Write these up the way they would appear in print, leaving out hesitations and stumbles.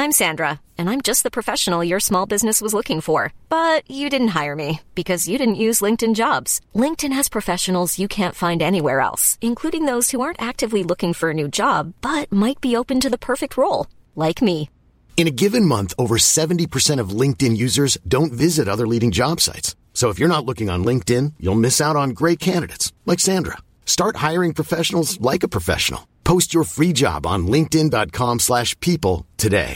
I'm Sandra, and I'm just the professional your small business was looking for. But you didn't hire me because you didn't use LinkedIn Jobs. LinkedIn has professionals you can't find anywhere else, including those who aren't actively looking for a new job, but might be open to the perfect role, like me. In a given month, over 70% of LinkedIn users don't visit other leading job sites. So if you're not looking on LinkedIn, you'll miss out on great candidates like Sandra. Start hiring professionals like a professional. Post your free job on linkedin.com/people today.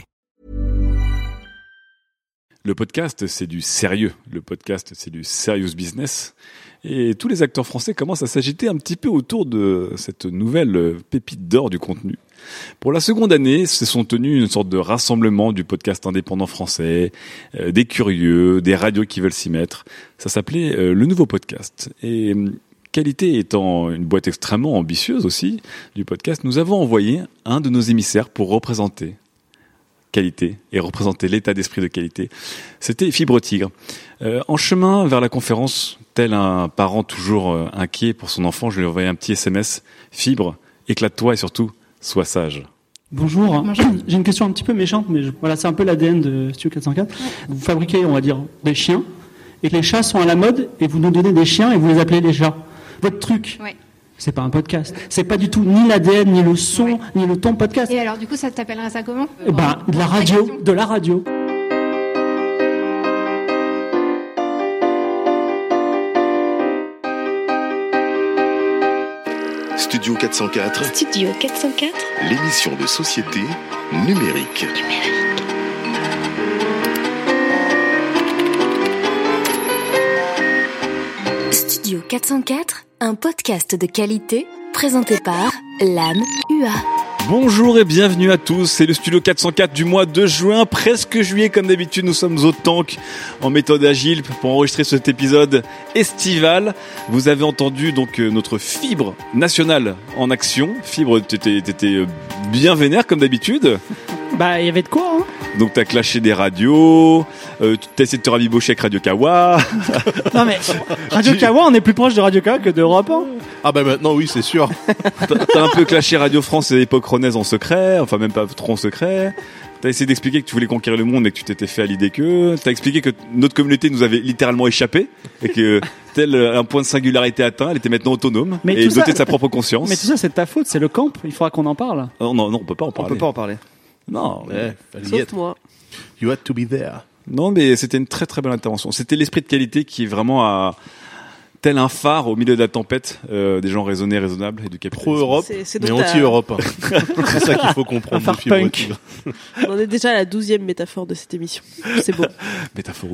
Le podcast, c'est du sérieux. Le podcast, c'est du serious business. Et tous les acteurs français commencent à s'agiter un petit peu autour de cette nouvelle pépite d'or du contenu. Pour la seconde année, se sont tenus une sorte de rassemblement du podcast indépendant français, des curieux, des radios qui veulent s'y mettre. Ça s'appelait le nouveau podcast. Et Qualité étant une boîte extrêmement ambitieuse aussi du podcast, nous avons envoyé un de nos émissaires pour représenter Qualité et représenter l'état d'esprit de Qualité. C'était Fibre Tigre. En chemin vers la conférence, tel un parent toujours inquiet pour son enfant, je lui ai envoyé un petit SMS. Fibre, éclate-toi et surtout, sois sage. Bonjour. J'ai une question un petit peu méchante, mais voilà, c'est un peu l'ADN de Studio 404. Vous fabriquez, on va dire, des chiens, et que les chats sont à la mode, et vous nous donnez des chiens et vous les appelez les chats. Votre truc, c'est pas un podcast. C'est pas du tout ni l'ADN, ni le son, ni le ton podcast. Et alors, du coup, ça t'appellerait ça comment ? De la radio, de la radio. Studio 404. Studio 404. L'émission de société numérique. Studio 404, un podcast de qualité présenté par l'âme UA. Bonjour et bienvenue à tous, c'est le Studio 404 du mois de juin, presque juillet comme d'habitude, nous sommes au tank en méthode agile pour enregistrer cet épisode estival. Vous avez entendu donc notre Fibre nationale en action. Fibre, t'étais bien vénère comme d'habitude. Bah, il y avait de quoi, hein. Donc t'as clashé des radios, t'as essayé de te rabibocher avec Radio Kawa. Non mais, Radio Kawa, on est plus proche de Radio Kawa que d'Europe 1. Ah bah maintenant oui, c'est sûr. T'as un peu clashé Radio France et l'époque Ronaise en secret, enfin même pas trop en secret. T'as essayé d'expliquer que tu voulais conquérir le monde et que tu t'étais fait à l'idée que. T'as expliqué que notre communauté nous avait littéralement échappé et que tel un point de singularité atteint, elle était maintenant autonome et dotée de sa propre conscience. Mais tout ça, c'est de ta faute, c'est le camp. Il faudra qu'on en parle. Non, on peut pas en parler. On peut pas en parler. Non, sauf moi. You had to be there. Non, mais c'était une très très belle intervention. C'était l'esprit de Qualité qui est vraiment tel un phare au milieu de la tempête, des gens raisonnés, raisonnables et du capitalisme. Pro-Europe, mais anti-Europe. C'est ça qu'il faut comprendre. Un phare punk. On est déjà à la 12e métaphore de cette émission. C'est beau. Métaphore.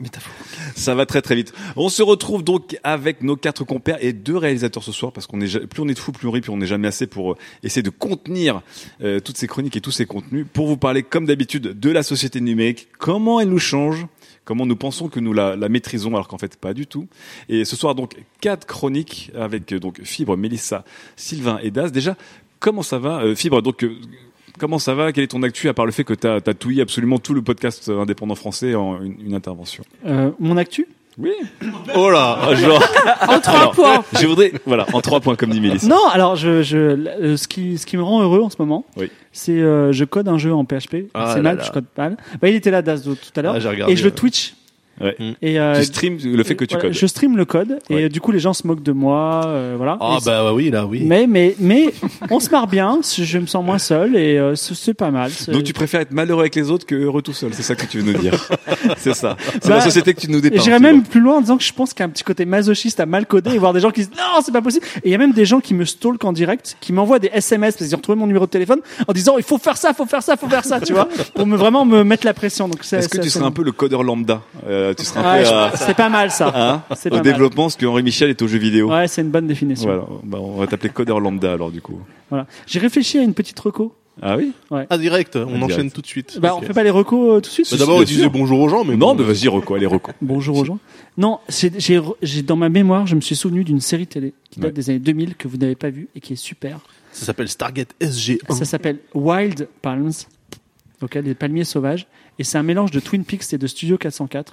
Ça va très très vite. On se retrouve donc avec nos 4 compères et 2 réalisateurs ce soir parce qu'on est plus on est de fous, plus on rit, plus on n'est jamais assez pour essayer de contenir toutes ces chroniques et tous ces contenus pour vous parler comme d'habitude de la société numérique, comment elle nous change. Comment nous pensons que nous la maîtrisons alors qu'en fait pas du tout. Et ce soir donc 4 chroniques avec donc Fibre, Mélissa, Sylvain et Daz. Déjà, comment ça va Fibre, donc comment ça va ? Quel est ton actu à part le fait que t'as touillé absolument tout le podcast indépendant français en une intervention ? Mon actu ? Oui. Oh là, genre en 3 points. Je voudrais en 3 points comme dit Mélissa. Non, alors ce qui me rend heureux en ce moment, c'est je code un jeu en PHP. C'est mal, je code mal. Bah il était là Daz tout à l'heure et je le Twitch. Ouais. Et tu stream le fait que tu codes. Je stream le code et du coup les gens se moquent de moi, voilà. Ah bah oui là oui. Mais on se marre bien, je me sens moins seul et c'est pas mal. Donc tu préfères être malheureux avec les autres que heureux tout seul, c'est ça que tu veux nous dire. C'est ça. C'est la société que tu nous dépeins. J'irais même plus loin en disant que je pense qu'il y a un petit côté masochiste à mal coder et voir des gens qui disent non c'est pas possible. Et il y a même des gens qui me stalkent en direct, qui m'envoient des SMS parce qu'ils ont retrouvé mon numéro de téléphone en disant il faut faire ça, tu vois, pour vraiment me mettre la pression. Donc est-ce que tu serais un peu le codeur lambda? Tu seras un peu c'est pas mal ça. C'est au développement, parce que Henri Michel est au jeu vidéo. Ouais, c'est une bonne définition. Voilà, bah, on va t'appeler codeur lambda alors du coup. Voilà. J'ai réfléchi à une petite reco. Ah oui. Ouais. Ah direct, on enchaîne tout de suite. Bah on fait pas les recos tout de suite. Bah, d'abord on disait bonjour aux gens, mais non, mais vas-y reco, allez reco. Bonjour aux gens. Non, j'ai dans ma mémoire, je me suis souvenu d'une série télé qui date des années 2000 que vous n'avez pas vue et qui est super. Ça s'appelle Stargate SG1. Ça s'appelle Wild Palms. donc les palmiers sauvages, et c'est un mélange de Twin Peaks et de Studio 404.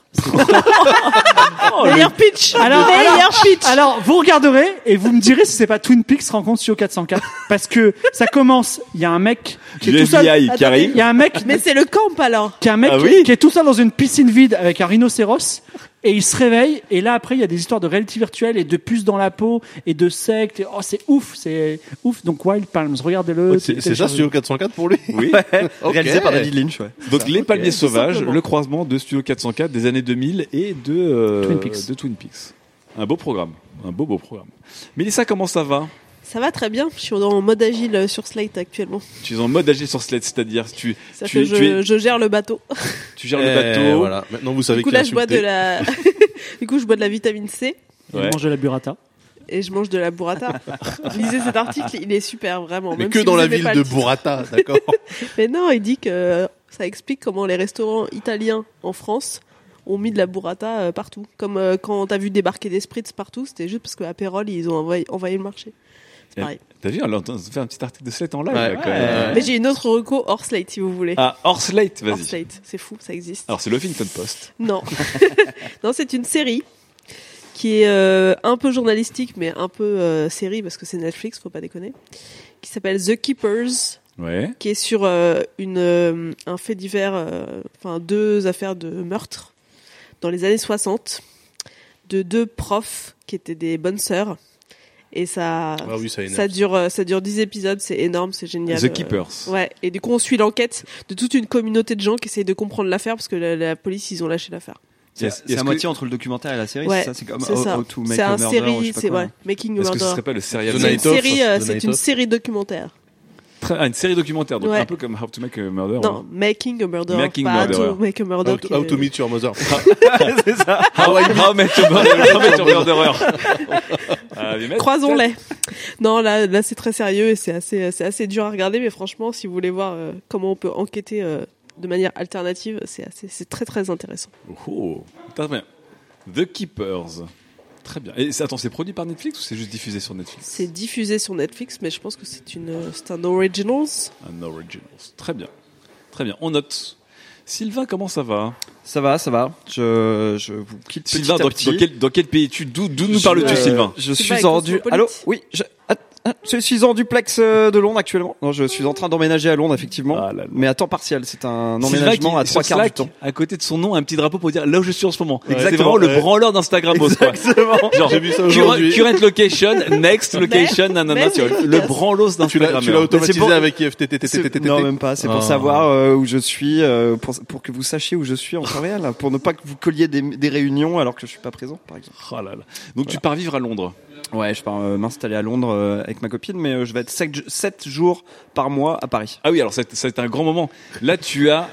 Meilleur pitch. Alors, vous regarderez et vous me direz si c'est pas Twin Peaks rencontre Studio 404, parce que ça commence, il y a un mec qui est tout seul, qui arrive. il y a un mec, Mais c'est le camp alors. qui est tout seul dans une piscine vide avec un rhinocéros. Et il se réveille, et là après il y a des histoires de réalité virtuelle et de puces dans la peau et de sectes. Et, c'est ouf. Donc Wild Palms, regardez-le. C'est ça Studio 404 pour lui. Oui. Réalisé par David Lynch. Ouais. Donc les palmiers tout sauvages, simplement. le croisement de Studio 404 des années 2000 et de Twin Peaks. Un beau programme, un beau programme. Mélissa, comment ça va? Ça va très bien. Je suis en mode agile sur Slate actuellement. Tu es en mode agile sur Slate, c'est-à-dire Ça fait que je gère le bateau. tu gères le bateau. Voilà. Maintenant vous savez Du coup qui là je bois insulter. de la du coup je bois de la vitamine C Il mange de la burrata. et je mange de la burrata. Lisez cet article, il est super vraiment. Mais Même que si dans vous la aimez ville pas de le titre. Burrata, d'accord. Mais non, il dit que ça explique comment les restaurants italiens en France ont mis de la burrata partout. Comme quand t'as vu débarquer des spritz partout, c'était juste parce que Aperol ils ont envahi le marché. C'est pareil. T'as vu, on a fait un petit article de Slate en live. Ouais. là, quand même. Mais j'ai une autre reco hors Slate si vous voulez. Ah, hors Slate, Hors vas-y. Slate, c'est fou, ça existe. Alors c'est le Huffington Post. Non. Non, c'est une série qui est un peu journalistique, mais un peu série, parce que c'est Netflix, faut pas déconner, qui s'appelle The Keepers, Ouais. qui est sur un fait divers, enfin 2 affaires de meurtre dans les années 60, de 2 profs qui étaient des bonnes sœurs. Et ça dure 10 épisodes, c'est énorme, c'est génial. The Keepers. Ouais. Et du coup, on suit l'enquête de toute une communauté de gens qui essayent de comprendre l'affaire parce que la police, ils ont lâché l'affaire. C'est à moitié entre le documentaire et la série. Ouais, c'est ça, c'est comme c'est ça. How to Make C'est a un Murder, série, je sais pas c'est quoi. ouais, Making a Est-ce que ce Murder. serait pas le serial The C'est une Night Of, série, The c'est Night une Of. série documentaire. Une série documentaire, donc Ouais. un peu comme How to Make a Murder. Non, Making a Murder. Making pas Murderer. To Make a Murder. How to Meet Your Mother. C'est ça. How Met Your Murderer. Croisons-les. Non, là, c'est très sérieux et c'est assez dur à regarder, mais franchement, si vous voulez voir comment on peut enquêter de manière alternative, c'est très très intéressant. Oh, très bien. The Keepers. Très bien. Et attends, c'est produit par Netflix ou c'est juste diffusé sur Netflix? C'est diffusé sur Netflix, mais je pense que c'est un originals. Un Originals. Très bien. Très bien. On note. Sylvain, comment ça va? Ça va. Je vous quitte Sylvain, petit à petit. dans quel pays d'où nous parles-tu, Sylvain? Je C'est suis pas en Cosmopolite. Allô? Oui, je suis en duplex de Londres actuellement. Non, je suis en train d'emménager à Londres effectivement, Ah là là. mais à temps partiel. C'est un Sylvain emménagement qui, à sur 3/4 du Slack, temps. à côté de son nom, un petit drapeau pour dire là où je suis en ce moment. Exactement, C'est vraiment le ouais. branleur d'Instagram, quoi. Exactement. Genre, J'ai vu ça aujourd'hui. current location, next location, nanana, même tu vois, le efficace. branlos Tu l'as d'Instagram. automatisé C'est pour- avec IFTTTTTT. Non, même pas. C'est pour savoir où je suis, pour que vous sachiez où je suis en temps réel, pour ne pas que vous colliez des réunions alors que je suis pas présent, par exemple. Oh là là. Donc tu pars vivre à Londres. Ouais, je pars m'installer à Londres avec ma copine, mais je vais être 7 jours par mois à Paris. Ah oui, alors c'est un grand moment. Là, tu as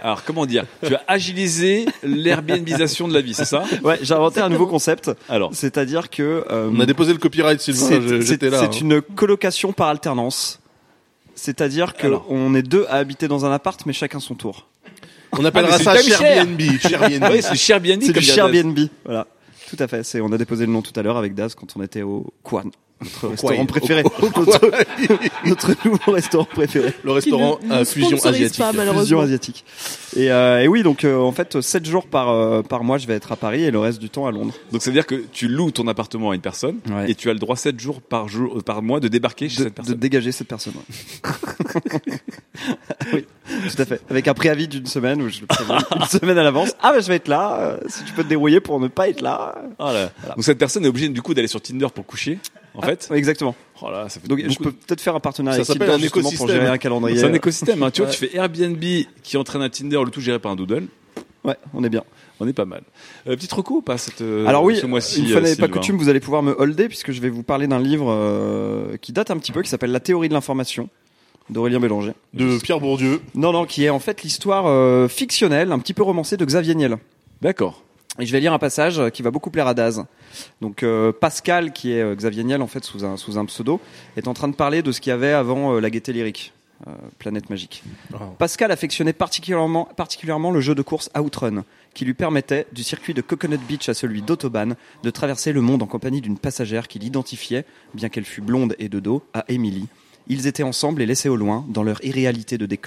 agilisé l'Airbnbisation de la vie, c'est ça? Ouais, j'ai inventé un nouveau concept. Alors, C'est-à-dire que On a déposé le copyright, Sylvain. J'étais là. c'est une colocation par alternance. C'est-à-dire que Alors. on est 2 à habiter dans un appart, mais chacun son tour. On appellera mais ça c'est Airbnb. oui, c'est Airbnb. C'est comme du dirait Daz. Airbnb. Voilà. Tout à fait. On a déposé le nom tout à l'heure avec Daz quand on était au Kwan, notre restaurant préféré. Notre nouveau restaurant préféré. Le restaurant Qui ne à fusion sponsorise asiatique. pas, malheureusement. Fusion asiatique. Et oui, donc en fait, 7 jours par mois, je vais être à Paris et le reste du temps à Londres. Donc ça veut dire que tu loues ton appartement à une personne Ouais. et tu as le droit 7 jours par mois de débarquer chez cette De personne. dégager cette personne. Ouais. Oui, tout à fait. Avec un préavis d'une semaine où je le préviens une semaine à l'avance. Ah, bah, je vais être là. Si tu peux te débrouiller pour ne pas être là. Oh là. Donc cette personne est obligée du coup d'aller sur Tinder pour coucher, en fait. Ouais, exactement. Oh là, ça fait Donc, je beaucoup. peux peut-être faire un partenariat Ça avec s'appelle Tinder un justement pour écosystème. gérer un calendrier. C'est un écosystème, hein. Tu vois, Ouais. tu fais Airbnb qui entraîne un Tinder, le tout géré par un doodle. Ouais, on est bien. On est pas mal. Petite reco ou pas Alors oui, ce mois-ci, une fois n'est pas Sylvain coutume, vous allez pouvoir me holder puisque je vais vous parler d'un livre qui date un petit peu, qui s'appelle La théorie de l'information d'Aurélien Bélanger. De Pierre Bourdieu. Non, qui est en fait l'histoire fictionnelle, un petit peu romancée de Xavier Niel. D'accord. Et je vais lire un passage qui va beaucoup plaire à Daz. Donc Pascal, qui est Xavier Niel en fait sous un pseudo, est en train de parler de ce qu'il y avait avant la gaieté lyrique, Planète Magique. Oh. Pascal affectionnait particulièrement le jeu de course Outrun, qui lui permettait, du circuit de Coconut Beach à celui d'Autobahn, de traverser le monde en compagnie d'une passagère qu'il identifiait, bien qu'elle fût blonde et de dos, à Emily. Ils étaient ensemble et laissés au loin, dans leur irréalité de décor,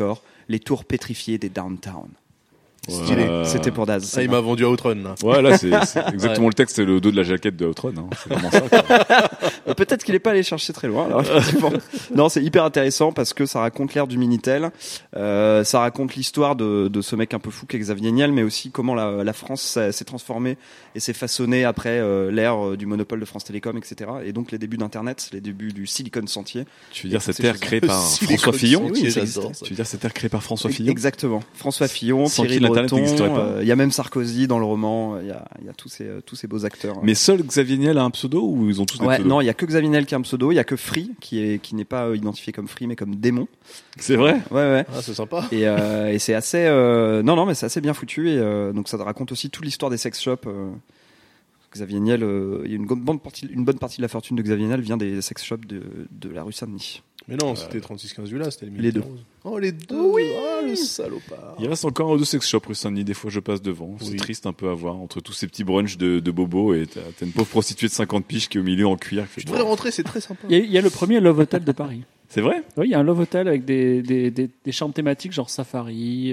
les tours pétrifiées des downtown. Stylé. C'était pour Daz. Ah, il m'a vendu Outrun, là. Ouais, là, c'est exactement le texte, c'est le dos de la jaquette de Outrun. Hein. C'est vraiment ça. Quoi. Peut-être qu'il est pas allé chercher très loin. Alors, effectivement. Non, c'est hyper intéressant parce que ça raconte l'ère du Minitel. Ça raconte l'histoire de ce mec un peu fou qu'est Xavier Niel, mais aussi comment la France s'est transformée et s'est façonnée après l'ère du monopole de France Télécom, etc. Et donc les débuts d'Internet, les débuts du Silicon Sentier. Tu veux dire cette ère créée par François Fillon? Oui, j'adore. Tu veux dire cette ère créée par François Fillon? Exactement. François Fillon, Thierry Breton. Il y a même Sarkozy dans le roman. Il y a tous ces beaux acteurs. Mais seul Xavier Niel a un pseudo ou ils ont tous des pseudos? Non, il y a que Xavier Niel qui a un pseudo. Il y a que Free qui n'est pas identifié comme Free mais comme démon. C'est vrai? Ouais. Ah, c'est sympa. Et c'est assez. Non, mais c'est assez bien foutu. Et donc ça raconte aussi toute l'histoire des sex shops. Xavier Niel, il y a une bonne partie de la fortune de Xavier Niel vient des sex shops de la rue Saint-Denis. Mais non, c'était 36-15 du là, c'était les deux. Oh, les deux. Oui. Oh, le salopard. Il reste encore un ou deux sex shops rue Saint-Denis. Des fois, je passe devant. C'est triste un peu à voir entre tous ces petits brunchs de bobos et t'as une pauvre prostituée de 50 piges qui est au milieu en cuir. Tu devrais rentrer, c'est très sympa. Il y a le premier Love Hotel de Paris. C'est vrai? Oui, il y a un Love Hotel avec des chambres thématiques genre safari.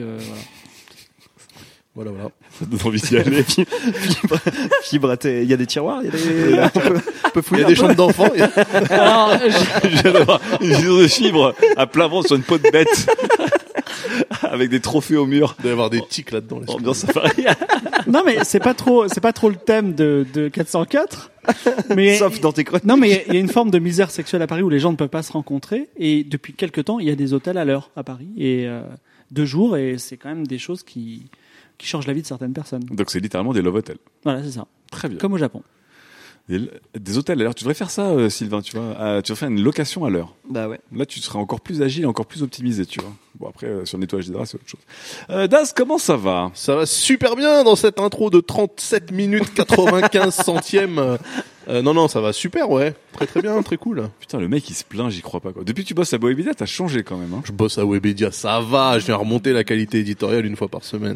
Voilà. Ça donne envie d'y aller. Fibre, il y a des tiroirs, il y a on peut fouiller. Il y a des chambres d'enfants. Alors, je viens d'avoir une vision de fibre à plat ventre sur une peau de bête. Avec des trophées au mur. Il doit y avoir des tics là-dedans. Ambiance safari. Non, mais c'est pas trop le thème de 404. Mais sauf dans tes chroniques. Non, mais il y a une forme de misère sexuelle à Paris où les gens ne peuvent pas se rencontrer. Et depuis quelques temps, il y a des hôtels à l'heure à Paris. Et 2 jours, et c'est quand même des choses qui changent la vie de certaines personnes. Donc c'est littéralement des love hotels. Voilà, c'est ça. Très bien. Comme au Japon. Des hôtels à l'heure. Tu devrais faire ça, Sylvain, tu vois. Tu devrais faire une location à l'heure. Bah ouais. Là, tu seras encore plus agile, encore plus optimisé, tu vois. Bon, après, sur le nettoyage des draps, c'est autre chose. Daz, comment ça va? Ça va super bien dans cette intro de 37 minutes 95 centièmes. Non, ça va super, ouais. Très très bien, très cool. Putain, le mec, il se plaint, j'y crois pas, quoi. Depuis que tu bosses à Webedia, t'as changé quand même, hein. Je bosse à Webedia, ça va. Je viens remonter la qualité éditoriale 1 fois par semaine.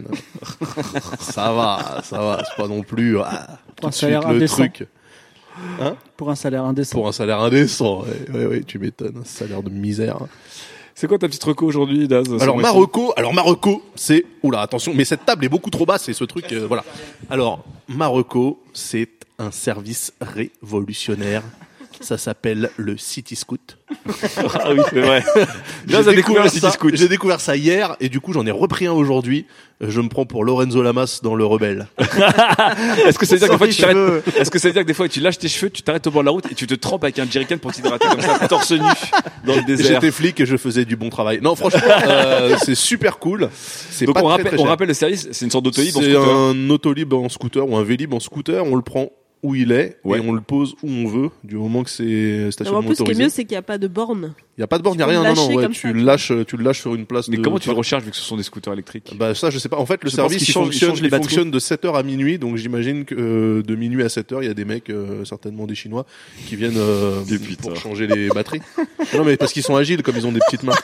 ça va. C'est pas non plus, Pour un salaire indécent. Truc. Hein? Pour un salaire indécent. Pour un salaire indécent, ouais, tu m'étonnes, un salaire de misère. C'est quoi ta petite reco aujourd'hui, Daz? Alors ma reco, c'est attention, mais cette table est beaucoup trop basse, c'est ce truc, voilà. Alors ma reco, c'est un service révolutionnaire. Ça s'appelle le City Scoot. Ah oui, c'est vrai. Daz a découvert le City Scoot. J'ai découvert ça hier et du coup j'en ai repris un aujourd'hui. Je me prends pour Lorenzo Lamas dans Le Rebelle. Est-ce que ça veut dire que des fois tu t'arrêtes? Est-ce que ça veut dire que des fois tu lâches tes cheveux, tu t'arrêtes au bord de la route et tu te trempes avec un jerrycan pour t'hydrater comme ça, torse nu dans le désert? J'étais flic et je faisais du bon travail. Non, franchement, c'est super cool. Donc pas on rappelle le service, c'est une sorte d'autolib en scooter. C'est un autolib en scooter ou un vélib en scooter. On le prend où il est et on le pose où on veut du moment que c'est stationnement autorisé. En plus, ce qui est mieux, c'est qu'il n'y a pas de borne. Il n'y a pas de borne, il n'y a rien. Non, ouais, tu le lâches sur une place. Mais comment tu le recharges vu que ce sont des scooters électriques? Bah ça, je sais pas. En fait, le service il fonctionne de 7h à minuit, donc j'imagine que de minuit à 7h, il y a des mecs, certainement des Chinois, qui viennent pour changer les batteries. Non, mais parce qu'ils sont agiles, comme ils ont des petites mains.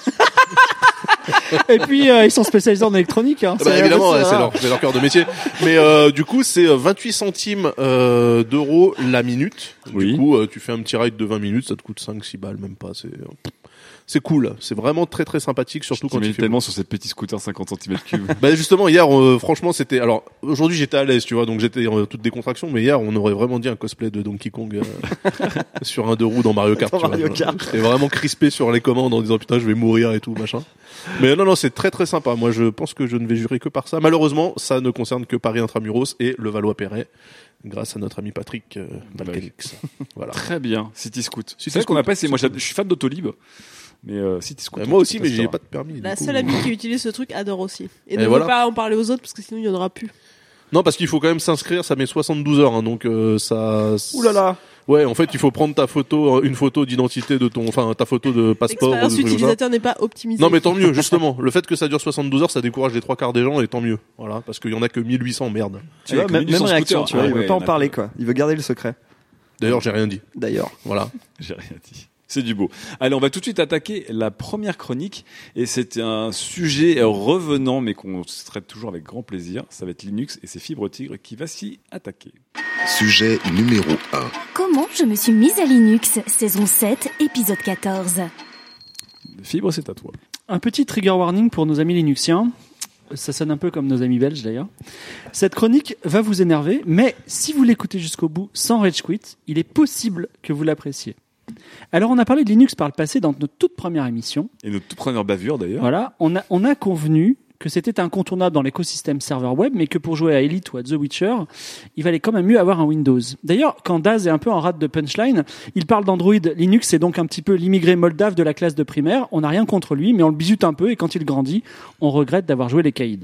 Et puis ils sont spécialisés en électronique. Hein. Bah, évidemment, c'est leur cœur de métier. Mais du coup, c'est 28 centimes d'euros la minute. Oui. Du coup, tu fais un petit ride de 20 minutes, ça te coûte 5-6 balles, même pas. C'est cool, c'est vraiment très très sympathique, surtout quand tu fais tellement sur cette petite scooter 50 cm3. Bah justement hier, franchement c'était. Alors aujourd'hui j'étais à l'aise, tu vois, donc j'étais toute décontraction, mais hier on aurait vraiment dit un cosplay de Donkey Kong sur un 2 roues dans Mario Kart. J'étais vraiment crispé sur les commandes en disant putain je vais mourir et tout machin. Mais non c'est très très sympa. Moi je pense que je ne vais jurer que par ça. Malheureusement ça ne concerne que Paris Intramuros et le Valois-Perret. Grâce à notre ami Patrick Balkanix. Voilà. Très bien, City Scoot. C'est ce qu'on appelle. Moi je suis fan d'Autolib. Mais City Scoot. Moi aussi, mais j'ai pas de permis. La seule amie qui utilise ce truc adore aussi. Et ne veut pas en parler aux autres parce que sinon il y en aura plus. Non, parce qu'il faut quand même s'inscrire, ça met 72 heures, hein, donc ça. Ouh là là. Ouais, en fait, il faut prendre ta photo, une photo d'identité de ta photo de passeport. L'expérience utilisateur n'est pas optimisée. Non, mais tant mieux, justement. Le fait que ça dure 72 heures, ça décourage les 3/4 des gens, et tant mieux. Voilà, parce qu'il y en a que 1800, merde. Tu vois, même réaction, tu vois, il veut pas en parler, quoi. Il veut garder le secret. D'ailleurs, j'ai rien dit. Voilà. J'ai rien dit. C'est du beau. Allez, on va tout de suite attaquer la première chronique. Et c'est un sujet revenant, mais qu'on traite toujours avec grand plaisir. Ça va être Linux et ses fibres tigres qui va s'y attaquer. Sujet numéro 1. Comment je me suis mise à Linux, saison 7, épisode 14. Fibre, c'est à toi. Un petit trigger warning pour nos amis linuxiens. Ça sonne un peu comme nos amis belges d'ailleurs. Cette chronique va vous énerver, mais si vous l'écoutez jusqu'au bout sans rage quit, il est possible que vous l'appréciez. Alors on a parlé de Linux par le passé dans notre toute première émission. Et notre toute première bavure d'ailleurs. Voilà, on a convenu que c'était incontournable dans l'écosystème serveur web, mais que pour jouer à Elite ou à The Witcher, il valait quand même mieux avoir un Windows. D'ailleurs, quand Daz est un peu en rate de punchline, il parle d'Android. Linux, c'est donc un petit peu l'immigré moldave de la classe de primaire. On n'a rien contre lui, mais on le bisute un peu, et quand il grandit, on regrette d'avoir joué les caïds.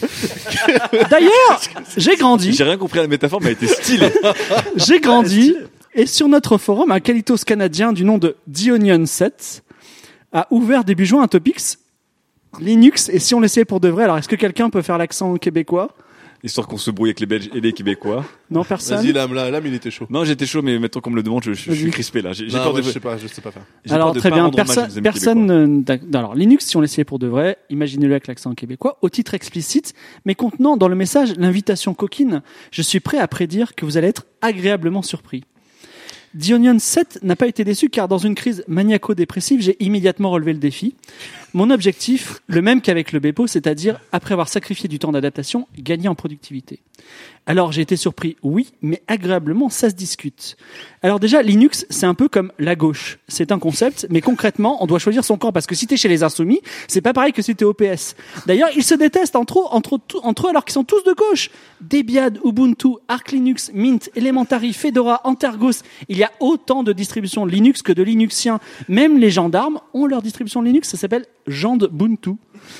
D'ailleurs, j'ai grandi. J'ai rien compris à la métaphore, mais elle était stylée. J'ai grandi, et sur notre forum, un qualitos canadien du nom de TheOnion7 a ouvert début juin un topics Linux, et si on l'essayait pour de vrai, alors est-ce que quelqu'un peut faire l'accent québécois ? Histoire qu'on se brouille avec les Belges et les Québécois. Non, personne. Vas-y, Lame, il était chaud. Non, j'étais chaud, mais maintenant qu'on me le demande, je suis crispé là. J'ai peur de. Je sais pas faire. Alors très bien, personne. Alors Linux, si on l'essayait pour de vrai, imaginez-le avec l'accent québécois, au titre explicite, mais contenant dans le message l'invitation coquine. Je suis prêt à prédire que vous allez être agréablement surpris. TheOnion7 n'a pas été déçu car dans une crise maniaco-dépressive, j'ai immédiatement relevé le défi. Mon objectif, le même qu'avec le Bepo, c'est-à-dire, après avoir sacrifié du temps d'adaptation, gagner en productivité. Alors j'ai été surpris, oui, mais agréablement, ça se discute. Alors déjà, Linux, c'est un peu comme la gauche. C'est un concept, mais concrètement, on doit choisir son camp, parce que si t'es chez les insoumis, c'est pas pareil que si t'es au PS. D'ailleurs, ils se détestent entre eux alors qu'ils sont tous de gauche. Debian, Ubuntu, Arch Linux, Mint, Elementary, Fedora, Antergos. Il y a autant de distributions Linux que de Linuxiens. Même les gendarmes ont leur distribution Linux, ça s'appelle Jandbuntu.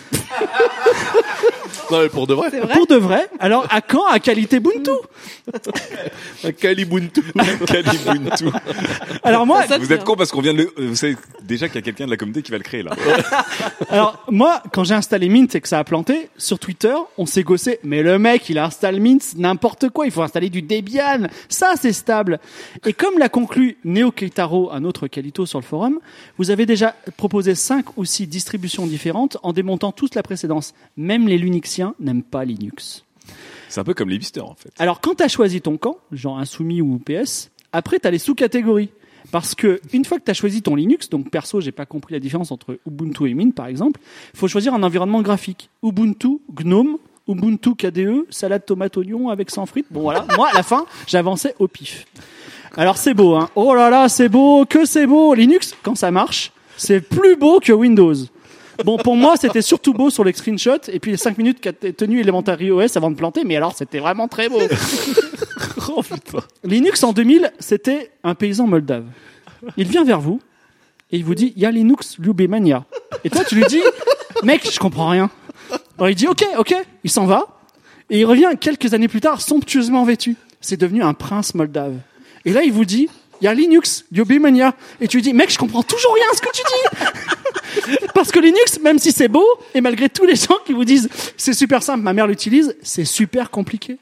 Non, mais pour de vrai. Pour de vrai. Alors, à quand à qualité Buntu? À Calibuntu. Calibuntu. Alors moi, vous êtes con parce qu'on vient de vous savez déjà qu'il y a quelqu'un de la communauté qui va le créer là. Alors moi, quand j'ai installé Mint et que ça a planté, sur Twitter, on s'est gossé. Mais le mec, il installe Mint, n'importe quoi. Il faut installer du Debian. Ça, c'est stable. Et comme l'a conclu Neo Keitaro, un autre Calito sur le forum, vous avez déjà proposé 5 ou 6 distributions différentes en démontant tous la précédence. Même les Linuxiens n'aiment pas Linux. C'est un peu comme les hipsters en fait. Alors quand tu as choisi ton camp, genre insoumis ou PS, après tu as les sous-catégories. Parce que une fois que tu as choisi ton Linux, donc perso, j'ai pas compris la différence entre Ubuntu et Mint par exemple, il faut choisir un environnement graphique. Ubuntu, GNOME, Ubuntu KDE, salade tomate oignon avec 100 frites. Bon voilà, moi à la fin, j'avançais au pif. Alors c'est beau, hein. Oh là là, c'est beau, que c'est beau. Linux, quand ça marche, c'est plus beau que Windows. Bon, pour moi, c'était surtout beau sur les screenshots, et puis les 5 minutes qu'a tenu Elementary OS avant de planter, mais alors c'était vraiment très beau. Oh putain. Linux en 2000, c'était un paysan moldave. Il vient vers vous, et il vous dit, il y a Linux Lubemania. Et toi, tu lui dis, mec, je comprends rien. Alors il dit, ok, il s'en va, et il revient quelques années plus tard, somptueusement vêtu. C'est devenu un prince moldave. Et là, il vous dit, il y a Linux Lubemania. Et tu lui dis, mec, je comprends toujours rien à ce que tu dis. Parce que Linux, même si c'est beau, et malgré tous les gens qui vous disent c'est super simple, ma mère l'utilise, c'est super compliqué.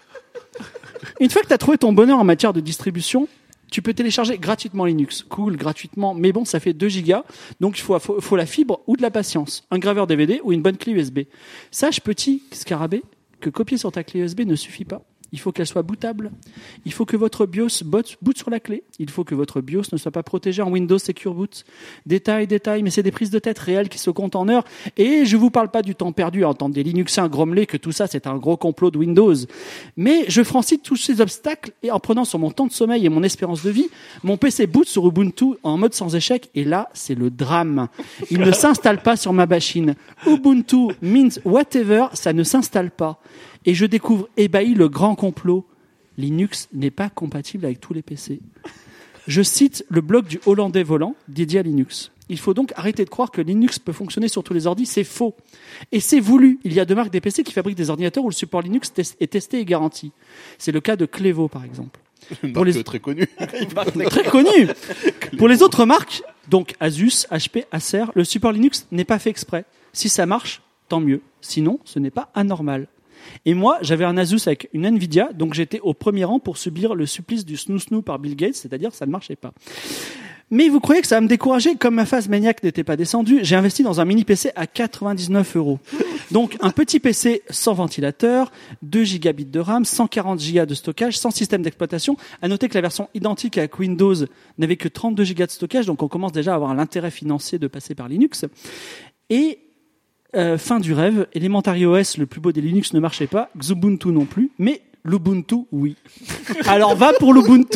Une fois que tu as trouvé ton bonheur en matière de distribution, tu peux télécharger gratuitement Linux. Cool, gratuitement, mais bon, ça fait 2 gigas, donc il faut la fibre ou de la patience, un graveur DVD ou une bonne clé USB. Sache, petit scarabée, que copier sur ta clé USB ne suffit pas. Il faut qu'elle soit bootable. Il faut que votre BIOS boot sur la clé. Il faut que votre BIOS ne soit pas protégé en Windows Secure Boot. Détail, mais c'est des prises de tête réelles qui se comptent en heures. Et je vous parle pas du temps perdu à entendre des Linuxiens grommeler que tout ça c'est un gros complot de Windows. Mais je franchis tous ces obstacles et en prenant sur mon temps de sommeil et mon espérance de vie, mon PC boot sur Ubuntu en mode sans échec. Et là, c'est le drame. Il ne s'installe pas sur ma machine. Ubuntu, Mint, whatever, ça ne s'installe pas. Et je découvre ébahi le grand complot. Linux n'est pas compatible avec tous les PC. Je cite le blog du Hollandais volant dédié à Linux. Il faut donc arrêter de croire que Linux peut fonctionner sur tous les ordis, c'est faux. Et c'est voulu. Il y a 2 marques des PC qui fabriquent des ordinateurs où le support Linux est testé et garanti. C'est le cas de Clevo par exemple. Une marque très connue. Très connue. Pour les autres marques, donc Asus, HP, Acer, le support Linux n'est pas fait exprès. Si ça marche, tant mieux. Sinon, ce n'est pas anormal. Et moi, j'avais un Asus avec une Nvidia, donc j'étais au premier rang pour subir le supplice du snoo par Bill Gates, c'est-à-dire ça ne marchait pas. Mais vous croyez que ça va me décourager? Comme ma phase maniaque n'était pas descendue, j'ai investi dans un mini PC à 99 €. Donc un petit PC sans ventilateur, 2 gigabits de RAM, 140 gigas de stockage, sans système d'exploitation. À noter que la version identique avec Windows n'avait que 32 gigas de stockage, donc on commence déjà à avoir l'intérêt financier de passer par Linux. Et fin du rêve, Elementary OS, le plus beau des Linux, ne marchait pas, Xubuntu non plus, mais l'Ubuntu, oui. Alors va pour l'Ubuntu.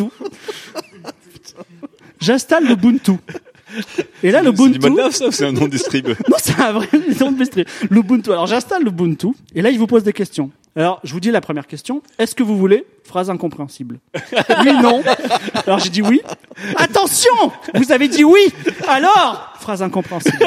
J'installe l'Ubuntu. Et là, l'Ubuntu. C'est du Moldave, ça, ou c'est un nom de distrib? Non, c'est un vrai nom de distrib. L'Ubuntu. Alors j'installe l'Ubuntu, et là, il vous pose des questions. Alors, je vous dis la première question. Est-ce que vous voulez? Phrase incompréhensible. Oui, non. Alors j'ai dit oui. Attention! Vous avez dit oui! Alors? Phrase incompréhensible.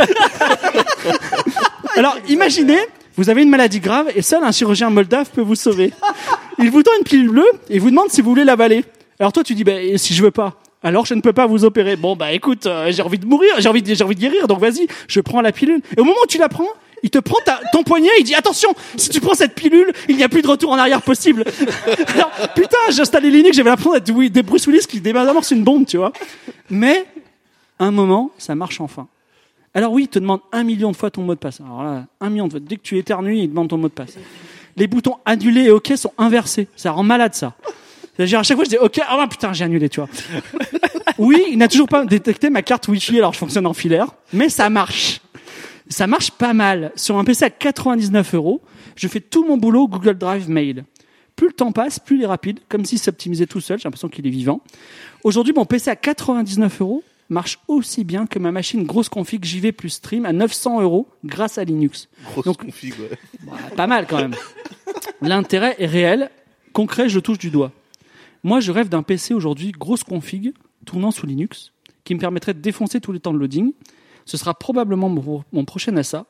Alors, imaginez, vous avez une maladie grave et seul un chirurgien moldave peut vous sauver. Il vous donne une pilule bleue et vous demande si vous voulez l'avaler. Alors toi, tu dis, si je veux pas, alors je ne peux pas vous opérer. Bon, écoute, j'ai envie de mourir, j'ai envie de guérir, donc vas-y, je prends la pilule. Et au moment où tu la prends, il te prend ton poignet, il dit, attention, si tu prends cette pilule, il n'y a plus de retour en arrière possible. Alors, putain, j'ai installé Linux, j'avais l'impression d'être des Bruce Willis qui désamorce une bombe, tu vois. Mais, un moment, ça marche enfin. Alors oui, il te demande 1 million de fois ton mot de passe. Alors là, 1 million de fois. Dès que tu éternues, il demande ton mot de passe. Les boutons annuler et OK sont inversés. Ça rend malade, ça. C'est-à-dire, à chaque fois, je dis OK, putain, j'ai annulé, tu vois. Oui, il n'a toujours pas détecté ma carte Wi-Fi, alors je fonctionne en filaire. Mais ça marche. Ça marche pas mal. Sur un PC à 99 €, je fais tout mon boulot Google Drive Mail. Plus le temps passe, plus il est rapide, comme s'il s'optimisait tout seul. J'ai l'impression qu'il est vivant. Aujourd'hui, mon PC à 99 € marche aussi bien que ma machine grosse config JV plus stream à 900 € grâce à Linux. Grosse config, ouais. Pas mal quand même. L'intérêt est réel. Concret, je touche du doigt. Moi, je rêve d'un PC aujourd'hui grosse config tournant sous Linux qui me permettrait de défoncer tous les temps de loading. Ce sera probablement mon prochain achat.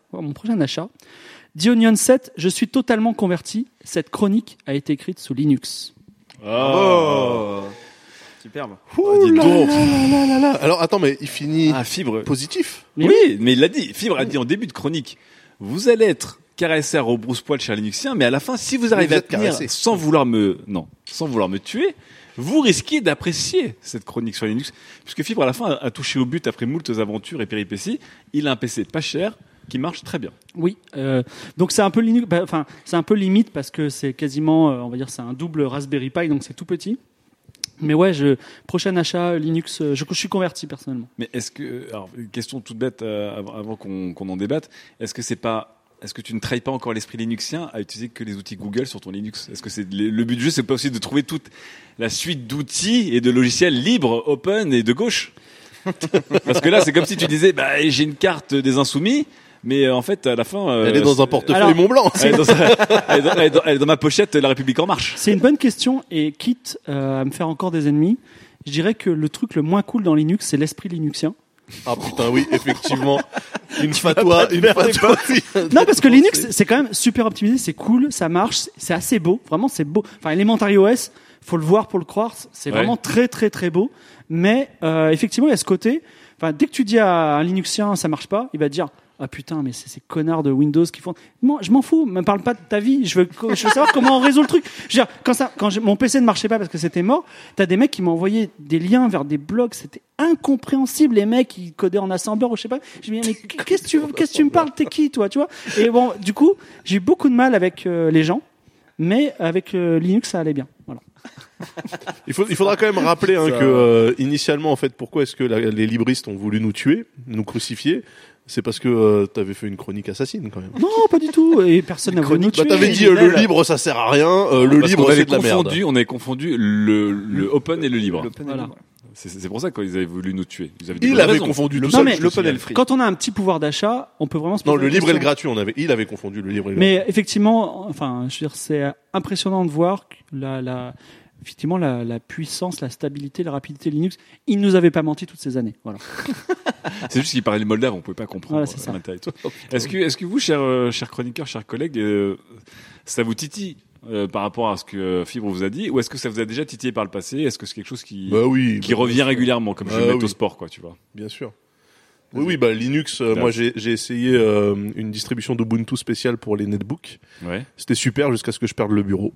The Onion 7, je suis totalement converti. Cette chronique a été écrite sous Linux. Oh. Superbe. Dis donc. Alors attends, mais il finit Fibre positif. Oui, mais il l'a dit. Fibre a dit en début de chronique, vous allez être caressé au brousse-poil chez un Linuxien, mais à la fin, si vous arrivez à tenir sans vouloir me tuer, vous risquez d'apprécier cette chronique sur Linux, puisque Fibre à la fin a touché au but après moultes aventures et péripéties. Il a un PC pas cher qui marche très bien. Oui, donc c'est un peu Linux, c'est un peu limite parce que c'est quasiment, on va dire, c'est un double Raspberry Pi, donc c'est tout petit. Mais ouais, prochain achat Linux, je suis converti personnellement. Mais est-ce que, alors, une question toute bête avant qu'on en débatte, est-ce que tu ne trahis pas encore l'esprit linuxien à utiliser que les outils Google sur ton Linux? Est-ce que le but du jeu, c'est pas aussi de trouver toute la suite d'outils et de logiciels libres, open et de gauche? Parce que là, c'est comme si tu disais, j'ai une carte des insoumis, mais en fait, à la fin, elle est dans un portefeuille Mont-Blanc. Elle est dans ma pochette La République en marche. C'est une bonne question, et quitte à me faire encore des ennemis, je dirais que le truc le moins cool dans Linux, c'est l'esprit linuxien. Ah putain, oui, effectivement. Une fatwa. Non, parce que Linux, c'est quand même super optimisé, c'est cool, ça marche, c'est assez beau, vraiment c'est beau. Enfin, Elementary OS, faut le voir pour le croire, c'est vraiment très très très beau. Mais effectivement, il y a ce côté. Enfin, dès que tu dis à un Linuxien ça marche pas, il va te dire ah putain, mais c'est ces connards de Windows qui font. Moi, je m'en fous, me parle pas de ta vie. Je veux savoir comment on résout le truc. Je veux dire, mon PC ne marchait pas parce que c'était mort, t'as des mecs qui m'ont envoyé des liens vers des blogs, c'était incompréhensible. Les mecs, ils codaient en assembler ou je sais pas. Je me dis, mais qu'est-ce que tu me parles? T'es qui, toi, tu vois? Et bon, du coup, j'ai eu beaucoup de mal avec les gens, mais avec Linux, ça allait bien. Voilà. Il faudra quand même rappeler que initialement, en fait, pourquoi est-ce que les libristes ont voulu nous tuer, nous crucifier? C'est parce que t'avais fait une chronique assassine quand même. Non, pas du tout. Et personne n'a voulu nous tuer. T'avais dit le libre ça sert à rien. Le libre c'est de la merde. On avait confondu le open et le libre. Voilà. C'est pour ça qu'ils avaient voulu nous tuer. Il avait confondu tout seul l'open et le free. Quand on a un petit pouvoir d'achat, on peut vraiment se poser le libre et le gratuit. Il avait confondu le libre et le gratuit. Mais effectivement, enfin, je veux dire, c'est impressionnant de voir effectivement la puissance, la stabilité, la rapidité Linux. Ils nous avaient pas menti toutes ces années. Voilà. C'est juste qu'ils parlaient le moldave, on pouvait pas comprendre voilà, l'intérêt. Est-ce que vous, chers chroniqueurs, chers collègues, ça vous titille par rapport à ce que Fibre vous a dit, ou est-ce que ça vous a déjà titillé par le passé? Est-ce que c'est quelque chose qui revient régulièrement, comme je le mets au sport, quoi, tu vois? Bien sûr. Oui, Linux, moi j'ai essayé une distribution d'Ubuntu spéciale pour les netbooks. Ouais. C'était super jusqu'à ce que je perde le bureau.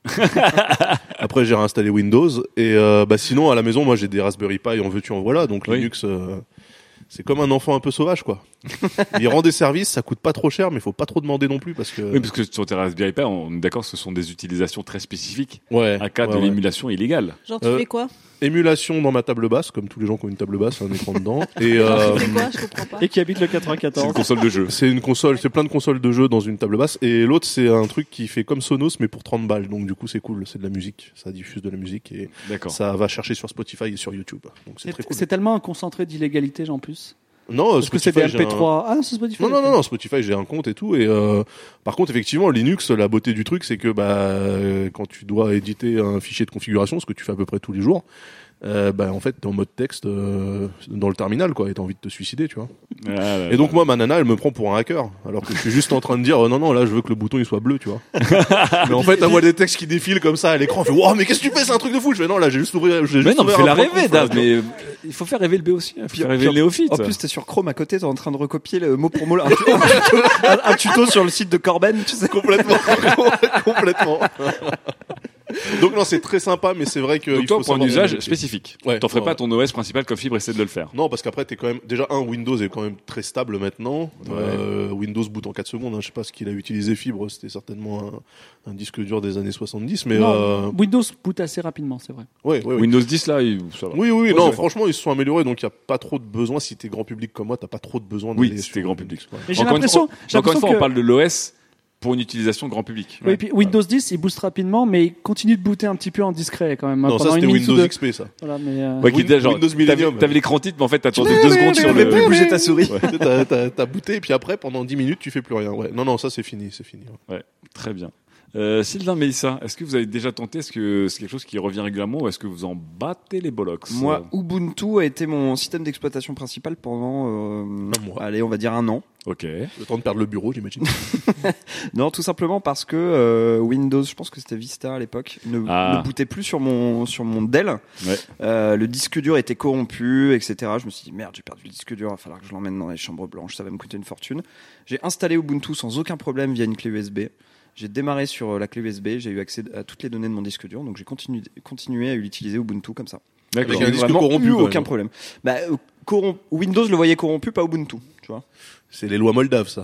Après j'ai réinstallé Windows et sinon à la maison moi j'ai des Raspberry Pi en veux-tu en voilà, donc Linux c'est comme un enfant un peu sauvage, quoi. Il rend des services, ça coûte pas trop cher, mais faut pas trop demander non plus parce que. Oui, parce que sur tes Raspberry Pi, on est d'accord, ce sont des utilisations très spécifiques. Ouais. Un cas de l'émulation illégale. Genre, tu fais quoi? Émulation dans ma table basse, comme tous les gens qui ont une table basse, un écran dedans. Et, Tu fais quoi? Je comprends pas. Et qui habite le C'est une 94. console de jeu. c'est une console, c'est plein de consoles de jeux dans une table basse. Et l'autre, c'est un truc qui fait comme Sonos, mais pour 30 balles. Donc, du coup, c'est cool. C'est de la musique. Ça diffuse de la musique et D'accord. ça va chercher sur Spotify et sur YouTube. Donc, c'est très cool. C'est tellement un concentré d'illégalité, en plus. Non, Parce que c'est des Spotify, MP3. Ah, c'est Spotify. Non, Spotify, j'ai un compte et tout. Et par contre, effectivement, Linux, la beauté du truc, c'est que quand tu dois éditer un fichier de configuration, ce que tu fais à peu près tous les jours, en fait, t'es en mode texte dans le terminal, quoi, et t'as envie de te suicider, tu vois. Et donc moi, ma nana, elle me prend pour un hacker, alors que je suis juste en train de dire non, là, je veux que le bouton il soit bleu, tu vois. Mais en fait, elle voit des textes qui défilent comme ça à l'écran, elle fait wow, mais qu'est-ce que tu fais, c'est un truc de fou. Je fais non, là, j'ai juste ouvert. Mais non, mais fais la rêver, Dave. Dave. Mais il faut faire rêver le B aussi. Il faut faire rêver le néophyte. En plus, t'es sur Chrome à côté, t'es en train de recopier le mot pour mot un tuto sur le site de Corben, tu sais. Complètement. Donc non, c'est très sympa, mais c'est vrai que Donc il toi, faut pour un savoir usage limiter. spécifique. Ouais, T'en ferais ouais, pas ton OS principal comme Fibre essaie de le faire. Non, parce qu'après, t'es quand même déjà Windows est quand même très stable maintenant. Ouais. Windows boot en 4 secondes. Je sais pas ce qu'il a utilisé Fibre. C'était certainement un disque dur des années 70, mais Non, Windows boot assez rapidement, c'est vrai. ouais. Windows 10 là, ça va. Oui, Ouais, non, ouais. franchement, ils se sont améliorés, donc il y a pas trop de besoin. Si t'es grand public comme moi, t'as pas trop de besoin. Oui, d'aller c'était sur grand Linux, public. quoi. Mais j'ai Encore l'impression une fois, que... on parle de l'OS pour une utilisation grand public. Oui, puis Windows 10, il booste rapidement, mais il continue de booter un petit peu en discret quand même. Non, pendant ça c'était une minute ou Windows deux. XP, ça. Voilà, mais Ouais, qui était genre, Windows Millennium. t'avais l'écran titre, mais en fait, t'attendais 2 secondes sur Tu le. plus bouger ta souris. Ouais, t'as booté, et puis après, pendant 10 minutes, tu fais plus rien. Ouais. Non, ça c'est fini. Ouais, très bien. Sylvain, Mélissa, est-ce que vous avez déjà tenté? Est-ce que c'est quelque chose qui revient régulièrement ou est-ce que vous en battez les bollocks? Moi, Ubuntu a été mon système d'exploitation principal pendant, mois. allez, on va dire 1 an. Ok. Le temps de perdre le bureau, j'imagine. Non, tout simplement parce que Windows, je pense que c'était Vista à l'époque, ne bootait plus sur mon Dell. Ouais. Le disque dur était corrompu, etc. Je me suis dit merde, j'ai perdu le disque dur, il va falloir que je l'emmène dans les chambres blanches, ça va me coûter une fortune. J'ai installé Ubuntu sans aucun problème via une clé USB. J'ai démarré sur la clé USB, j'ai eu accès à toutes les données de mon disque dur, donc j'ai continué à utiliser Ubuntu comme ça. D'accord. Avec un disque Vraiment corrompu, eu quand même. aucun problème. Windows le voyait corrompu, pas Ubuntu, tu vois. C'est les lois moldaves, ça.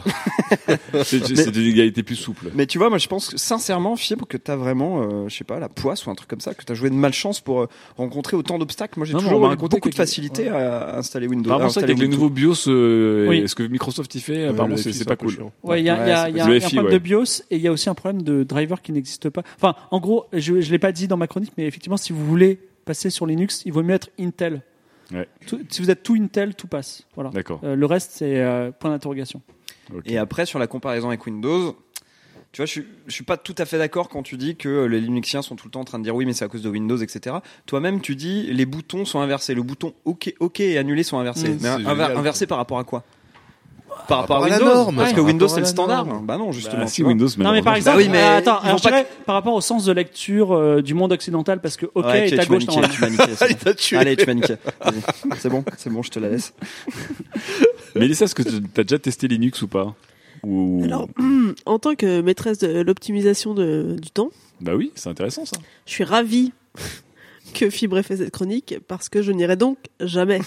C'est d'une égalité plus souple. Mais tu vois, moi je pense que, sincèrement, Fibre, que t'as vraiment, je sais pas, la poisse ou un truc comme ça, que t'as joué de malchance pour rencontrer autant d'obstacles. Moi j'ai Non, toujours on m'a eu raconté beaucoup de que- facilité à installer Windows. Par à contre, c'est installer avec les Ubuntu. nouveaux BIOS, Oui. est-ce que Microsoft y fait? Apparemment, Le c'est FI, pas un peu cool. chiant. Ouais, il y a un Le FI, problème ouais. de BIOS et il y a aussi un problème de driver qui n'existe pas. Enfin, en gros, je l'ai pas dit dans ma chronique, mais effectivement, si vous voulez passer sur Linux, il vaut mieux être Intel. Ouais. Si vous êtes tout Intel, tout passe. Voilà. D'accord. Le reste, c'est point d'interrogation. Ok. Et après, sur la comparaison avec Windows, tu vois, je suis pas tout à fait d'accord quand tu dis que les Linuxiens sont tout le temps en train de dire oui, mais c'est à cause de Windows, etc. Toi-même, tu dis les boutons sont inversés. Le bouton OK et annulé sont inversés. Mais c'est génial. inversés par rapport à quoi? Par rapport à à la Windows. norme. Parce que Par Windows rapport c'est à le la standard. norme. Bah non, justement. Bah, tu si vois. Windows, Non, mais par malheureusement. exemple, Bah oui, mais attends, ils alors vont je pas- dirais par rapport au sens de lecture du monde occidental, parce que OK Ouais, est ok, à tu m'as gauche. niqué, normalement. tu m'as niqué, c'est Il bon. t'a tué. Allez, tu m'as niqué. Vas-y. C'est bon, je te la laisse. Mélissa, est-ce que t'as déjà testé Linux ou pas? Ou... Alors, en tant que maîtresse de l'optimisation du temps, Bah oui, c'est intéressant ça. je suis ravie que Fibre ait fait cette chronique parce que je n'irai donc jamais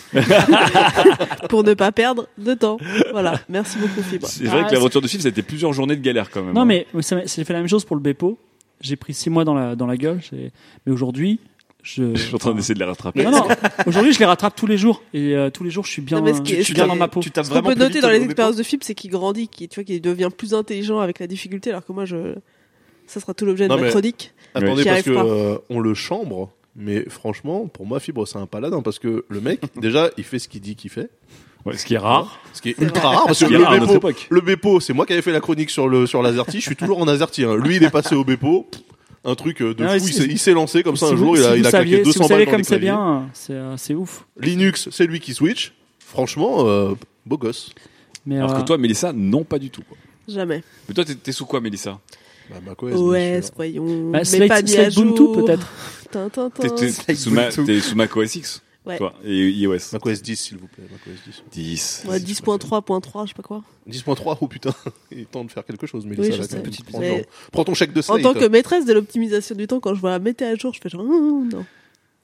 pour ne pas perdre de temps. Voilà, merci beaucoup Fibre. C'est vrai que l'aventure de Fibre, ça a été plusieurs journées de galère quand même. Non, hein. mais c'est fait la même chose pour le Bepo. J'ai pris 6 mois dans la gueule. Mais aujourd'hui, Je suis en train d'essayer de les rattraper. Non, aujourd'hui, je les rattrape tous les jours. Et tous les jours, je suis bien, Non, mais ce qui est- je suis bien dans ma peau. Tu tapes Ce qu'on vraiment peut plus noter vite dans au les Bepo. expériences de Fibre, c'est qu'il grandit, qu'il devient plus intelligent avec la difficulté, alors que moi, ça sera tout l'objet de Non, ma mais- chronique. Attendez, J'y parce arrive pas. que on le chambre, mais franchement, pour moi, Fibre, c'est un paladin, parce que le mec, déjà, il fait ce qu'il dit qu'il fait. Ouais, ce qui est rare. Ce qui est ultra rare, parce que Ce qui est rare à notre époque. le Bepo, c'est moi qui avais fait la chronique sur l'Azerty, je suis toujours en Azerty, hein. Lui, il est passé au Bepo, un truc de Ah ouais, fou, si- il s'est lancé comme ça Si un vous- jour, si il a vous claqué saviez- 200 si vous balles savez dans comme les c'est claviers. bien, c'est ouf. Linux, c'est lui qui switch. Franchement, beau gosse. Mais Alors que toi, Mélissa, non, pas du tout. Quoi. Jamais. Mais toi, t'es sous quoi, Mélissa? Bah, macOS, bien OS, sûr. voyons. bah, mais Slate, pas mis à Slate Ubuntu jour. peut-être. Tintintin. T'es sous Mac OS X? Ouais. Toi, et iOS? macOS 10, s'il vous plaît, macOS 10. 10. Ouais, 10.3.3, je sais pas quoi. 10.3, oh putain, il est temps de faire quelque chose, mais Oui, ça je va sais. quand même. Mais- Prends ton chèque de En Slate. tant que maîtresse de l'optimisation du temps, quand je vois la mettez à jour, je fais genre, non.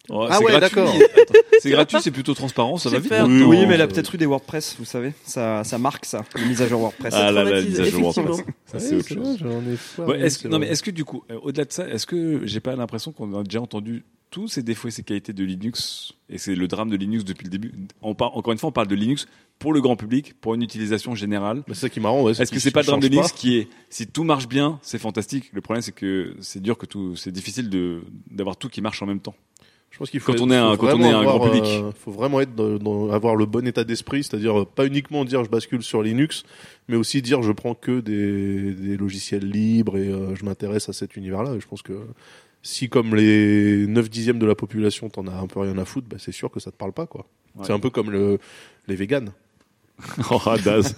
Oh, Ah c'est ouais, gratuit. d'accord. C'est gratuit, c'est plutôt transparent, ça va vite. Oui, mais elle a peut-être eu des WordPress, vous savez. Ça marque ça, les mises à jour WordPress. Ah là, la traumatise, mise à jour WordPress. effectivement. Ça, c'est autre chose. J'en ai foire, Ouais, c'est non, mais vrai. est-ce que du coup, au-delà de ça, est-ce que j'ai pas l'impression qu'on a déjà entendu tous ces défauts et ces qualités de Linux, et c'est le drame de Linux depuis le début. Encore une fois, on parle de Linux pour le grand public, pour une utilisation générale. Mais c'est ça qui est marrant. Ouais, Est-ce que c'est pas le drame de Linux qui est, si tout marche bien, c'est fantastique. Le problème, c'est que c'est dur c'est difficile d'avoir tout qui marche en même temps. Je pense qu'il faut Quand on est un grand public. Faut vraiment être avoir le bon état d'esprit, c'est-à-dire pas uniquement dire je bascule sur Linux, mais aussi dire je prends que des logiciels libres et je m'intéresse à cet univers-là. Et je pense que si comme les 9/10 de la population t'en as un peu rien à foutre, bah c'est sûr que ça te parle pas, quoi. Ouais. C'est un peu comme les véganes. Oh, Daz.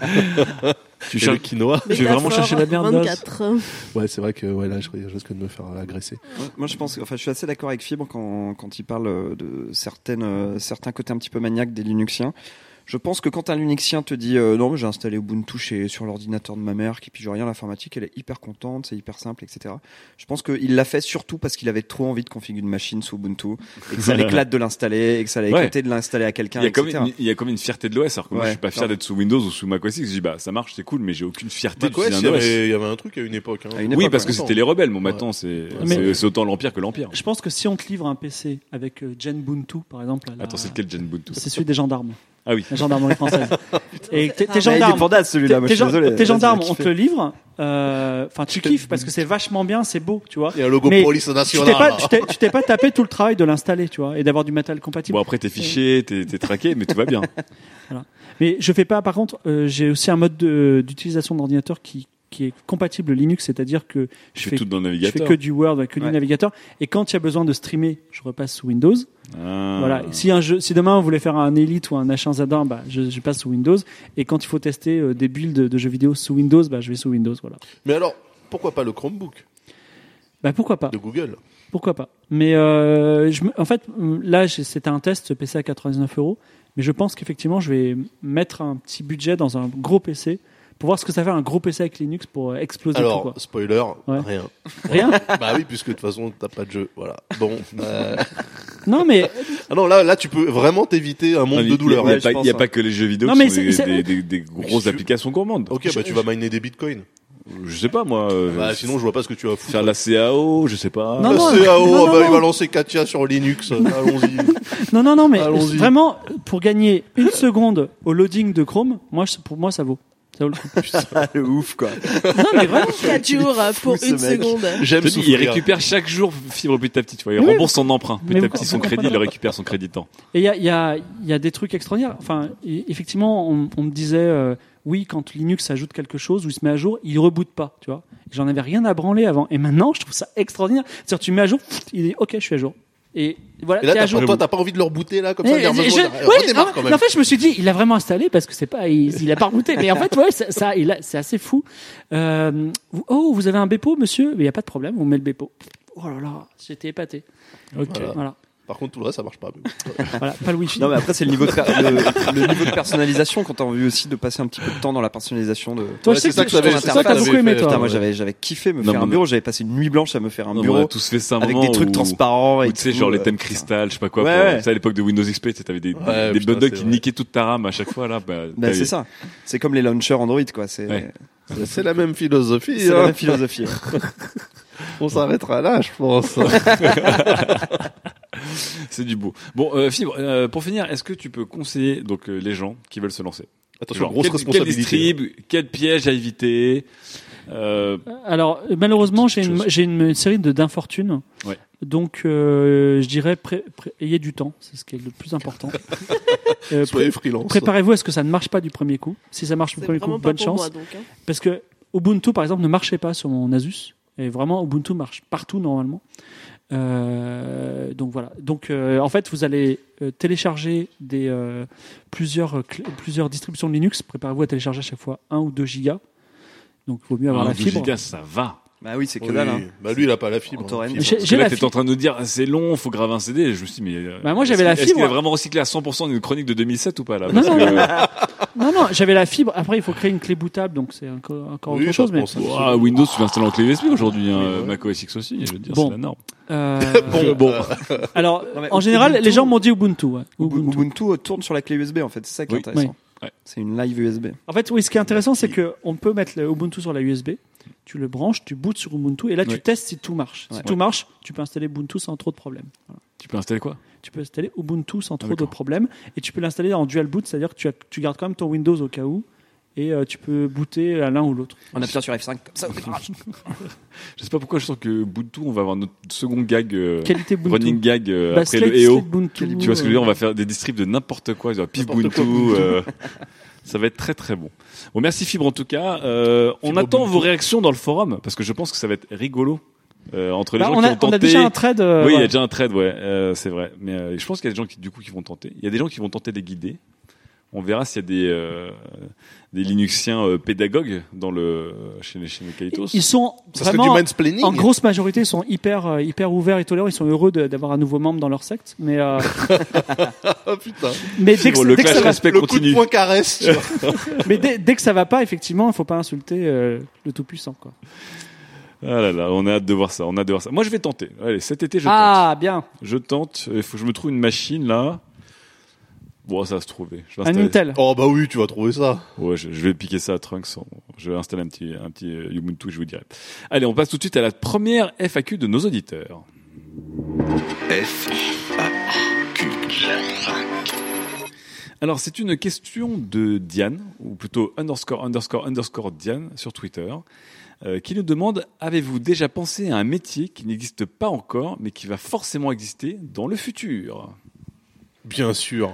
Tu cherches le quinoa. Tu veux vraiment chercher la merde, 24. Ouais, c'est vrai que là, je risque de me faire agresser. Moi, je suis assez d'accord avec Fibre quand il parle de certains côtés un petit peu maniaques des Linuxiens. Je pense que quand un Linuxien te dit non, mais j'ai installé Ubuntu sur l'ordinateur de ma mère qui pige rien, l'informatique, elle est hyper contente, c'est hyper simple, etc. Je pense qu'il l'a fait surtout parce qu'il avait trop envie de configurer une machine sous Ubuntu et que ça l'éclate de l'installer et que ça l'éclatait de l'installer à quelqu'un. Il y a comme une fierté de l'OS. Alors que moi, je suis pas fier d'être sous Windows ou sous Mac OS X. Je dis ça marche, c'est cool, mais j'ai aucune fierté d'utiliser un OS. Il y avait un truc à une époque. Hein. Oui, parce que c'était les rebelles. Bon, maintenant, c'est autant l'Empire que l'Empire. Je pense que si on te livre un PC avec Genbuntu, par exemple. Attends, c'est lequel Genbuntu? C'est celui des gendarmes. Ah oui. La gendarmerie française. Et tes gendarmes. Il est pendable, celui-là, moi, je suis désolé. Tes gendarmes, on te le livre. Enfin, tu kiffes parce que c'est vachement bien, c'est beau, tu vois. Il y a un logo police nationale. Tu t'es pas tapé tout le travail de l'installer, tu vois, et d'avoir du matériel compatible. Bon, après, t'es fiché, t'es traqué, mais tout va bien. Voilà. Mais je fais pas, par contre, j'ai aussi un mode d'utilisation d'ordinateur qui est compatible Linux, c'est-à-dire que je fais tout dans le navigateur. Je fais que du Word, que du navigateur. Et quand il y a besoin de streamer, je repasse sous Windows. Voilà. Si demain on voulait faire un Elite ou un H1Z1, je passe sous Windows. Et quand il faut tester des builds de jeux vidéo sous Windows, je vais sous Windows. Voilà. Mais alors, pourquoi pas le Chromebook? Pourquoi pas? De Google. Pourquoi pas? Mais en fait, là, c'était un test, ce PC à 99 €. Mais je pense qu'effectivement, je vais mettre un petit budget dans un gros PC. Pour voir ce que ça fait un gros PC avec Linux pour exploser alors, tout, quoi. Spoiler, rien. Rien? Bah oui, puisque de toute façon, t'as pas de jeu. Voilà. Bon. Non, mais. Ah non, là, tu peux vraiment t'éviter un monde de douleur. Il n'y a pas que les jeux vidéo qui sont des grosses applications gourmandes. Ok, tu vas miner des bitcoins. Je sais pas, moi. Sinon, je vois pas ce que tu vas foutre. Faire la CAO, je sais pas. La CAO, il va lancer Katia sur Linux. Allons-y. Non, mais vraiment, pour gagner une seconde au loading de Chrome, pour moi, ça vaut. Ça vaut le coup. Le ouf, quoi. Non, mais vraiment. 4 jours pour une seconde. J'aime il récupère chaque jour Fibre petit à petit, tu vois. Il rembourse son emprunt. Petit à petit, son crédit, il le récupère son crédit de temps. Et il y a des trucs extraordinaires. Enfin, effectivement, on me disait, oui, quand Linux ajoute quelque chose ou il se met à jour, il reboot pas, tu vois. J'en avais rien à branler avant. Et maintenant, je trouve ça extraordinaire. C'est-à-dire, tu mets à jour, il dit, ok, je suis à jour. Et voilà. Et là, toi, t'as pas envie de le rebooter, là, comme ça, redémarre quand même. En fait, je me suis dit, il l'a vraiment installé parce que il a pas rebooté. Mais en fait, c'est assez fou. Vous avez un Bepo, monsieur? Mais il y a pas de problème, on met le Bepo. Oh là là, j'étais épaté. Ok. Voilà. Par contre, tout le reste, ça marche pas. Voilà, pas le Wi-Fi. Non, mais après, c'est le niveau de personnalisation quand t'as envie aussi de passer un petit peu de temps dans la personnalisation de. Toi, c'est ça que t'as beaucoup aimé, toi. Putain, moi, j'avais kiffé me faire un bureau. J'avais passé une nuit blanche à me faire un bureau. On a tous fait ça un avec moment des trucs transparents et tu sais, genre les thèmes cristal, je sais pas quoi. Tu sais, à l'époque de Windows XP, t'avais des bundles qui niquaient toute ta RAM à chaque fois, là. C'est ça. C'est comme les launchers Android, quoi. C'est la même philosophie. C'est la même philosophie. On s'arrêtera là, je pense. C'est du beau. Bon, Fibre, pour finir, est-ce que tu peux conseiller donc les gens qui veulent se lancer? Attention, grosse responsabilité. Quel distrib, quel piège à éviter? Alors, malheureusement, j'ai une série d'infortunes. Ouais. Donc, je dirais, ayez du temps. C'est ce qui est le plus important. Soyez freelance. Préparez-vous à ce que ça ne marche pas du premier coup. Si ça marche du premier coup, bonne chance. Moi, donc, hein. Parce que Ubuntu, par exemple, ne marchait pas sur mon Asus. Et vraiment, Ubuntu marche partout normalement. Donc voilà. Donc en fait, vous allez télécharger plusieurs distributions de Linux. Préparez-vous à télécharger à chaque fois 1 ou 2 gigas. Donc il vaut mieux avoir la fibre. 2 gigas, ça va. Bah oui, c'est que dalle. Hein. Bah lui, il a pas la fibre. J'ai la fibre. T'es en train de nous dire, c'est long, faut graver un CD. Je me suis dit, mais. Moi, j'avais la fibre. Est-ce qu'il a vraiment recyclé à 100% une chronique de 2007 ou pas, là? Non, j'avais la fibre. Après, il faut créer une clé bootable, donc c'est encore autre chose. Mais Windows, tu l'installes en clé USB aujourd'hui. Mac OS X aussi, je veux dire, c'est la norme. Bon. Alors, en général, les gens m'ont dit Ubuntu. Ouais. Ubuntu tourne sur la clé USB, en fait. C'est ça qui est intéressant. Ouais. C'est une live USB. En fait, oui, ce qui est intéressant, c'est qu'on peut mettre le Ubuntu sur la USB. Tu le branches, tu bootes sur Ubuntu, et là, tu testes si tout marche. Si tout marche, tu peux installer Ubuntu sans trop de problèmes. Voilà. Tu peux installer quoi ? Tu peux installer Ubuntu sans trop de problèmes, et tu peux l'installer en dual boot, c'est-à-dire que tu gardes quand même ton Windows au cas où, et tu peux booter à l'un ou l'autre. En appuyant sur F5, comme ça, au démarrage. Je sais pas pourquoi je sens que Ubuntu, on va avoir notre second gag, Qualité Ubuntu. running gag après le EO. Tu vois ce que je veux dire ? On va faire des distribs de n'importe quoi, pif Ubuntu. Ça va être très très bon. Bon, merci Fibre en tout cas. On attend vos réactions dans le forum parce que je pense que ça va être rigolo entre les gens qui vont tenter. On a déjà un thread. Oui, il y a déjà un thread, c'est vrai. Mais je pense qu'il y a des gens qui vont tenter. Il y a des gens qui vont tenter de les guider. On verra s'il y a des Linuxiens pédagogues chez les Kalitos. Ils sont vraiment, en grosse majorité, ils sont hyper ouverts et tolérants. Ils sont heureux d'avoir un nouveau membre dans leur secte. Mais oh putain. Mais dès que ça va, le coup de poing caresse. Tu vois. Mais dès que ça va pas, effectivement, il faut pas insulter le tout-puissant, quoi. Ah là là, on a hâte de voir ça. Moi, je vais tenter. Allez, cet été, je tente. Ah bien. Je tente. Il faut que je me trouve une machine là. Bon, ça va se trouver. Un Intel. Oh bah oui, tu vas trouver ça. Ouais, je vais piquer ça à Trunks. Je vais installer un petit Ubuntu, je vous dirai. Allez, on passe tout de suite à la première FAQ de nos auditeurs. FAQ. Alors, c'est une question de Diane, ou plutôt _ Diane sur Twitter, qui nous demande: avez-vous déjà pensé à un métier qui n'existe pas encore, mais qui va forcément exister dans le futur ? Bien sûr.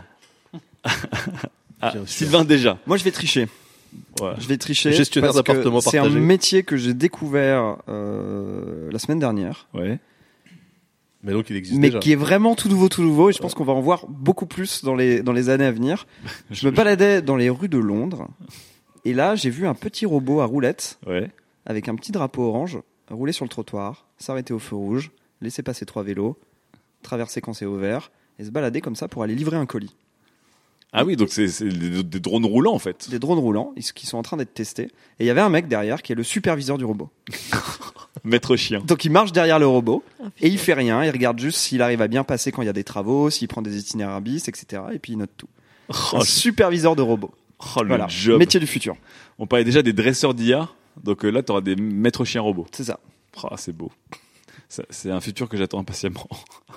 Sylvain déjà. Moi, je vais tricher. Ouais. Je vais tricher. Gestionnaire parce que d'appartement c'est partagé. un métier que j'ai découvert la semaine dernière. Ouais. Mais donc il existe mais déjà. Qui est vraiment tout nouveau, et je pense qu'on va en voir beaucoup plus dans les années à venir. Je me baladais dans les rues de Londres, et là, j'ai vu un petit robot à roulettes, avec un petit drapeau orange, rouler sur le trottoir, s'arrêter au feu rouge, laisser passer 3 vélos, traverser quand c'est au vert, et se balader comme ça pour aller livrer un colis. Ah oui, donc c'est des drones roulants en fait. Des drones roulants qui sont en train d'être testés. Et il y avait un mec derrière qui est le superviseur du robot. Maître chien. Donc il marche derrière le robot et il fait rien. Il regarde juste s'il arrive à bien passer quand il y a des travaux, s'il prend des itinéraires bis, etc. Et puis il note tout. Un superviseur de robot. Voilà, job. Métier du futur. On parlait déjà des dresseurs d'IA. Donc là, tu auras des maîtres chiens robots. C'est ça. C'est beau. C'est un futur que j'attends impatiemment.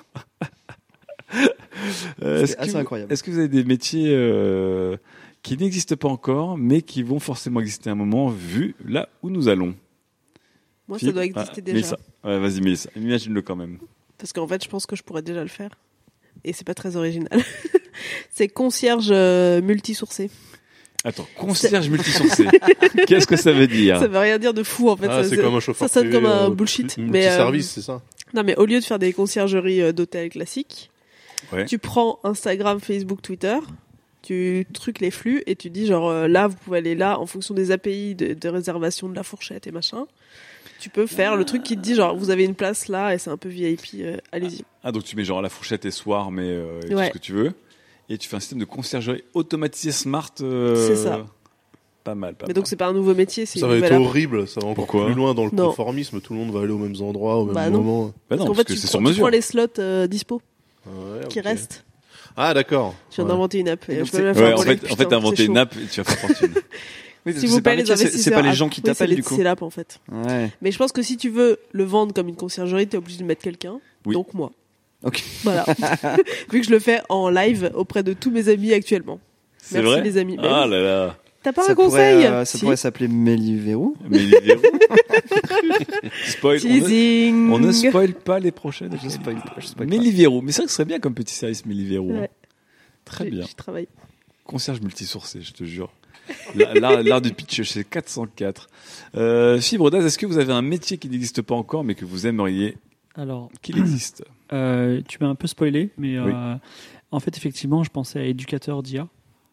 C'est assez incroyable. Est-ce que vous avez des métiers qui n'existent pas encore, mais qui vont forcément exister à un moment, vu là où nous allons ? Moi, ça doit exister déjà. Mélissa. Ouais, vas-y, Mélissa. Imagine-le quand même. Parce qu'en fait, je pense que je pourrais déjà le faire. Et c'est pas très original. C'est concierge multisourcé. Attends, concierge multisourcé. Qu'est-ce que ça veut dire ? Ça veut rien dire de fou, en fait. C'est comme un chauffeur ça sonne privé, comme un bullshit. Multiservice, c'est ça ? Non, mais au lieu de faire des conciergeries d'hôtels classiques, tu prends Instagram, Facebook, Twitter, tu truques les flux et tu dis genre là, vous pouvez aller là en fonction des API de réservation de la fourchette et machin. Tu peux faire le truc qui te dit genre vous avez une place là et c'est un peu VIP, allez-y. Ah donc tu mets genre la fourchette et soir mais tout ce que tu veux et tu fais un système de conciergerie automatisé smart. C'est ça. Pas mal. Mais donc c'est pas un nouveau métier, c'est ça va être horrible, ça va encore plus loin dans le conformisme. Tout le monde va aller aux mêmes endroits au même moment. Parce qu'en fait tu prends les slots dispo qui restent. Ah d'accord. Je viens d'inventer une app. En fait t'as inventé une app et tu vas faire fortune. S'il vous plaît, les investisseurs, c'est pas les gens qui t'appellent du coup. C'est l'app en fait. Ouais. Mais je pense que si tu veux le vendre comme une conciergerie, t'es obligé de mettre quelqu'un. Oui. Donc moi. Ok. Voilà. Vu que je le fais en live auprès de tous mes amis actuellement. C'est Merci vrai les amis. Ah là là. T'as pas un conseil Ça pourrait s'appeler Méliverou. Spoil. On ne spoil pas les prochaines. Je spoil pas. Méliverou. Mais c'est vrai que ce serait bien comme petit service Méliverou. Ouais. Très bien. J'y travaille. Concierge multisourcé, je te jure. L'art du pitch, c'est 404. Fibre d'Az, est-ce que vous avez un métier qui n'existe pas encore, mais que vous aimeriez qu'il existe ? Tu m'as un peu spoilé, mais en fait, effectivement, je pensais à éducateur d'IA.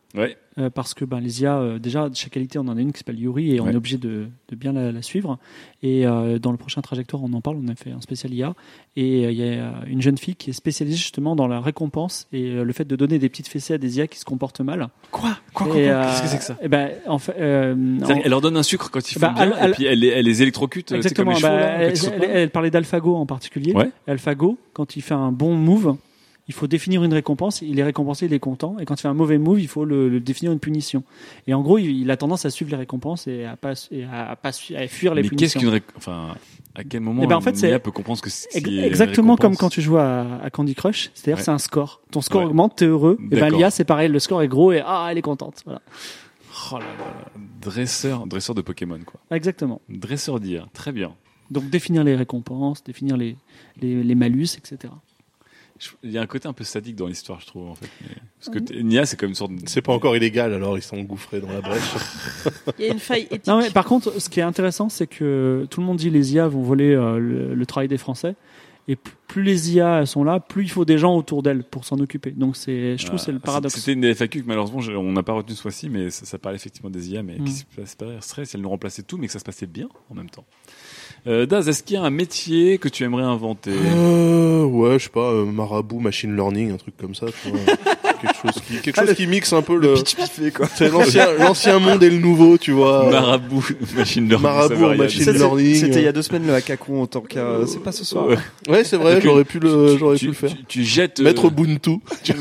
Ouais. Parce que les IA, déjà, chez Qualité, on en a une qui s'appelle Yuri et on est obligé de bien la suivre. Et dans le prochain Trajectoire, on en parle, on a fait un spécial IA. Et il y a une jeune fille qui est spécialisée justement dans la récompense et le fait de donner des petites fessées à des IA qui se comportent mal. Quoi Qu'est-ce que c'est que ça? En fait, elle leur donne un sucre quand ils font bien et puis elle les électrocute. Exactement. Comme les chevaux, elle parlait d'AlphaGo en particulier. Ouais. AlphaGo, quand il fait un bon move, il faut définir une récompense, il est récompensé, il est content. Et quand il fait un mauvais move, il faut le définir une punition. Et en gros, il a tendance à suivre les récompenses et à fuir les punitions. Mais qu'est-ce qu'une à quel moment une IA peut comprendre que c'est exactement comme quand tu joues à Candy Crush, c'est-à-dire c'est un score. Ton score augmente, t'es heureux. Et l'IA c'est pareil, le score est gros et elle est contente. Voilà. Oh là là, dresseur de Pokémon quoi. Exactement. Dresseur d'IA, très bien. Donc définir les récompenses, définir les malus, etc. Il y a un côté un peu sadique dans l'histoire, je trouve, en fait. Parce que Nia, c'est comme une sorte de... C'est pas encore illégal, alors ils sont engouffrés dans la brèche. Il y a une faille éthique. Non, mais par contre, ce qui est intéressant, c'est que tout le monde dit les IA vont voler le travail des Français. Et plus les IA sont là, plus il faut des gens autour d'elles pour s'en occuper. Donc je trouve que c'est le paradoxe. C'était une FAQ que malheureusement on n'a pas retenu ce fois-ci, mais ça parlait effectivement des IA, mais qu'est-ce qui se passerait si elles nous remplaçaient tout, mais que ça se passait bien en même temps. Daz, est-ce qu'il y a un métier que tu aimerais inventer? Ouais, je sais pas, marabout, machine learning, un truc comme ça, tu vois. quelque chose qui mixe un peu le pitch-piffé, quoi. C'est l'ancien monde et le nouveau, tu vois. Marabout, machine learning. Marabout, machine learning. C'était il y a 2 semaines le hackathon en tant que, c'est pas ce soir. Ouais, c'est vrai, j'aurais pu le faire. Tu jettes, Mettre Ubuntu.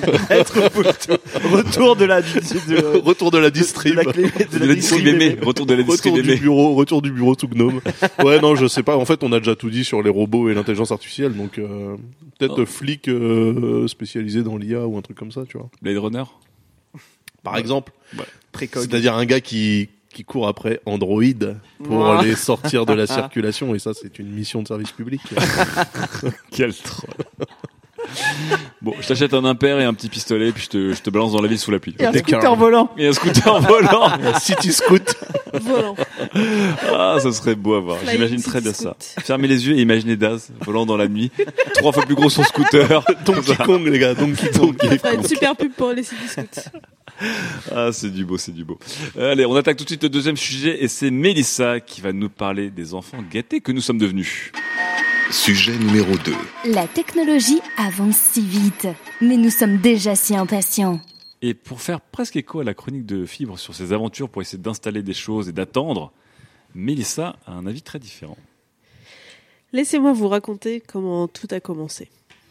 Retour de la distrib. De la distrib aimée. Retour de la distrib aimée. Retour du bureau tout gnome. Ouais, non, je sais pas. En fait, on a déjà tout dit sur les robots et l'intelligence artificielle, donc peut-être flic spécialisé dans l'IA ou un truc comme ça, tu vois. Blade Runner, par exemple. Ouais. C'est-à-dire un gars qui court après Android pour les sortir de la circulation, et ça, c'est une mission de service public. Quel troll. Bon, je t'achète un impair et un petit pistolet, puis je te balance dans la ville sous la pluie. Et un scooter volant. Un city scoot. Volant. Ah, ça serait beau à voir. J'imagine très bien ça. Fermez les yeux et imaginez Daz volant dans la nuit. 3 fois plus gros son scooter. Donkey Kong, les gars. Donkey Kong. Ça ferait une super pub pour les city scouts. Ah, c'est du beau. Allez, on attaque tout de suite le deuxième sujet et c'est Mélissa qui va nous parler des enfants gâtés que nous sommes devenus. Sujet numéro 2. La technologie avance si vite, mais nous sommes déjà si impatients. Et pour faire presque écho à la chronique de Fibre sur ses aventures pour essayer d'installer des choses et d'attendre, Mélissa a un avis très différent. Laissez-moi vous raconter comment tout a commencé.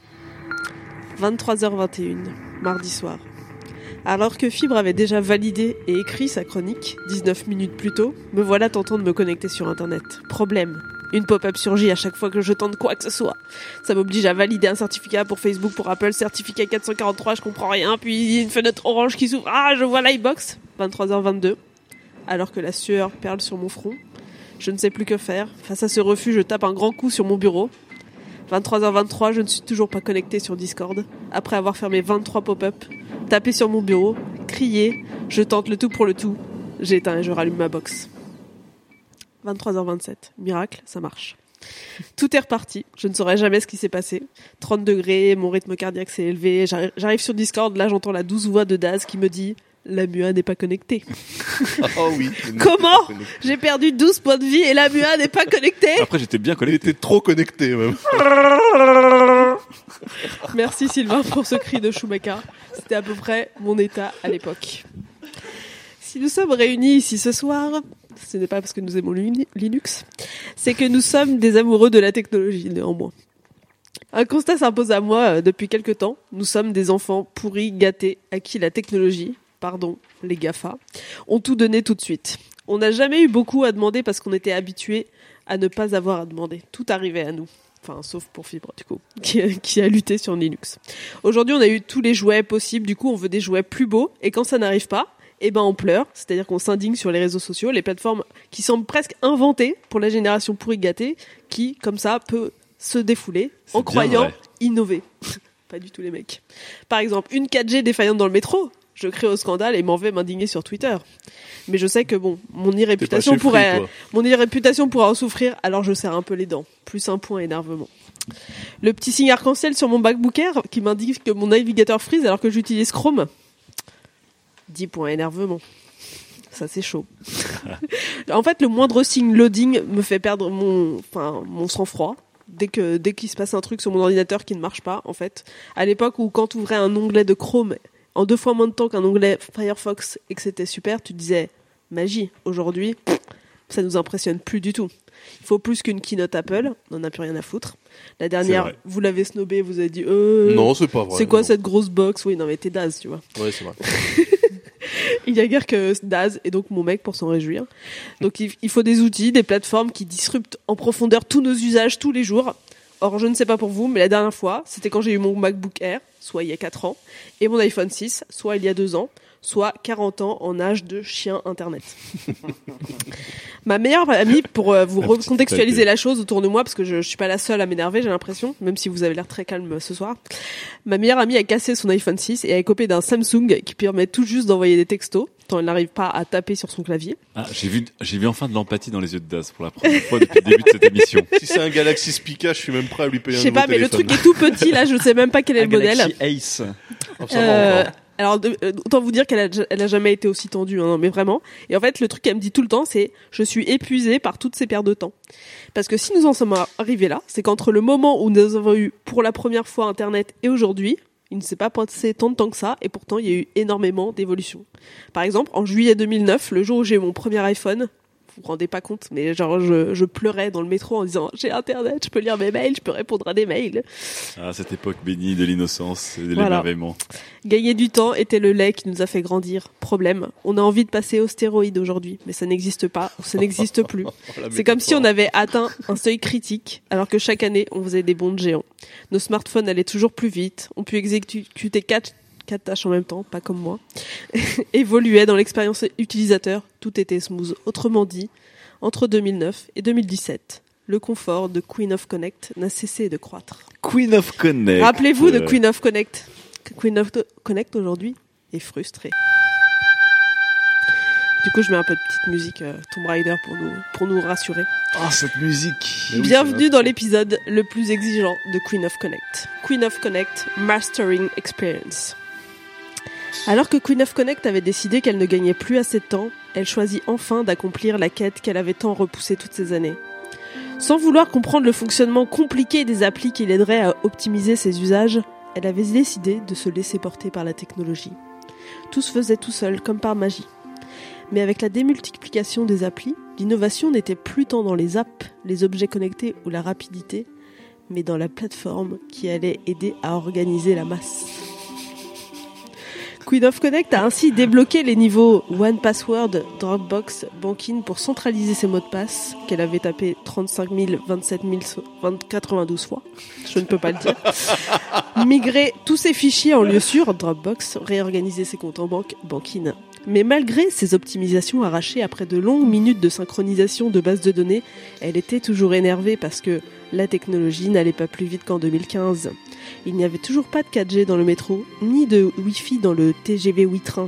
23h21, mardi soir. Alors que Fibre avait déjà validé et écrit sa chronique, 19 minutes plus tôt, me voilà tentant de me connecter sur Internet. Problème. Une pop-up surgit à chaque fois que je tente quoi que ce soit. Ça m'oblige à valider un certificat pour Facebook, pour Apple, certificat 443, je comprends rien, puis une fenêtre orange qui s'ouvre, je vois l'iBox. 23h22. Alors que la sueur perle sur mon front, je ne sais plus que faire. Face à ce refus, je tape un grand coup sur mon bureau. 23h23, je ne suis toujours pas connecté sur Discord. Après avoir fermé 23 pop-up, tapé sur mon bureau, crié, je tente le tout pour le tout. J'éteins et je rallume ma box. 23h27, miracle, ça marche. Tout est reparti, je ne saurais jamais ce qui s'est passé. 30 degrés, mon rythme cardiaque s'est élevé, j'arrive sur Discord, là j'entends la douce voix de Daz qui me dit « La MUA n'est pas connectée. » Oh oui. Comment ? J'ai perdu 12 points de vie et la MUA n'est pas connectée ? Après, j'étais bien connecté. J'étais trop connecté, même. Merci Sylvain pour ce cri de Chewbacca. C'était à peu près mon état à l'époque. Si nous sommes réunis ici ce soir, ce n'est pas parce que nous aimons Linux, c'est que nous sommes des amoureux de la technologie, néanmoins. Un constat s'impose à moi depuis quelque temps. Nous sommes des enfants pourris, gâtés, à qui la technologie, les GAFA, ont tout donné tout de suite. On n'a jamais eu beaucoup à demander parce qu'on était habitués à ne pas avoir à demander. Tout arrivait à nous. Enfin, sauf pour Fibre, du coup, qui a lutté sur Linux. Aujourd'hui, on a eu tous les jouets possibles. Du coup, on veut des jouets plus beaux. Et quand ça n'arrive pas, on pleure. C'est-à-dire qu'on s'indigne sur les réseaux sociaux, les plateformes qui semblent presque inventées pour la génération pourrie gâtée, qui, comme ça, peut se défouler en croyant innover. Pas du tout les mecs. Par exemple, une 4G défaillante dans le métro. Je crie au scandale et m'en vais m'indigner sur Twitter. Mais je sais que mon irréputation pourrait en souffrir, alors je serre un peu les dents. Plus un point énervement. Le petit signe arc-en-ciel sur mon MacBook Air qui m'indique que mon navigateur freeze alors que j'utilise Chrome. 10 points énervement. Ça, c'est chaud. En fait, le moindre signe loading me fait perdre mon sang-froid. Dès qu'il se passe un truc sur mon ordinateur qui ne marche pas, en fait. À l'époque où quand tu ouvrais un onglet de Chrome en 2 fois moins de temps qu'un onglet Firefox et que c'était super, tu disais magie. Aujourd'hui, ça nous impressionne plus du tout. Il faut plus qu'une keynote Apple, on n'en a plus rien à foutre. La dernière, vous l'avez snobé, vous avez dit non, c'est pas vrai. C'est quoi cette grosse box? Oui, non mais t'es Daz, tu vois. Ouais, c'est vrai. Il y a guère que Daz et donc mon mec pour s'en réjouir. Donc il faut des outils, des plateformes qui disruptent en profondeur tous nos usages tous les jours. Or, je ne sais pas pour vous, mais la dernière fois, c'était quand j'ai eu mon MacBook Air, soit il y a 4 ans, et mon iPhone 6, soit il y a 2 ans, soit 40 ans en âge de chien Internet. Ma meilleure amie, pour vous recontextualiser la chose autour de moi, parce que je suis pas la seule à m'énerver, j'ai l'impression, même si vous avez l'air très calme ce soir, ma meilleure amie a cassé son iPhone 6 et a écopé d'un Samsung qui permet tout juste d'envoyer des textos, tant elle n'arrive pas à taper sur son clavier. Ah, j'ai vu enfin de l'empathie dans les yeux de Daz pour la première fois depuis le début de cette émission. Si c'est un Galaxy Spica, je suis même prêt à lui payer un nouveau téléphone. Je sais pas, mais le truc est tout petit, là, je sais même pas quel est le modèle. Galaxy Ace. Alors, autant vous dire qu'elle a jamais été aussi tendue, hein, mais vraiment. Et en fait, le truc qu'elle me dit tout le temps, c'est « je suis épuisée par toutes ces pertes de temps ». Parce que si nous en sommes arrivés là, c'est qu'entre le moment où nous avons eu pour la première fois Internet et aujourd'hui, il ne s'est pas passé tant de temps que ça, et pourtant il y a eu énormément d'évolutions. Par exemple, en juillet 2009, le jour où j'ai eu mon premier iPhone, vous vous rendez pas compte, mais genre je pleurais dans le métro en disant j'ai Internet, je peux lire mes mails, je peux répondre à des mails. Ah, cette époque bénie de l'innocence et de l'émerveillement. Gagner du temps était le lait qui nous a fait grandir. Problème, on a envie de passer aux stéroïdes aujourd'hui, mais ça n'existe pas, ou ça n'existe plus. C'est comme si on avait atteint un seuil critique, alors que chaque année on faisait des bonds géants. Nos smartphones allaient toujours plus vite, on peut exécuter 4 tâches en même temps, pas comme moi, évoluait dans l'expérience utilisateur, tout était smooth. Autrement dit, entre 2009 et 2017, le confort de Queen of Connect n'a cessé de croître. Queen of Connect. Rappelez-vous de Queen of Connect. Queen of Connect aujourd'hui est frustrée. Du coup, je mets un peu de petite musique Tomb Raider pour nous rassurer. Oh, cette musique. Bienvenue dans l'épisode le plus exigeant de Queen of Connect. Queen of Connect Mastering Experience. Alors que Queen of Connect avait décidé qu'elle ne gagnait plus assez de temps, elle choisit enfin d'accomplir la quête qu'elle avait tant repoussée toutes ces années. Sans vouloir comprendre le fonctionnement compliqué des applis qui l'aideraient à optimiser ses usages, elle avait décidé de se laisser porter par la technologie. Tout se faisait tout seul, comme par magie. Mais avec la démultiplication des applis, l'innovation n'était plus tant dans les apps, les objets connectés ou la rapidité, mais dans la plateforme qui allait aider à organiser la masse. Queen of Connect a ainsi débloqué les niveaux One Password, Dropbox, Banking pour centraliser ses mots de passe qu'elle avait tapé 35 000, 27 000, 92 fois. Je ne peux pas le dire. Migrer tous ses fichiers en lieu sûr, Dropbox, réorganiser ses comptes en banque, Banking. Mais malgré ces optimisations arrachées après de longues minutes de synchronisation de bases de données, elle était toujours énervée parce que la technologie n'allait pas plus vite qu'en 2015. Il n'y avait toujours pas de 4G dans le métro, ni de Wi-Fi dans le TGV Ouitrain.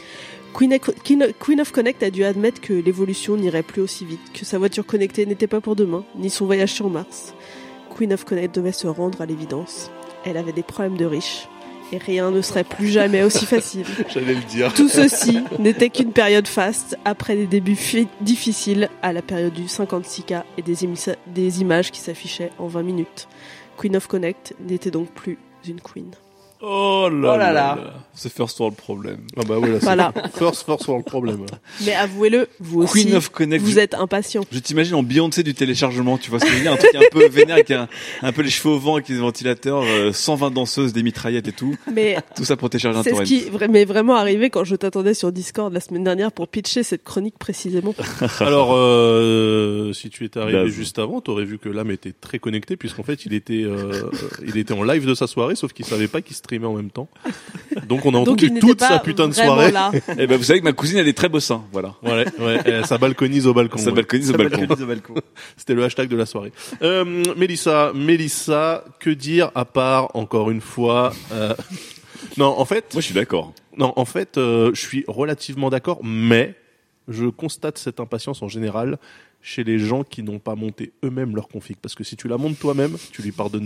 Queen of Connect a dû admettre que l'évolution n'irait plus aussi vite, que sa voiture connectée n'était pas pour demain, ni son voyage sur Mars. Queen of Connect devait se rendre à l'évidence. Elle avait des problèmes de riches. Et rien ne serait plus jamais aussi facile. J'allais le dire. Tout ceci n'était qu'une période faste après des débuts difficiles à la période du 56K et des images qui s'affichaient en 20 minutes. Queen of Connect n'était donc plus une queen. Oh là là. C'est first world problem. Ah bah ouais, là, voilà. First world problem. Mais avouez-le, vous aussi, Queen of Connect, vous êtes impatient. Je t'imagine en Beyoncé du téléchargement, tu vois ce que je veux dire, un truc un peu vénère avec un peu les cheveux au vent avec les ventilateurs, 120 danseuses, des mitraillettes et tout. Mais tout ça pour télécharger un torrent. C'est ce qui m'est vraiment arrivé quand je t'attendais sur Discord la semaine dernière pour pitcher cette chronique précisément. Alors, si tu étais arrivé juste avant, t'aurais vu que l'âme était très connecté puisqu'en fait il était en live de sa soirée, sauf qu'il savait pas qu'il streamait en même temps. Donc on a entendu toute sa putain de soirée. Et ben vous savez que ma cousine elle est très beau sein, voilà. Ouais, ça balconise au balcon. Ça balconise au balcon. C'était le hashtag de la soirée. Mélissa, que dire à part encore une fois Non, en fait, moi je suis d'accord. Non, en fait, je suis relativement d'accord, mais je constate cette impatience en général chez les gens qui n'ont pas monté eux-mêmes leur config, parce que si tu la montes toi-même, tu lui pardonnes tout.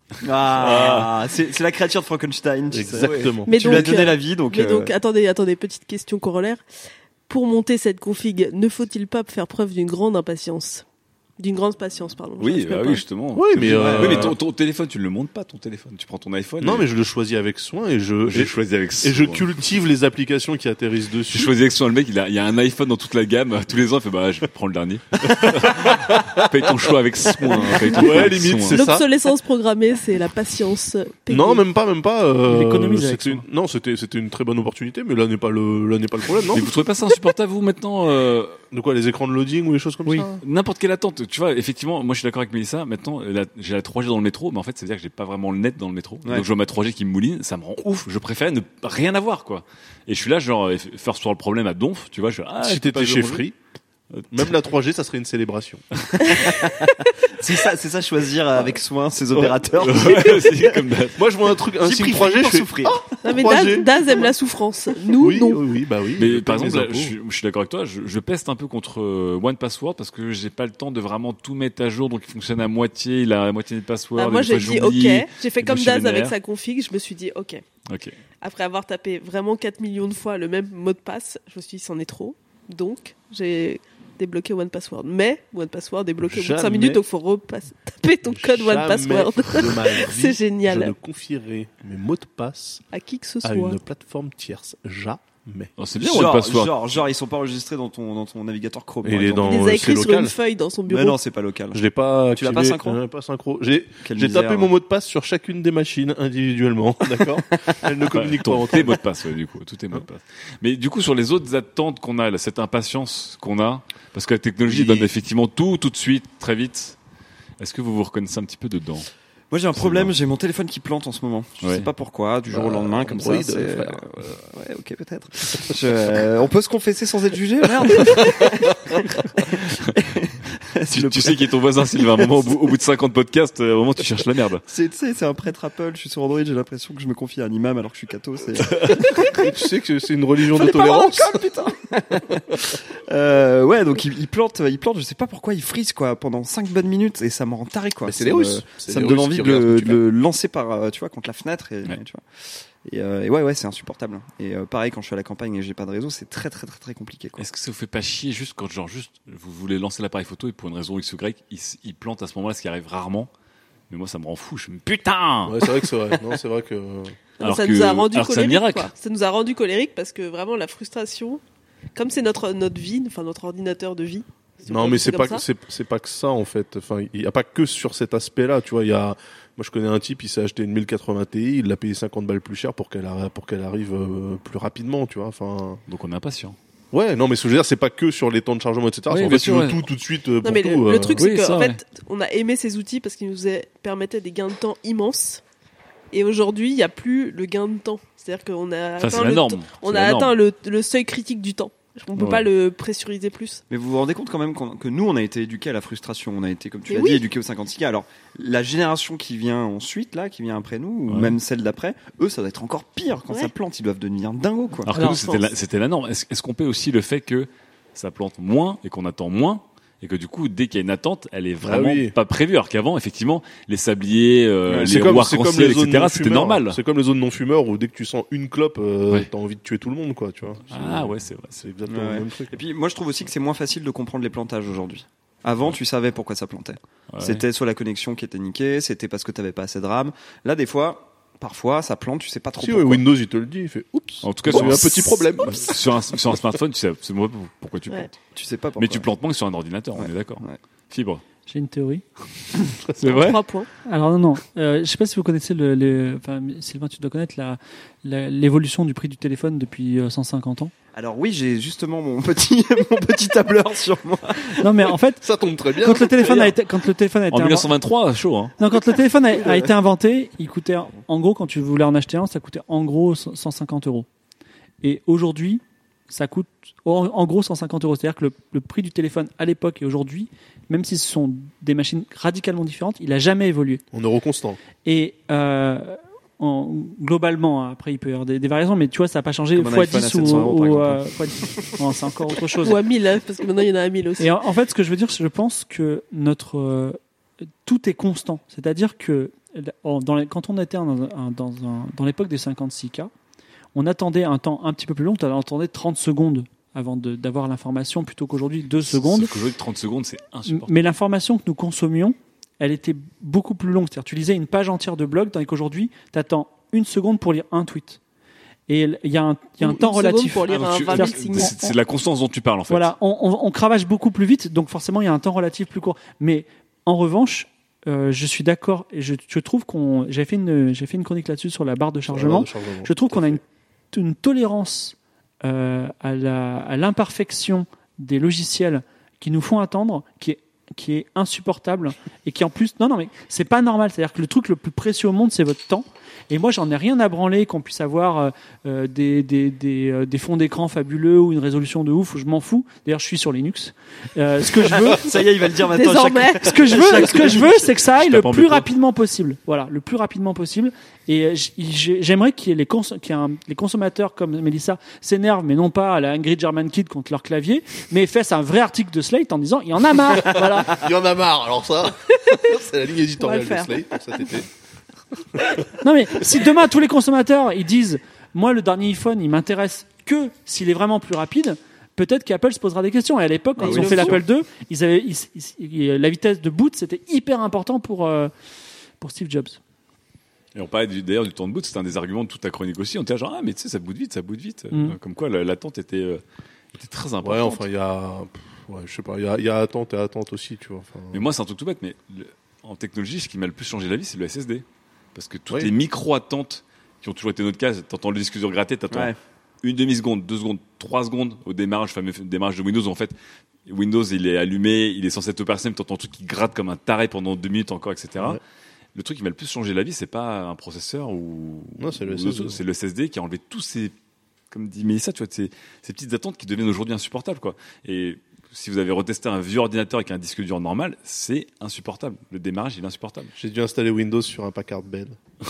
C'est la créature de Frankenstein. Exactement. Mais tu lui as donné la vie, donc. Mais donc, attendez, petite question corollaire. Pour monter cette config, ne faut-il pas faire preuve d'une grande patience, pardon. Oui, justement. Oui, mais ton téléphone, tu ne le montes pas, ton téléphone. Tu prends ton iPhone. Non, mais je le choisis avec soin et je cultive les applications qui atterrissent dessus. Je choisis avec soin. Le mec, il y a un iPhone dans toute la gamme. Tous les ans, il fait, je vais prendre le dernier. Paye ton choix avec soin. Ouais, limite, c'est ça. L'obsolescence programmée, c'est la patience payée. Non, même pas. L'économie avec soin. Non, c'était une très bonne opportunité, mais là n'est pas le problème, non? Mais vous trouvez pas ça insupportable, vous, maintenant, De quoi, les écrans de loading ou les choses comme ça? N'importe quelle attente. Tu vois, effectivement, moi je suis d'accord avec Mélissa. Maintenant, j'ai la 3G dans le métro, mais en fait, ça veut dire que j'ai pas vraiment le net dans le métro. Ouais. Donc je vois ma 3G qui me mouline, ça me rend ouf. Je préfère ne rien avoir, quoi. Et je suis là, genre, faire sur le problème à donf, tu vois. Si t'étais chez Free, même la 3G, ça serait une célébration. C'est ça, choisir avec soin ses opérateurs. Moi, je vois un signe 3G, je fais souffrir. Non, mais Daz aime la souffrance. Nous, non. Oui. Mais par exemple, là, je suis d'accord avec toi, je peste un peu contre One Password parce que j'ai pas le temps de vraiment tout mettre à jour, donc il fonctionne à moitié, il a la moitié des passwords. Moi, j'ai dit OK. J'ai fait comme Daz avec sa config, je me suis dit OK. Après avoir tapé vraiment 4 millions de fois le même mot de passe, je me suis dit, c'en est trop. Donc, j'ai débloqué One Password. Mais One Password est bloqué au bout de 5 minutes, donc faut taper ton code One Password. C'est génial. Je ne confierai mes mots de passe à qui que ce soit. À une plateforme tierce. Jamais. Oh, c'est bien One Password. Genre, ils sont pas enregistrés dans ton navigateur Chrome. Il les a écrits sur une feuille dans son bureau. Mais non, c'est pas local. Je l'ai pas. Tu l'as pas synchro? Pas synchro. J'ai tapé mon mot de passe sur chacune des machines individuellement. D'accord. Elles ne communiquent pas entre elles. Tout est mot de passe, du coup. Tout est mot de passe. Mais du coup, sur les autres attentes qu'on a, là, cette impatience qu'on a, parce que la technologie donne effectivement tout de suite, très vite. Est-ce que vous vous reconnaissez un petit peu dedans? Moi j'ai un problème, j'ai mon téléphone qui plante en ce moment. Je sais pas pourquoi, du jour au lendemain comme ça. Ouais, ok peut-être. On peut se confesser sans être jugé, merde. Tu sais qui est ton voisin, Sylvain. À un moment, au bout de 50 podcasts, à un moment tu cherches la merde. C'est un prêtre Apple. Je suis sur Android, j'ai l'impression que je me confie à un imam alors que je suis catho. Tu sais que c'est une religion de tolérance. Putain. Donc il plante. Je sais pas pourquoi il frise quoi pendant 5 bonnes minutes et ça me rend taré quoi. Mais c'est les Russes. Ça me donne envie de le lancer par contre la fenêtre et tu vois. Et ouais, c'est insupportable. Et pareil, quand je suis à la campagne et j'ai pas de réseau, c'est très très très très compliqué, quoi. Est-ce que ça vous fait pas chier juste quand vous voulez lancer l'appareil photo et pour une raison X ou Y, il plante à ce moment-là, ce qui arrive rarement. Mais moi, ça me rend fou. Je me putain. Ouais, c'est vrai que c'est vrai. Non, c'est vrai que. Ça nous a rendu colérique, quoi. Ça nous a rendu colérique parce que vraiment la frustration, comme c'est notre vie, enfin notre ordinateur de vie. Non, mais c'est pas que ça en fait. Enfin, il y a pas que sur cet aspect-là, tu vois. Moi, je connais un type, il s'est acheté une 1080 Ti, il l'a payé 50 balles plus cher pour qu'elle arrive plus rapidement, tu vois. Enfin. Donc on est impatient. Ouais, non, mais ce que je veux dire, c'est pas que sur les temps de chargement, etc. Oui, en fait, tu veux tout de suite. Non, mais tout, le truc, c'est qu'en fait, on a aimé ces outils parce qu'ils nous permettaient des gains de temps immenses. Et aujourd'hui, il n'y a plus le gain de temps. C'est-à-dire qu'on a atteint le seuil critique du temps. On peut pas le pressuriser plus. Mais vous vous rendez compte quand même que nous, on a été éduqués à la frustration. On a été, comme tu l'as dit, éduqués au 56K. Alors, la génération qui vient ensuite, là, qui vient après nous, ou même celle d'après, eux, ça doit être encore pire. Quand ça plante, ils doivent devenir dingos, quoi. Alors que nous, c'était la norme. Est-ce qu'on paie aussi le fait que ça plante moins et qu'on attend moins? Et que du coup, dès qu'il y a une attente, elle est vraiment pas prévue. Alors qu'avant, effectivement, les sabliers, les roues arc-en-ciel, etc., c'était normal. C'est comme les zones non-fumeurs où dès que tu sens une clope, t'as envie de tuer tout le monde, quoi, tu vois. Ah ouais, c'est vrai. C'est exactement le même truc. Et puis, moi, je trouve aussi que c'est moins facile de comprendre les plantages aujourd'hui. Avant, tu savais pourquoi ça plantait. Ouais. C'était soit la connexion qui était niquée, c'était parce que t'avais pas assez de RAM. Là, des fois, parfois, ça plante, tu sais pas trop pourquoi. Windows, il te le dit, il fait oups. En tout cas, il y a un petit problème. Sur un smartphone, tu sais absolument pourquoi tu plantes. Tu sais pas pourquoi. Mais tu plantes moins que sur un ordinateur, on est d'accord. Ouais. Fibre. J'ai une théorie. C'est vrai? 3 points. Alors non. Je sais pas si vous connaissez enfin, Sylvain, tu dois connaître l'évolution du prix du téléphone depuis 150 ans. Alors oui, j'ai justement mon petit tableur sur moi. Non mais en fait, ça tombe très bien. Quand le téléphone a été en 1923, chaud hein. Non, quand le téléphone a été inventé, il coûtait en gros, quand tu voulais en acheter un, ça coûtait en gros 150 €. Et aujourd'hui, ça coûte en gros 150 €. C'est-à-dire que le prix du téléphone à l'époque et aujourd'hui, même si ce sont des machines radicalement différentes, il a jamais évolué. En euros constants. Et globalement, après il peut y avoir des variations, mais tu vois, ça n'a pas changé x10 ou x10. Non, c'est encore autre chose. Ou à 1000, parce que maintenant il y en a à 1000 aussi. Et en fait, ce que je veux dire, je pense que tout est constant. C'est-à-dire que quand on était dans l'époque des 56K, on attendait un temps un petit peu plus long. On attendait 30 secondes avant d'avoir l'information plutôt qu'aujourd'hui 2 secondes. Sauf qu'aujourd'hui 30 secondes c'est insupportable. Mais l'information que nous consommions, elle était beaucoup plus longue. C'est-à-dire tu lisais une page entière de blog, tandis qu'aujourd'hui tu attends 1 seconde pour lire un tweet. Et il y a un temps relatif. Pour lire un 20 000 signes. C'est la constance dont tu parles en fait. Voilà, on cravache beaucoup plus vite, donc forcément il y a un temps relatif plus court. Mais en revanche, je suis d'accord et je trouve j'ai fait une chronique là-dessus sur la barre de chargement. Je trouve qu'on a une tolérance à l'imperfection des logiciels qui nous font attendre, qui est insupportable et qui en plus non mais c'est pas normal. C'est-à-dire que le truc le plus précieux au monde c'est votre temps. Et moi, j'en ai rien à branler qu'on puisse avoir des fonds d'écran fabuleux ou une résolution de ouf. Je m'en fous. D'ailleurs, je suis sur Linux. Ce que je veux, ça y est, il va le dire maintenant. Désormais. Ce que je veux, c'est que ça aille le plus rapidement possible. Voilà, le plus rapidement possible. Et j'aimerais qu'il y ait les consommateurs comme Mélissa s'énervent, mais non pas à la Ingrid German Kid contre leur clavier, mais fassent un vrai article de Slate en disant il y en a marre. Voilà. Il y en a marre. Alors ça, c'est la ligne éditoriale de Slate pour cet été. Non mais si demain tous les consommateurs ils disent moi le dernier iPhone il m'intéresse que s'il est vraiment plus rapide, peut-être qu'Apple se posera des questions. Et à l'époque quand ils ont fait l'Apple II, la vitesse de boot c'était hyper important pour Steve Jobs. Et on parlait d'ailleurs du temps de boot, c'était un des arguments de toute ta chronique aussi. On était genre mais tu sais ça boot vite. Comme quoi l'attente était très importante. Ouais, enfin il y a je sais pas, il y a attente et attente aussi, tu vois. Enfin... Mais moi c'est un truc tout bête, mais en technologie ce qui m'a le plus changé la vie c'est le SSD. Parce que toutes les micro-attentes qui ont toujours été notre cas, t'entends le disque dur gratter, t'attends une demi-seconde, 2 secondes, 3 secondes au démarrage, fameux démarrage de Windows où en fait, Windows il est allumé, il est censé être opérationnel, t'entends un truc qui gratte comme un taré pendant 2 minutes encore, etc. Ouais. Le truc qui m'a le plus changé la vie, c'est pas un processeur non, c'est le SSD. C'est le SSD qui a enlevé tous ces, comme dit Mélissa, tu vois, ces petites attentes qui deviennent aujourd'hui insupportables, quoi. Et si vous avez retesté un vieux ordinateur avec un disque dur normal, c'est insupportable. Le démarrage, il est insupportable. J'ai dû installer Windows sur un Packard Bell.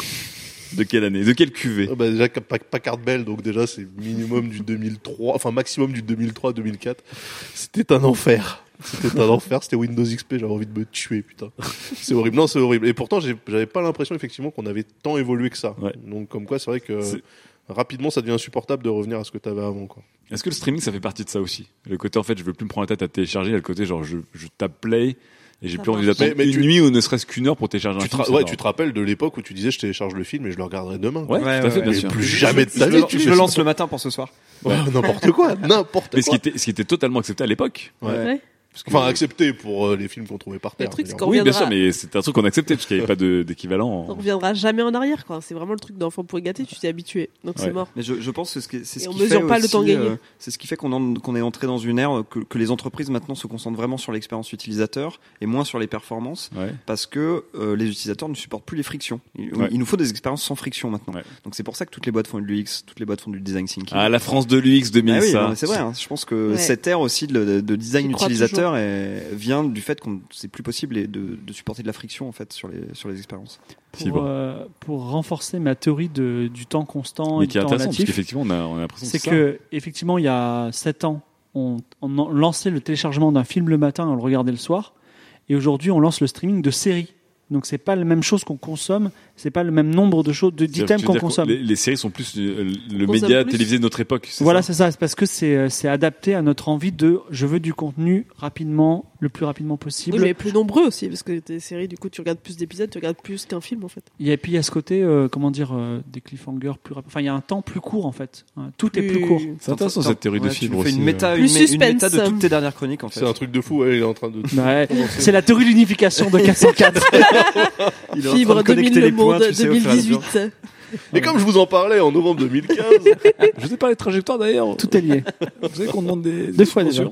De quelle année? De quelle cuvée? Déjà, Packard Bell, donc déjà, c'est minimum du 2003, enfin maximum du 2003-2004. C'était un enfer. C'était Windows XP, j'avais envie de me tuer, putain. C'est horrible. Non, c'est horrible. Et pourtant, j'avais pas l'impression, effectivement, qu'on avait tant évolué que ça. Ouais. Donc, comme quoi, c'est vrai que rapidement, ça devient insupportable de revenir à ce que t'avais avant, quoi. Est-ce que le streaming, ça fait partie de ça aussi? Le côté, en fait, je veux plus me prendre la tête à télécharger, le côté, genre, je tape play, et j'ai plus envie d'attendre une nuit ou ne serait-ce qu'une heure pour télécharger un film. Tu te rappelles de l'époque où tu disais, je télécharge le film et je le regarderai demain. Ouais, tout à fait, bien sûr. Plus jamais de ta vie. Je le lance le matin pour ce soir. Ouais, n'importe quoi. Mais ce qui était totalement accepté à l'époque. Ouais. Enfin, accepté pour les films qu'on trouvait par terre. Oui, bien sûr, mais c'était un truc qu'on acceptait parce qu'il n'y avait pas d'équivalent. On reviendra jamais en arrière, quoi. C'est vraiment le truc d'enfant pour gâter, tu t'es habitué. Donc c'est mort. Mais je pense que c'est ce on qui mesure fait pas aussi, le temps gagné. C'est ce qui fait qu'on est entré dans une ère que les entreprises maintenant se concentrent vraiment sur l'expérience utilisateur et moins sur les performances parce que les utilisateurs ne supportent plus les frictions. Il nous faut des expériences sans friction maintenant. Donc c'est pour ça que toutes les boîtes font de l'UX, toutes les boîtes font du design thinking. Ah, la France de l'UX 2000, ça. C'est vrai, hein. Je pense que cette ère aussi de design utilisateur vient du fait qu'on c'est plus possible de supporter de la friction en fait sur les expériences. Pour renforcer ma théorie du temps constant et du temps relatif, parce qu'effectivement on a l'impression c'est que effectivement il y a 7 ans on lançait le téléchargement d'un film le matin et on le regardait le soir, et aujourd'hui on lance le streaming de séries. Donc c'est pas la même chose qu'on consomme, c'est pas le même nombre de choses, d'items qu'on consomme. Les séries sont plus le média télévisé de notre époque. Voilà, c'est ça. C'est parce que c'est adapté à notre envie je veux du contenu rapidement, le plus rapidement possible. Oui, mais plus nombreux aussi, parce que tes séries, du coup, tu regardes plus d'épisodes, tu regardes plus qu'un film en fait. Et puis il y a ce côté, des cliffhangers plus rapides. Enfin, il y a un temps plus court en fait. Tout est plus court. C'est intéressant cette théorie de film. Tu fais une méta de toutes tes dernières chroniques en fait. C'est un truc de fou. Ouais, il est en train de. Ouais, c'est la théorie de l'unification de 404. Fibre 2000 le monde 2018. Et comme je vous en parlais en novembre 2015, je vous ai parlé de trajectoire d'ailleurs. Tout est lié. Vous savez qu'on demande des fois déjà.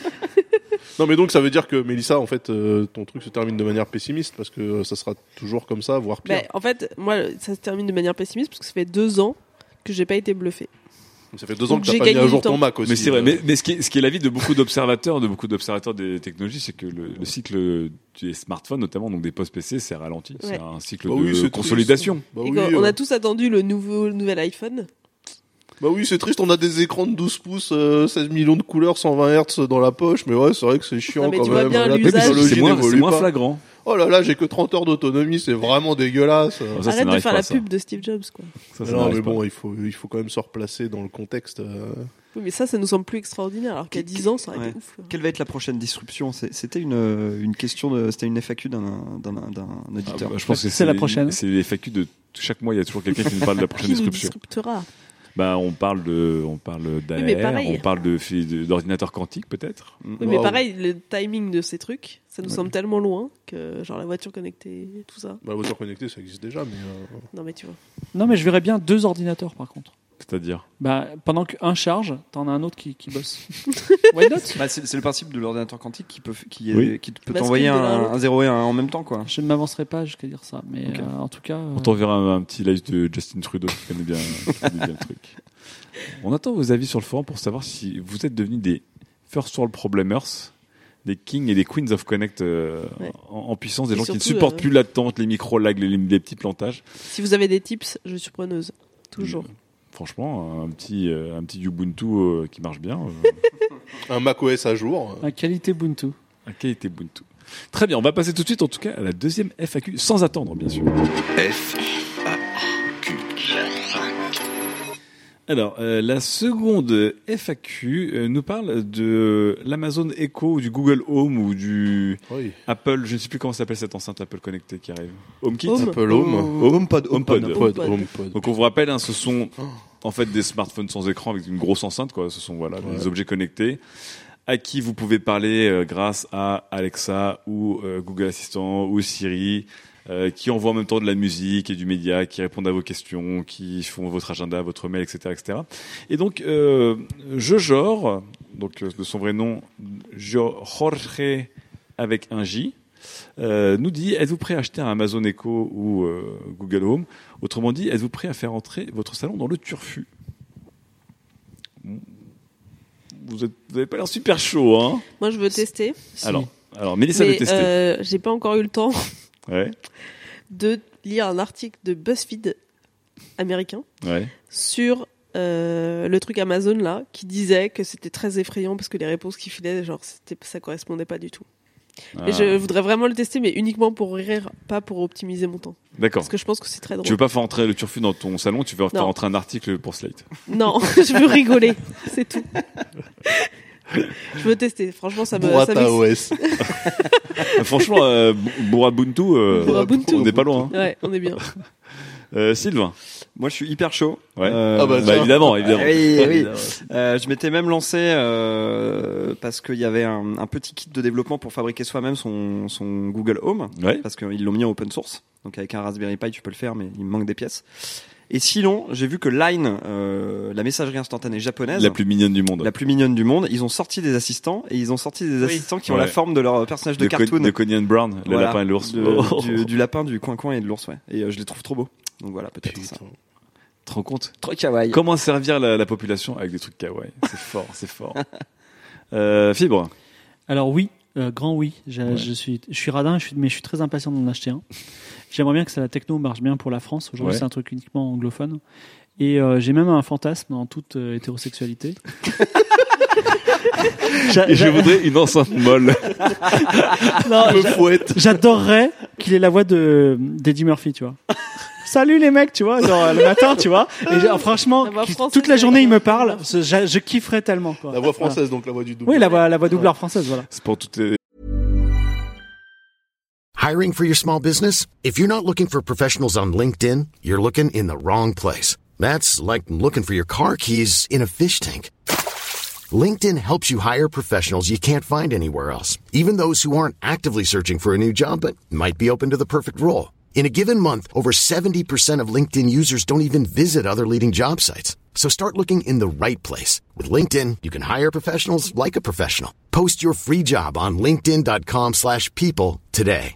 Non mais donc ça veut dire que Mélissa, en fait, ton truc se termine de manière pessimiste parce que ça sera toujours comme ça, voire pire. En fait, moi, ça se termine de manière pessimiste parce que ça fait 2 ans que j'ai pas été bluffé. Ça fait 2 ans que t'as pas mis à jour ton Mac aussi. Mais c'est vrai. Mais ce qui est l'avis de beaucoup d'observateurs des technologies, c'est que le cycle des smartphones, notamment donc des postes PC, c'est ralenti. Ouais. C'est un cycle de consolidation. On a tous attendu le nouvel iPhone. Bah oui, c'est triste, on a des écrans de 12 pouces, 16 millions de couleurs, 120 Hz dans la poche, mais ouais, c'est vrai que c'est chiant quand même. Bien l'usage. C'est moins flagrant. Oh là là, j'ai que 30 heures d'autonomie, c'est vraiment dégueulasse. Ça Arrête de n'arrive faire pas, la ça. pub de Steve Jobs, quoi. Ça Non, n'arrive mais pas. bon, il faut quand même se replacer dans le contexte. Oui, mais ça nous semble plus extraordinaire, alors qu'il y a 10 ans, ça aurait Ouais. été ouf. Quelle va être la prochaine disruption? C'était une question c'était une FAQ d'un auditeur. Je pense que C'est la prochaine. C'est les FAQ de chaque mois, il y a toujours quelqu'un qui nous parle de la prochaine Qui nous disruption. disruptera? On parle d'AR, mais pareil. on parle d'ordinateur quantique peut-être. Oui, mais Wow. pareil, le timing de ces trucs, ça nous semble tellement loin que, genre, la voiture connectée, tout ça. La voiture connectée, ça existe déjà, mais Non, mais tu vois. Non, mais je verrais bien 2 ordinateurs par contre. C'est-à-dire Pendant qu'un charge, t'en as un autre qui bosse. Why not? Bah, c'est le principe de l'ordinateur quantique qui peut Oui. peut Bascule t'envoyer de l'un à l'autre. un 0 et un 1 en même temps, quoi. Je ne m'avancerai pas jusqu'à dire ça, mais Ok. en tout cas. On t'enverra un petit live de Justin Trudeau qui connaît bien le truc. On attend vos avis sur le forum pour savoir si vous êtes devenus des first world problemers, des kings et des queens of connect Ouais. en puissance, des Et gens qui ne surtout, supportent plus l'attente, les micro-lags, les petits plantages. Si vous avez des tips, je suis preneuse. Toujours. Franchement, un petit Ubuntu qui marche bien. un macOS à jour. La qualité Ubuntu. À qualité Ubuntu. Très bien, on va passer tout de suite en tout cas à la deuxième FAQ, sans attendre bien sûr. Alors, la seconde FAQ nous parle de l'Amazon Echo, ou du Google Home ou du Oui. Apple, je ne sais plus comment s'appelle cette enceinte Apple connectée qui arrive. HomeKit. Home. Apple Home. HomePod. HomePod. Donc on vous rappelle, ce sont en fait des smartphones sans écran avec une grosse enceinte, quoi. Ce sont des objets connectés à qui vous pouvez parler grâce à Alexa ou Google Assistant ou Siri, qui envoient en même temps de la musique et du média, qui répondent à vos questions, qui font votre agenda, votre mail, etc., etc. Et donc Jojor, donc de son vrai nom Jorge avec un J, nous dit: êtes-vous prêt à acheter un Amazon Echo ou Google Home? Autrement dit, êtes-vous prêt à faire entrer votre salon dans le turfu? Vous avez pas l'air super chaud, hein? Moi, je veux tester. Alors, Mélissa veut Mais tester. j'ai pas encore eu le temps Ouais, de lire un article de BuzzFeed américain ouais. sur le truc Amazon là, qui disait que c'était très effrayant parce que les réponses qu'il filait, genre, ça correspondait pas du tout. Et je voudrais vraiment le tester, mais uniquement pour rire, pas pour optimiser mon temps. D'accord. Parce que je pense que c'est très drôle. Tu veux pas faire entrer le turfu dans ton salon, tu veux faire Non. entrer un article pour Slate. Non, je veux rigoler, c'est tout. Je veux tester. Franchement, ça me. Burrata ça OS. Franchement, Burabuntu, Burabuntu. on n'est pas loin. Ouais, on est bien. Sylvain. Moi, je suis hyper chaud. Ouais. tiens. Évidemment. Oui. Je m'étais même lancé parce qu'il y avait un petit kit de développement pour fabriquer soi-même son Google Home, Ouais. parce qu'ils l'ont mis en open source. Donc avec un Raspberry Pi, tu peux le faire, mais il me manque des pièces. Et sinon, j'ai vu que Line, la messagerie instantanée japonaise, La plus mignonne du monde. la plus mignonne du monde, ils ont sorti des assistants, et ils ont sorti des assistants qui ont Ouais. la forme de leur personnage de cartoon. De Coney and Brown, le Voilà. lapin et l'ours. Du lapin, du coin-coin et de l'ours, ouais. Et je les trouve trop beaux. Donc voilà, peut-être ça. Tu te rends compte? Trop kawaii. Comment servir la population avec des trucs kawaii? C'est fort, c'est fort. Fibre. Alors oui, grand oui. Je suis radin, mais je suis très impatient d'en acheter un. J'aimerais bien que la techno marche bien pour la France. Aujourd'hui, Ouais. c'est un truc uniquement anglophone. Et j'ai même un fantasme dans toute hétérosexualité. Et je voudrais une enceinte molle. Non, Me fouette. j'adorerais qu'il ait la voix d'Eddie Murphy, tu vois. Salut les mecs, tu vois, genre, le matin, tu vois. Et franchement, La voix française, toute la journée, il me la parle. voix Je kifferais tellement, quoi. La voix française, donc la voix du double. Oui, la voix doubleur française, voilà. C'est pour toutes les... Hiring for your small business? If you're not looking for professionals on LinkedIn, you're looking in the wrong place. That's like looking for your car keys in a fish tank. LinkedIn helps you hire professionals you can't find anywhere else, even those who aren't actively searching for a new job but might be open to the perfect role. In a given month, over 70% of LinkedIn users don't even visit other leading job sites. So start looking in the right place. With LinkedIn, you can hire professionals like a professional. Post your free job on linkedin.com/people today.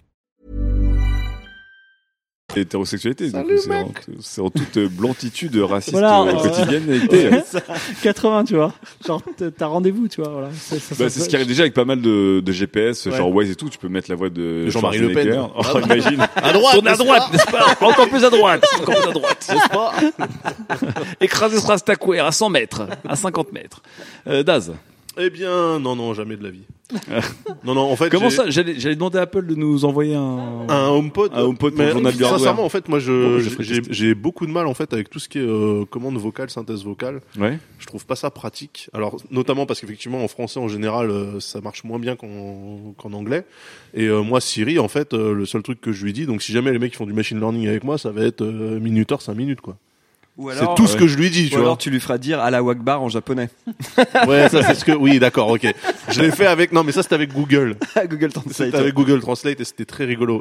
Hétérosexualité, donc c'est en toute blanchitude raciste Voilà, quotidienneité. 80, tu vois. Genre, t'as rendez-vous, tu vois, voilà. C'est ce qui arrive déjà avec pas mal de GPS, genre Waze et tout. Tu peux mettre la voix de Jean-Marie Le Pen. Schwarzenegger. Oh, imagine. À droite. Tourne à droite, n'est-ce pas? Encore plus à droite. Encore plus à droite. N'est-ce pas? Écraser ce Rastaquaire à 100 mètres, à 50 mètres. Daz. Eh bien, non, jamais de la vie. Non, en fait. Comment ça? J'allais demander à Apple de nous envoyer un HomePod. Un HomePod pour mais le journal du hardware. Sincèrement, en fait, moi, j'ai beaucoup de mal, en fait, avec tout ce qui est commande vocale, synthèse vocale. Ouais. Je trouve pas ça pratique. Alors, notamment parce qu'effectivement, en français, en général, ça marche moins bien qu'en anglais. Et moi, Siri, en fait, le seul truc que je lui dis, donc si jamais les mecs font du machine learning avec moi, ça va être minuteur 5 minutes, quoi. Ou alors, c'est tout ce que je lui dis, tu vois. Ou alors tu lui feras dire Allah Wakbar en japonais. Ouais, ça c'est ce que. Oui, d'accord, ok. Je l'ai fait avec. Non, mais ça c'était avec Google. Google Translate. C'était avec Google Translate et c'était très rigolo.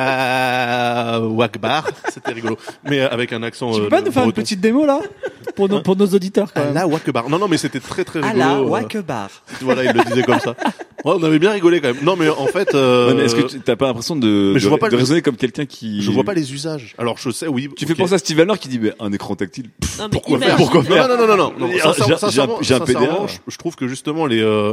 Allah Wakbar, c'était rigolo. Mais avec un accent. Tu peux pas nous faire une petite démo là pour nos auditeurs quand même. Allah Wakbar. Non, mais c'était très rigolo. Allah Wakbar. Voilà, il le disait comme ça. Ouais, on avait bien rigolé quand même. Non, mais en fait. Mais est-ce que t'as pas l'impression de raisonner comme quelqu'un qui. Je vois pas les usages. Alors je sais, oui. Tu fais penser à Steve Ballmer qui dit un écran tactile. Non, Pourquoi faire? Non. Sincèrement, j'ai un PDA. Je trouve que justement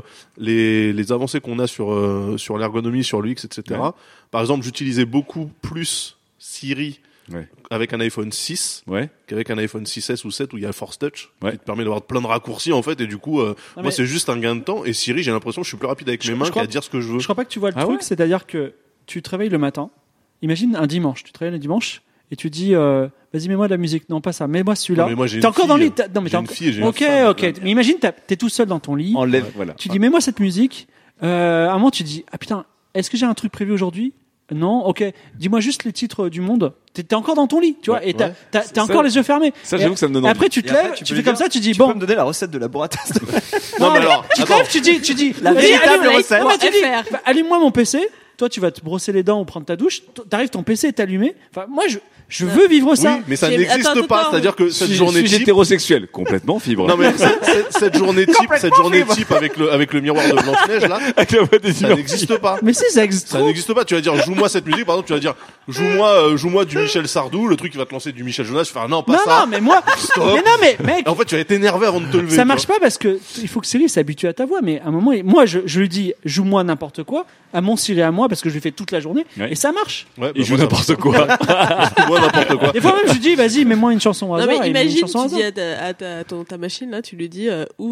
les avancées qu'on a sur l'ergonomie, sur l'UX, etc. Ouais. Par exemple, j'utilisais beaucoup plus Siri avec un iPhone 6 qu'avec un iPhone 6S ou 7 où il y a Force Touch qui te permet d'avoir plein de raccourcis en fait, et du coup moi c'est juste un gain de temps, et Siri, j'ai l'impression que je suis plus rapide avec mes mains qu'à dire ce que je veux. Je crois pas que tu vois le truc, c'est-à-dire que tu te réveilles le matin, imagine un dimanche, tu te réveilles le dimanche et tu dis vas-y, mets-moi de la musique. Non, pas ça, mets-moi celui-là. Non, mais t'es encore dans le lit. Non, mais j'ai une fille, j'ai une femme. Ok. Mais imagine, t'es tout seul dans ton lit. Enlève, voilà. Tu dis, mets-moi cette musique. À un moment, tu dis, ah putain, est-ce que j'ai un truc prévu aujourd'hui? Non, ok. Dis-moi juste les titres du monde. T'es encore dans ton lit, tu vois, et t'as encore les yeux fermés. Ça, j'avoue que ça me donne envie. Après, tu te lèves, tu fais comme ça, tu dis, bon. Tu peux me donner la recette de la burrata? Non, mais alors, tu te lèves, tu dis, la véritable recette. Allume-moi mon PC. Toi, tu vas te brosser les dents ou prendre ta douche. T'arrives, ton PC est allumé. Enfin, moi, je veux vivre ça. Oui, mais ça n'existe pas. C'est-à-dire que cette journée type. hétérosexuel, complètement fibre. Non, mais cette journée type avec le miroir de Blanche-Neige, là, ça n'existe pas. Mais si, ça existe. Ça n'existe pas. Tu vas dire, joue-moi cette musique, par exemple, tu vas dire, joue-moi du Michel Sardou, le truc qui va te lancer du Michel Jonas, tu vas faire, non, pas ça. Non, mais moi, mais non, mais, mec. En fait, tu vas être énervé avant de te lever. Ça marche pas parce que il faut que Siri s'habitue à ta voix, mais à un moment, moi, je lui dis, joue-moi n'importe quoi, à mon Siri à moi, parce que je lui fais toute la journée, et ça marche. Ouais, il joue n'importe quoi. Joue-moi n'importe quoi. Des fois même, je lui dis, vas-y, mets-moi une chanson au hasard. Non, mais imagine, tu dis à ta machine, là, tu lui dis,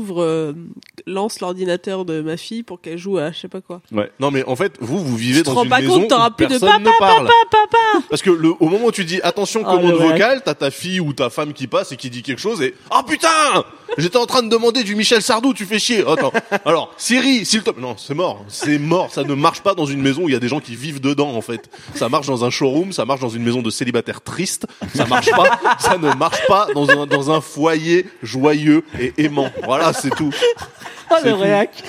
lance l'ordinateur de ma fille pour qu'elle joue à je sais pas quoi. Ouais. Non, mais en fait, vous vivez dans une maison où tu te rends pas compte, t'auras plus de personne ne parle. papa. Parce que au moment où tu dis attention commande vocale, t'as ta fille ou ta femme qui passe et qui dit quelque chose et oh putain, j'étais en train de demander du Michel Sardou, tu fais chier. Attends. Alors, Siri, s'il te plaît. Non, c'est mort. Ça ne marche pas dans une maison où il y a des gens qui vivent dedans, en fait. Ça marche dans un showroom, ça marche dans une maison de célibataires tristes. Ça marche pas. Ça ne marche pas dans un foyer joyeux et aimant. Voilà, c'est tout. Oh, le réac.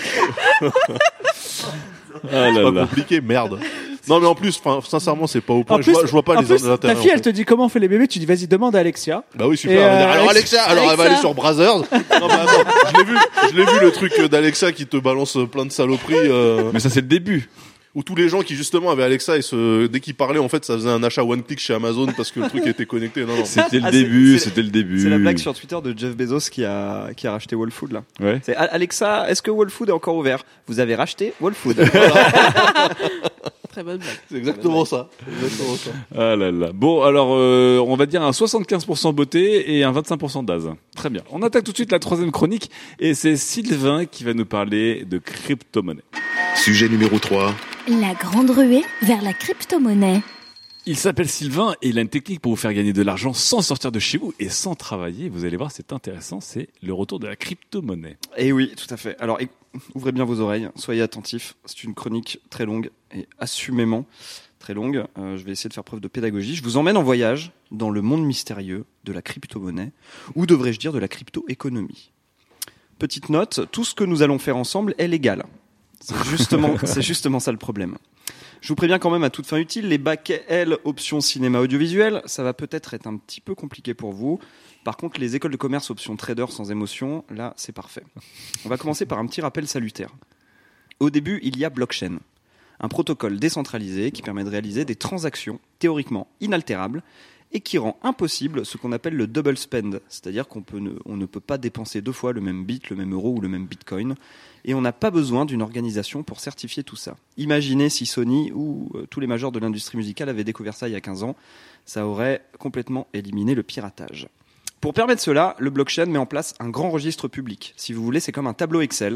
C'est pas compliqué, merde. Non, mais en plus, sincèrement, c'est pas au point. Je vois pas les intérêts. Ta fille, elle te dit comment on fait les bébés, tu dis vas-y, demande à Alexia. Bah oui, super. Alors Alexia, elle va aller sur Brazzers. Non, mais attends, je l'ai vu le truc d'Alexia qui te balance plein de saloperies. Mais ça, c'est le début. Où tous les gens qui justement avaient Alexa et dès qu'ils parlaient, en fait, ça faisait un achat one click chez Amazon parce que le truc était connecté. Non. C'était le début. C'est la blague sur Twitter de Jeff Bezos qui a racheté Whole Food, là. Ouais. C'est Alexa, est-ce que Whole Food est encore ouvert? Vous avez racheté Whole Food. Très bonne blague. C'est exactement ça. Ah là là. Bon, alors, on va dire un 75% beauté et un 25% d'az. Très bien. On attaque tout de suite la troisième chronique et c'est Sylvain qui va nous parler de crypto-monnaie. Sujet numéro 3. La grande ruée vers la crypto-monnaie. Il s'appelle Sylvain et il a une technique pour vous faire gagner de l'argent sans sortir de chez vous et sans travailler. Vous allez voir, c'est intéressant. C'est le retour de la crypto-monnaie. Et oui, tout à fait. Alors, ouvrez bien vos oreilles, soyez attentifs. C'est une chronique très longue et assumément très longue. Je vais essayer de faire preuve de pédagogie. Je vous emmène en voyage dans le monde mystérieux de la crypto-monnaie, ou devrais-je dire de la crypto-économie. Petite note, tout ce que nous allons faire ensemble est légal. C'est justement ça le problème. Je vous préviens quand même à toute fin utile, les bacs L option cinéma audiovisuel, ça va peut-être être un petit peu compliqué pour vous. Par contre, les écoles de commerce option trader sans émotion, là, c'est parfait. On va commencer par un petit rappel salutaire. Au début, il y a blockchain, un protocole décentralisé qui permet de réaliser des transactions théoriquement inaltérables et qui rend impossible ce qu'on appelle le double spend, c'est-à-dire qu'on ne peut pas dépenser deux fois le même bit, le même euro ou le même bitcoin, et on n'a pas besoin d'une organisation pour certifier tout ça. Imaginez si Sony ou tous les majors de l'industrie musicale avaient découvert ça il y a 15 ans, ça aurait complètement éliminé le piratage. Pour permettre cela, le blockchain met en place un grand registre public. Si vous voulez, c'est comme un tableau Excel,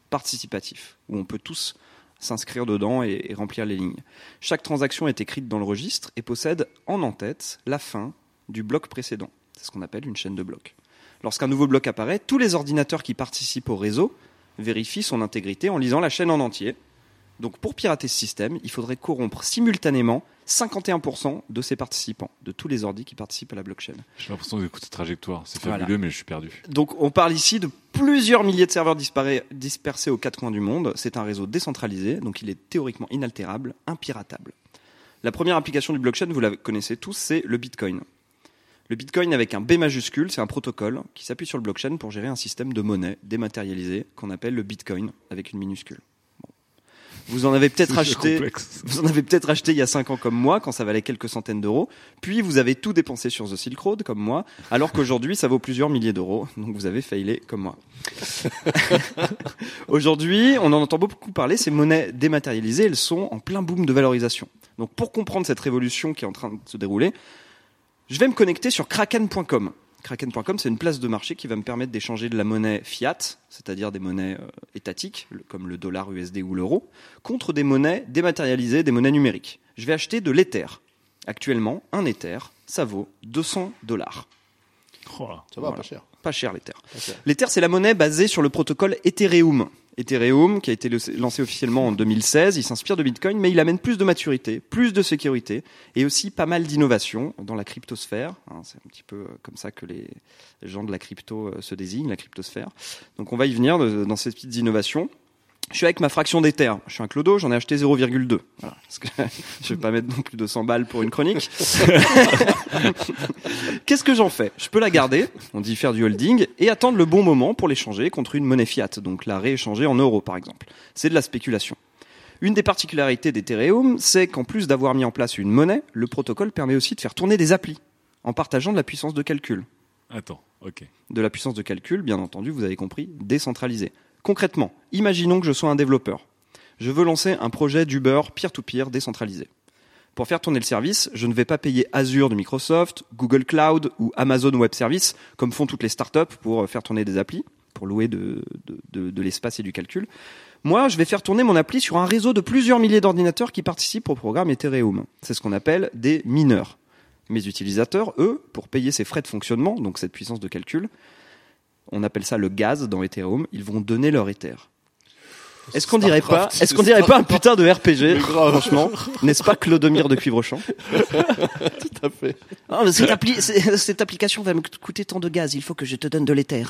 participatif, où on peut tous s'inscrire dedans et remplir les lignes. Chaque transaction est écrite dans le registre et possède en tête la fin du bloc précédent. C'est ce qu'on appelle une chaîne de blocs. Lorsqu'un nouveau bloc apparaît, tous les ordinateurs qui participent au réseau vérifient son intégrité en lisant la chaîne en entier. Donc pour pirater ce système, il faudrait corrompre simultanément 51% de ses participants, de tous les ordis qui participent à la blockchain. J'ai l'impression d'écouter cette trajectoire. C'est fabuleux, mais je suis perdu. Donc on parle ici de plusieurs milliers de serveurs dispersés aux quatre coins du monde. C'est un réseau décentralisé, donc il est théoriquement inaltérable, impiratable. La première application du blockchain, vous la connaissez tous, c'est le Bitcoin. Le Bitcoin avec un B majuscule, c'est un protocole qui s'appuie sur le blockchain pour gérer un système de monnaie dématérialisé qu'on appelle le Bitcoin avec une minuscule. Vous en avez peut-être acheté il y a 5 ans comme moi, quand ça valait quelques centaines d'euros. Puis vous avez tout dépensé sur The Silk Road comme moi, alors qu'aujourd'hui ça vaut plusieurs milliers d'euros. Donc vous avez failé comme moi. Aujourd'hui, on en entend beaucoup parler, ces monnaies dématérialisées, elles sont en plein boom de valorisation. Donc pour comprendre cette révolution qui est en train de se dérouler, je vais me connecter sur Kraken.com. Kraken.com, c'est une place de marché qui va me permettre d'échanger de la monnaie fiat, c'est-à-dire des monnaies étatiques, comme le dollar USD ou l'euro, contre des monnaies dématérialisées, des monnaies numériques. Je vais acheter de l'Ether. Actuellement, un Ether, ça vaut $200. Oh, ça va, pas cher. Pas cher l'Ether. L'Ether, c'est la monnaie basée sur le protocole Ethereum. Ethereum, qui a été lancé officiellement en 2016, il s'inspire de Bitcoin, mais il amène plus de maturité, plus de sécurité, et aussi pas mal d'innovation dans la cryptosphère. C'est un petit peu comme ça que les gens de la crypto se désignent, la cryptosphère. Donc on va y venir dans ces petites innovations. Je suis avec ma fraction d'Ether. Je suis un clodo, j'en ai acheté 0,2. Voilà, parce que je vais pas mettre non plus 200 balles pour une chronique. Qu'est-ce que j'en fais ? Je peux la garder, on dit faire du holding, et attendre le bon moment pour l'échanger contre une monnaie fiat, donc la rééchanger en euros par exemple. C'est de la spéculation. Une des particularités d'Ethereum, c'est qu'en plus d'avoir mis en place une monnaie, le protocole permet aussi de faire tourner des applis, en partageant de la puissance de calcul. Attends, ok. De la puissance de calcul, bien entendu, vous avez compris, décentralisée. Concrètement, imaginons que je sois un développeur. Je veux lancer un projet d'Uber peer-to-peer décentralisé. Pour faire tourner le service, je ne vais pas payer Azure de Microsoft, Google Cloud ou Amazon Web Services, comme font toutes les startups pour faire tourner des applis, pour louer de l'espace et du calcul. Moi, je vais faire tourner mon appli sur un réseau de plusieurs milliers d'ordinateurs qui participent au programme Ethereum. C'est ce qu'on appelle des mineurs. Mes utilisateurs, eux, pour payer ces frais de fonctionnement, donc cette puissance de calcul, on appelle ça le gaz dans Ethereum, ils vont donner leur Ether. Est-ce qu'on dirait pas un putain de RPG, franchement, n'est-ce pas Clodomir de Cuivrechamp? Tout à fait. Non, mais cette application va me coûter tant de gaz, il faut que je te donne de l'Ether.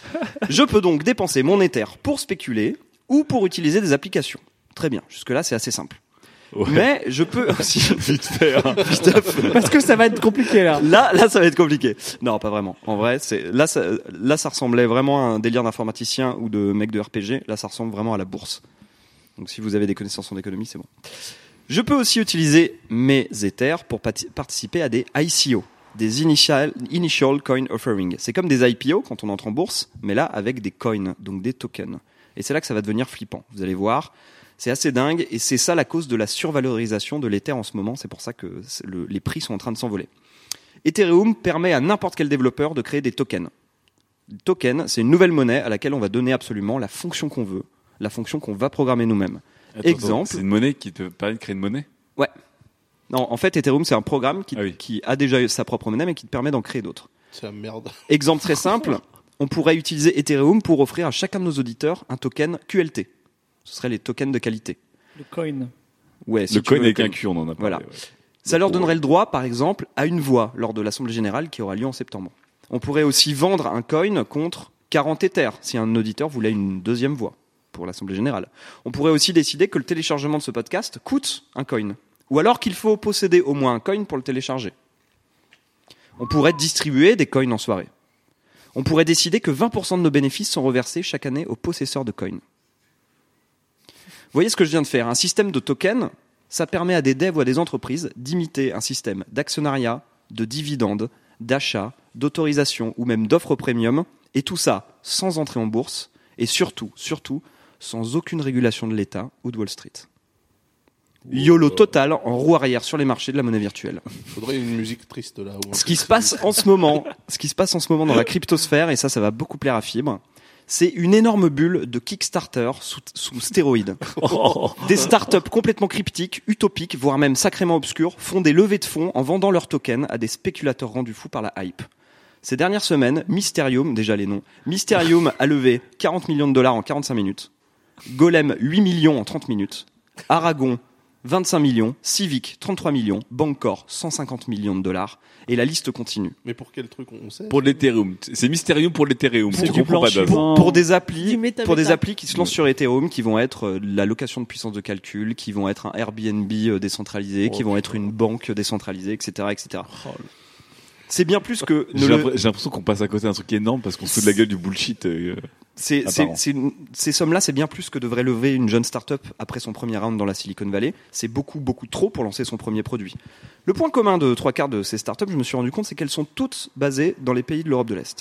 Je peux donc dépenser mon Ether pour spéculer ou pour utiliser des applications. Très bien, jusque-là c'est assez simple. Ouais. Mais je peux aussi vite faire. Parce que ça va être compliqué là. Là ça va être compliqué. Non, pas vraiment. En vrai, là ça ressemblait vraiment à un délire d'informaticien ou de mec de RPG. Là ça ressemble vraiment à la bourse. Donc si vous avez des connaissances en économie, c'est bon. Je peux aussi utiliser mes Ethers pour participer à des ICO, des Initial Coin Offering. C'est comme des IPO quand on entre en bourse, mais là avec des coins, donc des tokens. Et c'est là que ça va devenir flippant. Vous allez voir. C'est assez dingue et c'est ça la cause de la survalorisation de l'Ether en ce moment. C'est pour ça que les prix sont en train de s'envoler. Ethereum permet à n'importe quel développeur de créer des tokens. Les tokens, c'est une nouvelle monnaie à laquelle on va donner absolument la fonction qu'on veut, la fonction qu'on va programmer nous-mêmes. Exemple. C'est une monnaie qui te permet de créer une monnaie ? Ouais. Non, en fait, Ethereum, c'est un programme qui a déjà sa propre monnaie mais qui te permet d'en créer d'autres. C'est la merde. Exemple très simple, on pourrait utiliser Ethereum pour offrir à chacun de nos auditeurs un token QLT. Ce seraient les tokens de qualité. Le coin. Ouais, le coin avec un Q, on en a parlé. Voilà. Ouais. Ça leur donnerait le droit, par exemple, à une voix lors de l'Assemblée Générale qui aura lieu en septembre. On pourrait aussi vendre un coin contre 40 Ethers si un auditeur voulait une deuxième voix pour l'Assemblée Générale. On pourrait aussi décider que le téléchargement de ce podcast coûte un coin. Ou alors qu'il faut posséder au moins un coin pour le télécharger. On pourrait distribuer des coins en soirée. On pourrait décider que 20% de nos bénéfices sont reversés chaque année aux possesseurs de coins. Vous voyez ce que je viens de faire ? Un système de tokens, ça permet à des devs ou à des entreprises d'imiter un système d'actionnariat, de dividendes, d'achat, d'autorisation ou même d'offres premium, et tout ça sans entrer en bourse, et surtout, sans aucune régulation de l'État ou de Wall Street. YOLO total en roue arrière sur les marchés de la monnaie virtuelle. Il faudrait une musique triste là. Ce qui se passe en ce moment dans la cryptosphère, et ça va beaucoup plaire à Fibre, C'est une énorme bulle de Kickstarter sous stéroïdes. Des startups complètement cryptiques, utopiques, voire même sacrément obscures, font des levées de fonds en vendant leurs tokens à des spéculateurs rendus fous par la hype. Ces dernières semaines, Mysterium, déjà les noms, Mysterium a levé 40 millions de dollars en 45 minutes, Golem 8 millions en 30 minutes, Aragon 25 millions, Civic 33 millions, Bancor 150 millions de dollars, et la liste continue. Mais pour quel truc on sait? Pour l'Ethereum. C'est Mysterium pour l'Ethereum. Tu comprends pas Daz. Pour des applis qui se lancent sur Ethereum, qui vont être la location de puissance de calcul, qui vont être un Airbnb décentralisé, qui vont être une banque décentralisée, etc., etc. C'est bien plus que... J'ai l'impression qu'on passe à côté d'un truc énorme parce qu'on se fout de la gueule du bullshit. Ces sommes-là, c'est bien plus que devrait lever une jeune start-up après son premier round dans la Silicon Valley. C'est beaucoup, beaucoup trop pour lancer son premier produit. Le point commun de 3/4 de ces start-up, je me suis rendu compte, c'est qu'elles sont toutes basées dans les pays de l'Europe de l'Est.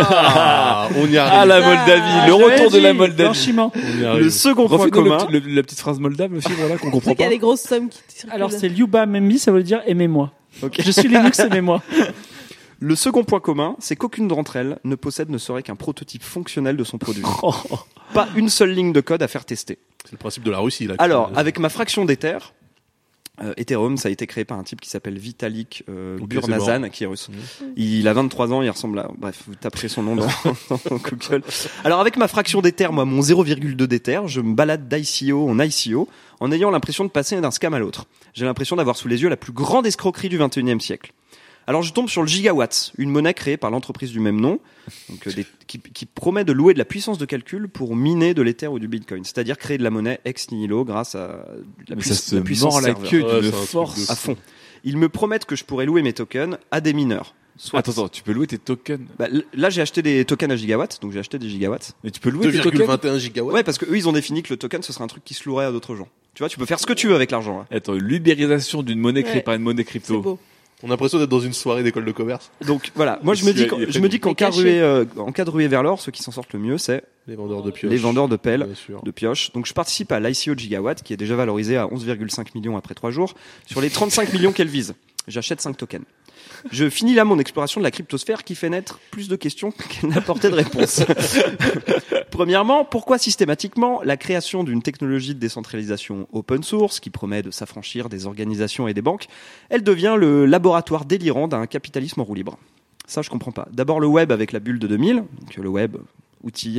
On y arrive. Ah, la Moldavie, le retour de la Moldavie. Le second point commun... La petite phrase moldave, fibre, là, qu'on comprend pas. Il y a des grosses sommes qui circulent. Alors, c'est Liuba Memmi, ça veut dire aimez-moi. Okay. Je suis Linux, aimez-moi. Le second point commun, c'est qu'aucune d'entre elles ne possède ne serait qu'un prototype fonctionnel de son produit. Pas une seule ligne de code à faire tester. C'est le principe de la Russie, là. Alors, avec ma fraction d'Ether, Ethereum, ça a été créé par un type qui s'appelle Vitalik Burnazan, qui est russe. Il a 23 ans, il ressemble à... Bref, vous taperez son nom dans Google. Alors, avec ma fraction d'Ether, moi, mon 0,2 d'Ether, je me balade d'ICO en ICO, en ayant l'impression de passer d'un scam à l'autre. J'ai l'impression d'avoir sous les yeux la plus grande escroquerie du 21e siècle. Alors je tombe sur le Gigawatt, une monnaie créée par l'entreprise du même nom, donc, qui promet de louer de la puissance de calcul pour miner de l'Ether ou du Bitcoin, c'est-à-dire créer de la monnaie ex nihilo grâce à la puissance serveur. Force à fond. Ils me promettent que je pourrais louer mes tokens à des mineurs. Attends, tu peux louer tes tokens? Là, j'ai acheté des tokens à Gigawatt, donc j'ai acheté des Gigawatts. Mais tu peux louer tes tokens? 2,21 gigawatts. Ouais, parce que eux, ils ont défini que le token, ce serait un truc qui se louerait à d'autres gens. Tu vois, tu peux faire ce que tu veux avec l'argent. Hein. Attends, l'ubérisation d'une monnaie créée par une monnaie crypto. C'est beau. On a l'impression d'être dans une soirée d'école de commerce. Donc voilà, moi je me dis qu'en cas de ruée vers l'or, ceux qui s'en sortent le mieux, c'est les vendeurs de pioches, les vendeurs de pelles, de pioches. Donc je participe à l'ICO Gigawatt, qui est déjà valorisé à 11,5 millions après 3 jours, sur les 35 millions qu'elle vise. J'achète 5 tokens. Je finis là mon exploration de la cryptosphère qui fait naître plus de questions qu'elle n'apportait de réponses. Premièrement, pourquoi systématiquement la création d'une technologie de décentralisation open source qui promet de s'affranchir des organisations et des banques, elle devient le laboratoire délirant d'un capitalisme en roue libre? Ça, je comprends pas. D'abord le web avec la bulle de 2000, donc le web, outil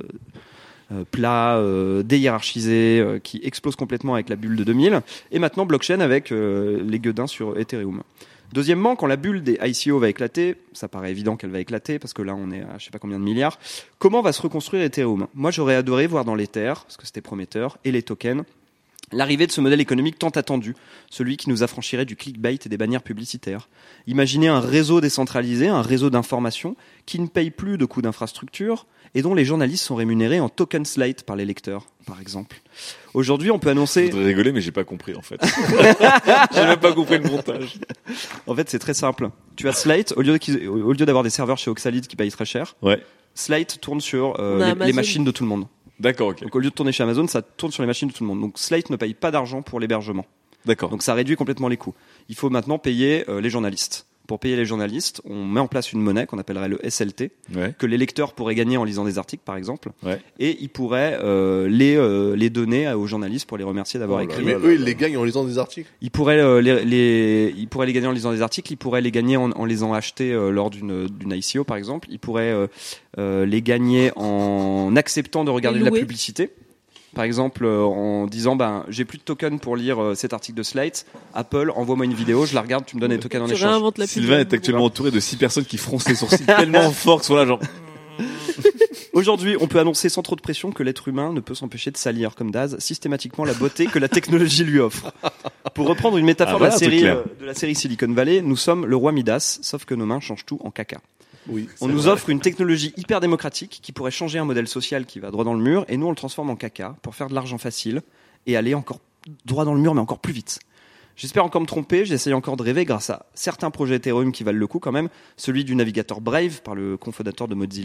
plat, déhiérarchisé, qui explose complètement avec la bulle de 2000, et maintenant blockchain avec les gueudins sur Ethereum. Deuxièmement, quand la bulle des ICO va éclater, ça paraît évident qu'elle va éclater parce que là on est à je sais pas combien de milliards, comment va se reconstruire Ethereum? Moi j'aurais adoré voir dans l'Ether, parce que c'était prometteur, et les tokens, l'arrivée de ce modèle économique tant attendu, celui qui nous affranchirait du clickbait et des bannières publicitaires. Imaginez un réseau décentralisé, un réseau d'information qui ne paye plus de coûts d'infrastructure et dont les journalistes sont rémunérés en token slate par les lecteurs, par exemple. Aujourd'hui, on peut annoncer... Je voudrais rigoler, mais j'ai pas compris, en fait. J'ai même pas compris le montage. En fait, c'est très simple. Tu as Slate, au lieu d'avoir des serveurs chez Oxalid qui payent très cher, ouais. Slate tourne sur les machines de tout le monde. D'accord, ok. Donc au lieu de tourner chez Amazon, ça tourne sur les machines de tout le monde. Donc Slate ne paye pas d'argent pour l'hébergement. D'accord. Donc ça réduit complètement les coûts. Il faut maintenant payer les journalistes. Pour payer les journalistes, on met en place une monnaie qu'on appellerait le SLT, que les lecteurs pourraient gagner en lisant des articles, par exemple, et ils pourraient les donner aux journalistes pour les remercier d'avoir écrit. Mais eux, ils les gagnent en lisant des articles. Ils pourraient ils pourraient les gagner en lisant des articles. Ils pourraient les gagner en les ayant achetés lors d'une ICO, par exemple. Ils pourraient les gagner en acceptant de regarder de la publicité. Par exemple, en disant, j'ai plus de tokens pour lire cet article de Slate. Apple, envoie-moi une vidéo, je la regarde, tu me donnes les tokens en échange. Sylvain est actuellement entouré de 6 personnes qui froncent les sourcils tellement fort que sont là, genre. Aujourd'hui, on peut annoncer sans trop de pression que l'être humain ne peut s'empêcher de salir, comme Daz, systématiquement la beauté que la technologie lui offre. Pour reprendre une métaphore de la série Silicon Valley, nous sommes le roi Midas, sauf que nos mains changent tout en caca. Oui, on nous offre une technologie hyper démocratique qui pourrait changer un modèle social qui va droit dans le mur, et nous on le transforme en caca pour faire de l'argent facile et aller encore droit dans le mur mais encore plus vite. J'espère encore me tromper, j'essaye encore de rêver grâce à certains projets Ethereum qui valent le coup quand même, celui du navigateur Brave par le cofondateur de Mozilla,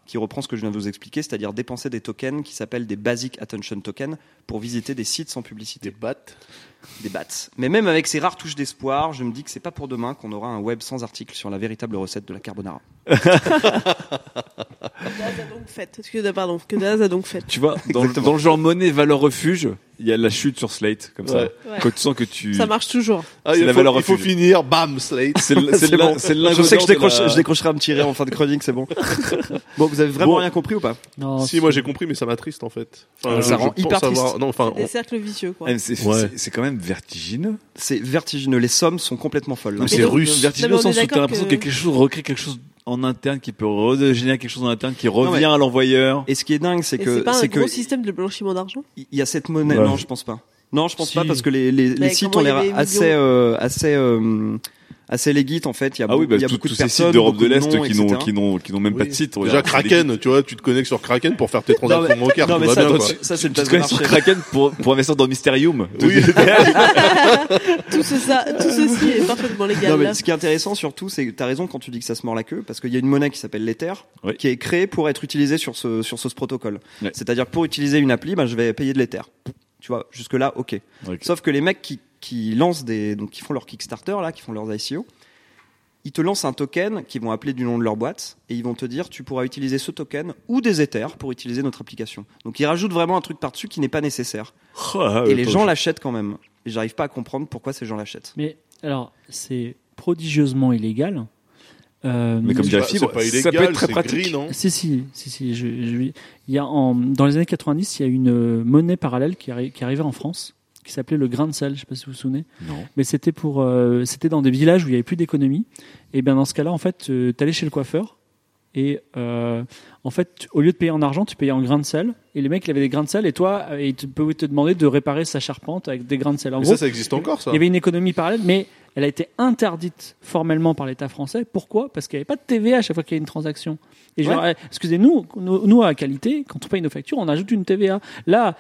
qui reprend ce que je viens de vous expliquer, c'est-à-dire dépenser des tokens qui s'appellent des Basic Attention Tokens pour visiter des sites sans publicité. Des bats. Mais même avec ces rares touches d'espoir, je me dis que c'est pas pour demain qu'on aura un web sans article sur la véritable recette de la carbonara. Que Daz a donc fait. Tu vois, dans le genre monnaie, valeur, refuge, il y a la chute sur Slate, comme ça. Ouais. Quand tu sens que tu... Ça marche toujours. C'est la valeur il faut refuge. finir, bam, Slate. C'est bon. Je sais que je décrocherai un petit rire en fin de chronique, c'est bon. Bon, vous avez vraiment rien compris ou pas? Non, Si, moi j'ai compris, mais ça m'attriste en fait. Ça rend hyper triste. Des cercles vicieux, quoi. C'est quand même vertigineux. C'est vertigineux. Les sommes sont complètement folles. Mais c'est russe. Vertigineux au Non, mais on sens est où t'as d'accord l'impression que- que quelque chose recrée quelque chose en interne qui peut régénérer quelque chose en interne qui revient à l'envoyeur. Et ce qui est dingue, c'est Et que c'est pas un gros système de blanchiment d'argent? il y a cette monnaie. Ouais. Non, je pense pas. Non, je pense Si. pas parce que les sites ont comment il y l'air avait assez legit en fait. Il y a, Ah oui, bah, il y a tous beaucoup de ces personnes sites d'Europe beaucoup de l'Est noms, qui n'ont même pas de Oui. site. Déjà Kraken, tu vois, tu te connectes sur Kraken pour faire tes transactions bancaires, non, tout mais va ça, bien quoi. ça c'est une Tu place te de connais sur marché. Kraken pour investir dans Mysterium. Oui. Tout ceci est parfaitement légal. Non, mais là. ce qui est intéressant surtout, c'est que t'as raison quand tu dis que ça se mord la queue, parce qu'il y a une monnaie qui s'appelle l'Ether, Oui. qui est créée pour être utilisée sur ce protocole. Ouais. C'est-à-dire que pour utiliser une appli, je vais payer de l'Ether. Tu vois, jusque là, ok. Sauf que les mecs qui lancent qui font leur Kickstarter là, qui font leurs ICO, ils te lancent un token qu'ils vont appeler du nom de leur boîte et ils vont te dire tu pourras utiliser ce token ou des Ethers pour utiliser notre application. Donc ils rajoutent vraiment un truc par-dessus qui n'est pas nécessaire. Et les gens l'achètent quand même. Et j'arrive pas à comprendre pourquoi ces gens l'achètent. Mais alors, c'est prodigieusement illégal. Mais comme dit la C'est fibre, pas ça illégal, peut être très c'est pratique. gris, non? Si. Il y a dans les années 90, il y a une monnaie parallèle qui arrivait en France, qui s'appelait le grain de sel. Je sais pas si vous vous souvenez. Non. Mais c'était c'était dans des villages où il y avait plus d'économie. Et bien dans ce cas-là, en fait, t'allais chez le coiffeur et en fait, au lieu de payer en argent, tu payais en grain de sel. Et les mecs, ils avaient des grains de sel et toi, ils pouvaient te demander de réparer sa charpente avec des grains de sel. En Mais gros, ça existe encore, ça. il y avait une économie parallèle, mais elle a été interdite formellement par l'État français. Pourquoi ? Parce qu'il n'y avait pas de TVA à chaque fois qu'il y a une transaction. Et genre, excusez-nous, nous à Qualité, quand on paye nos factures, on ajoute une TVA. Là,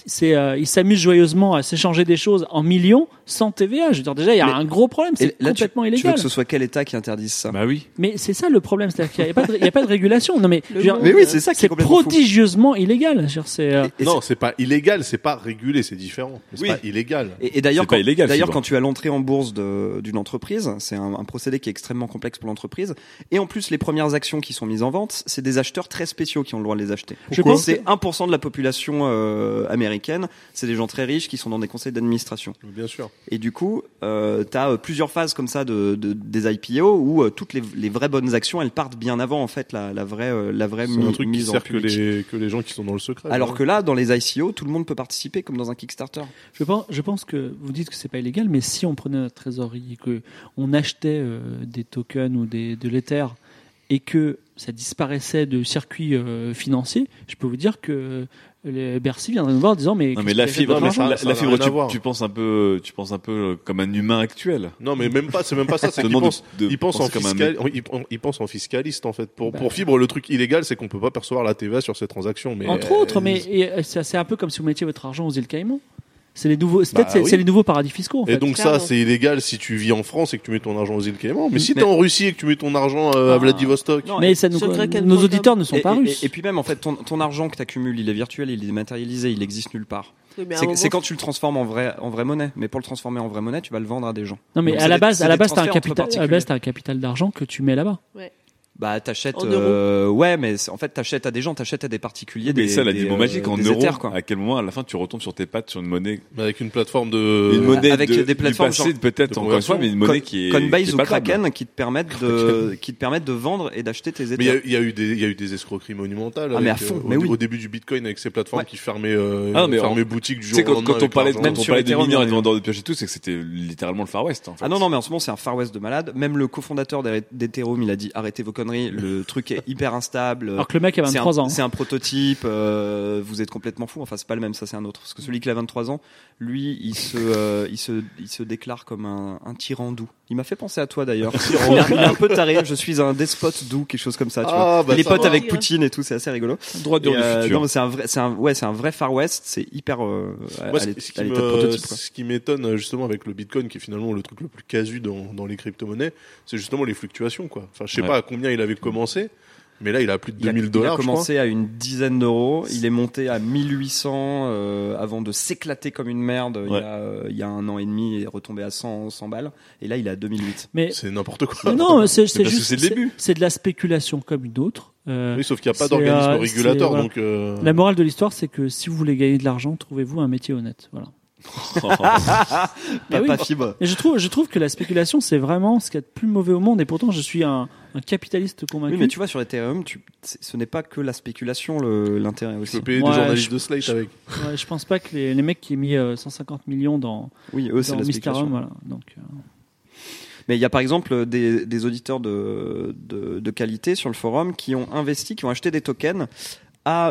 ils s'amusent joyeusement à s'échanger des choses en millions sans TVA. Je veux dire, déjà, il y a un gros problème. C'est là, complètement tu veux illégal. que ce soit quel État qui interdise ça? Bah oui. Mais c'est ça le problème, c'est-à-dire qu'il n'y a pas de régulation. Non mais, je veux dire, Mais oui, c'est ça qui est c'est complètement fou. prodigieusement illégal. Je veux dire, c'est Non, c'est pas illégal, c'est pas régulé, c'est différent. Mais c'est Oui. pas illégal. Et d'ailleurs, C'est pas illégal, d'ailleurs, fibre. quand tu as l'entrée en bourse d'une entreprise, c'est un procédé qui est extrêmement complexe pour l'entreprise. Et en plus, les premières actions qui sont mises en vente, c'est des acheteurs très spéciaux qui ont le droit de les acheter. Je pense C'est 1% de la population américaine. C'est des gens très riches qui sont dans des conseils d'administration. Bien sûr. Et du coup, t'as plusieurs phases comme ça des IPO où toutes les vraies bonnes actions, elles partent bien avant en fait la vraie C'est un truc qui mise en sert public. que les gens qui sont dans le secret. Alors que là, dans les ICO, tout le monde peut participer comme dans un Kickstarter. Je pense que vous dites que c'est pas illégal, mais si on prenait notre trésorerie et que on achetait des tokens ou de l'Ether et que ça disparaissait de circuits financiers, je peux vous dire que les Bercy viendraient nous voir en disant mais Non, qu'est-ce mais que la vous avez fait de fibre, votre argent ça la n'a fibre, rien à voir. tu penses un peu comme un humain actuel. Non, mais même pas, c'est même pas ça, c'est Je qu'ils demande pensent, de ils pensent en penser comme un ils pensent en fiscaliste, en fait. Pour Fibre, le truc illégal, c'est qu'on peut pas percevoir la TVA sur ces transactions, mais. Entre autres, mais c'est un peu comme si vous mettiez votre argent aux îles Caïmans. C'est les nouveaux, Bah oui. c'est les nouveaux paradis fiscaux. En Et fait. donc clairement. ça, c'est illégal si tu vis en France et que tu mets ton argent aux îles Caïmans. Mais si t'es en Russie et que tu mets ton argent à Vladivostok. Non, mais ça nous, sur Kraken.com. nos auditeurs ne sont pas russes. Et puis même, en fait, ton argent que tu accumules, il est virtuel, il est dématérialisé, il existe nulle part. Oui, mais à un moment, C'est quand tu le transformes en vraie monnaie. Mais pour le transformer en vraie monnaie, tu vas le vendre à des gens. Non, mais Donc, à c'est la des- base, c'est t'as des un transferts entre capital, à la particuliers. base, t'as un capital d'argent que tu mets là-bas. Bah, t'achètes, En euros. ouais, mais en fait, t'achètes à des gens, t'achètes à des particuliers. Mais ça, la dit le mot magique en des euros. Ethers, quoi. À quel moment, à la fin, tu retombes sur tes pattes sur une monnaie, Avec une plateforme de. une monnaie avec de- des plateformes du passé, genre- peut-être de encore une fois, conversion. mais une monnaie qui est Coinbase ou pas table. Kraken qui te permettent de vendre et d'acheter tes Mais Ethers. il y a eu des escroqueries monumentales. Ah, mais avec, à fond, au, mais oui. au début du Bitcoin avec ces plateformes Ouais. qui fermaient, Ah, mais fermaient boutique du Tu jour sais, au quand lendemain on avec parlait, l'argent. quand on sur parlait de Ethereum, mineurs et il y de en a. vendeurs de pioches et tout, c'est que c'était littéralement le Far West, en fait. Ah non, mais en ce moment, c'est un Far West de malade. Même le cofondateur d'Ethereum, il a dit arrêtez vos conneries, le truc est hyper instable. Alors que le mec a 23 ans. C'est un prototype, vous êtes complètement fou. Enfin, c'est pas le même, ça c'est un autre. Parce que celui qui a 23 ans, lui, il se déclare comme un tyran doux. Il m'a fait penser à toi d'ailleurs. Il est un peu taré, je suis un despote doux, quelque chose comme ça, tu vois. Bah, Il est ça pote va. avec Poutine et tout, c'est assez rigolo. Droit dur Et, du futur. non, mais c'est un vrai Far West, c'est hyper, Moi, à l'état de prototype, quoi. ce qui m'étonne justement avec le Bitcoin, qui est finalement le truc le plus casu dans les crypto-monnaies, c'est justement les fluctuations, quoi. Enfin, je sais Ouais. pas à combien il avait commencé, Mais là, il a plus de $2000. Il a commencé à une dizaine d'euros. Il est monté à 1800 avant de s'éclater comme une merde il y a 1 an et demi et retombé à 100 balles. Et là, il est à 2008. Mais c'est n'importe quoi. Mais non, c'est parce juste que c'est le début. C'est de la spéculation comme une autre. Oui, sauf qu'il n'y a pas d'organisme régulateur. Voilà. Donc, La morale de l'histoire, c'est que si vous voulez gagner de l'argent, trouvez-vous un métier honnête. Voilà. Pas fibre. Et je trouve que la spéculation, c'est vraiment ce qu'il y a de plus mauvais au monde. Et pourtant, je suis un capitaliste convaincu. Oui, mais tu vois, sur Ethereum, ce n'est pas que la spéculation l'intérêt aussi. Tu peux payer des journalistes de Slate avec. Ouais, je pense pas que les mecs qui ont mis 150 millions dans c'est la spéculation. voilà. Donc, Mais il y a par exemple des auditeurs de qualité sur le forum qui ont acheté des tokens à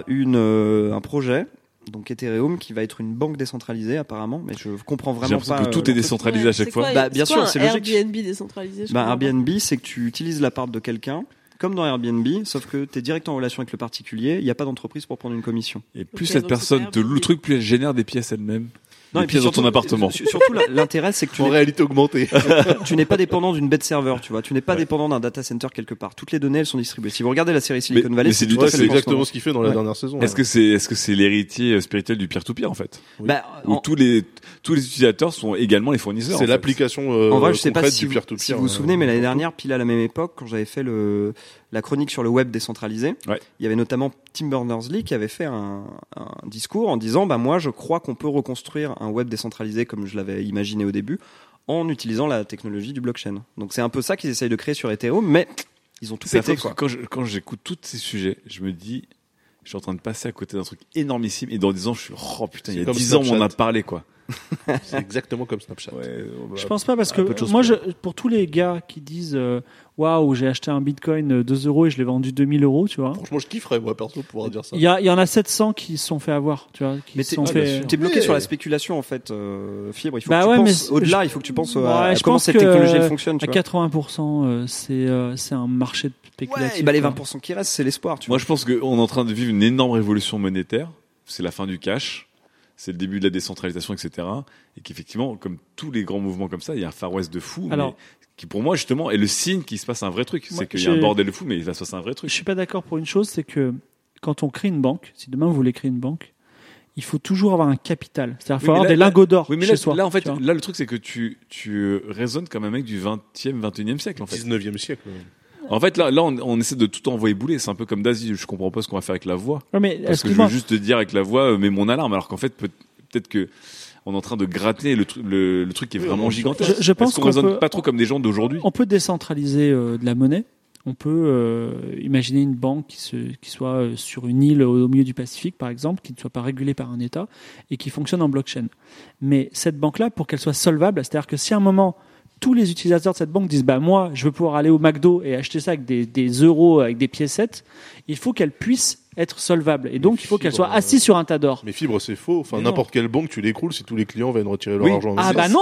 un projet. Donc Ethereum qui va être une banque décentralisée apparemment, mais je comprends vraiment pas. Que tout est décentralisé à chaque fois. Bien sûr, c'est logique. Airbnb décentralisé. Airbnb, c'est que tu utilises l'appart de quelqu'un, comme dans Airbnb, sauf que tu es direct en relation avec le particulier. Il n'y a pas d'entreprise pour prendre une commission. Et plus cette personne te loue le truc, plus elle génère des pièces elle-même. Non, et puis dans ton appartement. Surtout, l'intérêt, c'est que en réalité augmentée. Tu n'es pas dépendant d'une bête serveur, tu vois. Tu n'es pas dépendant d'un data center quelque part. Toutes les données, elles sont distribuées. Si vous regardez la série Silicon Valley, c'est exactement ce qu'il fait dans la dernière saison. Est-ce que c'est l'héritier spirituel du peer-to-peer, en fait? Où tous les utilisateurs sont également les fournisseurs. C'est l'application, en vrai, je sais pas du peer-to-peer. Si vous vous souvenez, mais l'année dernière, pile à la même époque, quand j'avais fait la chronique sur le web décentralisé, il y avait notamment Tim Berners-Lee qui avait fait un discours en disant, moi, je crois qu'on peut reconstruire un web décentralisé comme je l'avais imaginé au début, en utilisant la technologie du blockchain. Donc c'est un peu ça qu'ils essayent de créer sur Ethereum, mais ils ont tout pété. Quand j'écoute tous ces sujets, je me dis, je suis en train de passer à côté d'un truc énormissime, et dans 10 ans, je suis, oh putain, il y a 10 ans, on en a parlé, quoi. C'est exactement comme Snapchat. Je pense pas, parce que moi, pour tous les gars qui disent waouh, j'ai acheté un bitcoin 2 euros et je l'ai vendu 2000 euros, tu vois. Franchement, je kifferais, moi, perso, pouvoir dire ça. Il y en a 700 qui se sont fait avoir, tu vois. T'es bloqué sur la spéculation, en fait, Fibre. Il faut que tu penses au-delà, il faut que tu penses à comment cette technologie elle fonctionne, tu vois. À 80%, c'est un marché de spéculation. Ouais, les 20% qui restent, c'est l'espoir, tu vois. Moi, je pense qu'on est en train de vivre une énorme révolution monétaire. C'est la fin du cash. C'est le début de la décentralisation, etc. Et qu'effectivement, comme tous les grands mouvements comme ça, il y a un Far West de fou, mais qui pour moi justement est le signe qu'il se passe un vrai truc. C'est qu'il y a un bordel de fou, mais il va se passer un vrai truc. Je suis pas d'accord pour une chose, c'est que quand on crée une banque, si demain vous voulez créer une banque, il faut toujours avoir un capital. C'est-à-dire qu'il faut avoir des lingots d'or chez soi. Là, en fait, le truc, c'est que tu raisonnes comme un mec du 20e, 21e siècle, en fait. 19e siècle. En fait, là, on essaie de tout envoyer bouler. C'est un peu comme Daisy. Je comprends pas ce qu'on va faire avec la voix. Ouais, mais parce que je veux juste te dire avec la voix, mets mon alarme. Alors qu'en fait, peut-être que on est en train de gratter le truc qui est vraiment gigantesque. Je pense qu'on raisonne pas trop comme des gens d'aujourd'hui. On peut décentraliser de la monnaie. On peut imaginer une banque qui soit sur une île au milieu du Pacifique, par exemple, qui ne soit pas régulée par un État et qui fonctionne en blockchain. Mais cette banque-là, pour qu'elle soit solvable, c'est-à-dire que si à un moment tous les utilisateurs de cette banque disent moi je veux pouvoir aller au McDo et acheter ça avec des euros, avec des piécettes, il faut qu'elle puisse être solvable et donc il faut qu'elle soit assise sur un tas d'or. Mais Fibre, c'est faux. Enfin, n'importe quelle banque, tu l'écroules si tous les clients viennent retirer leur argent.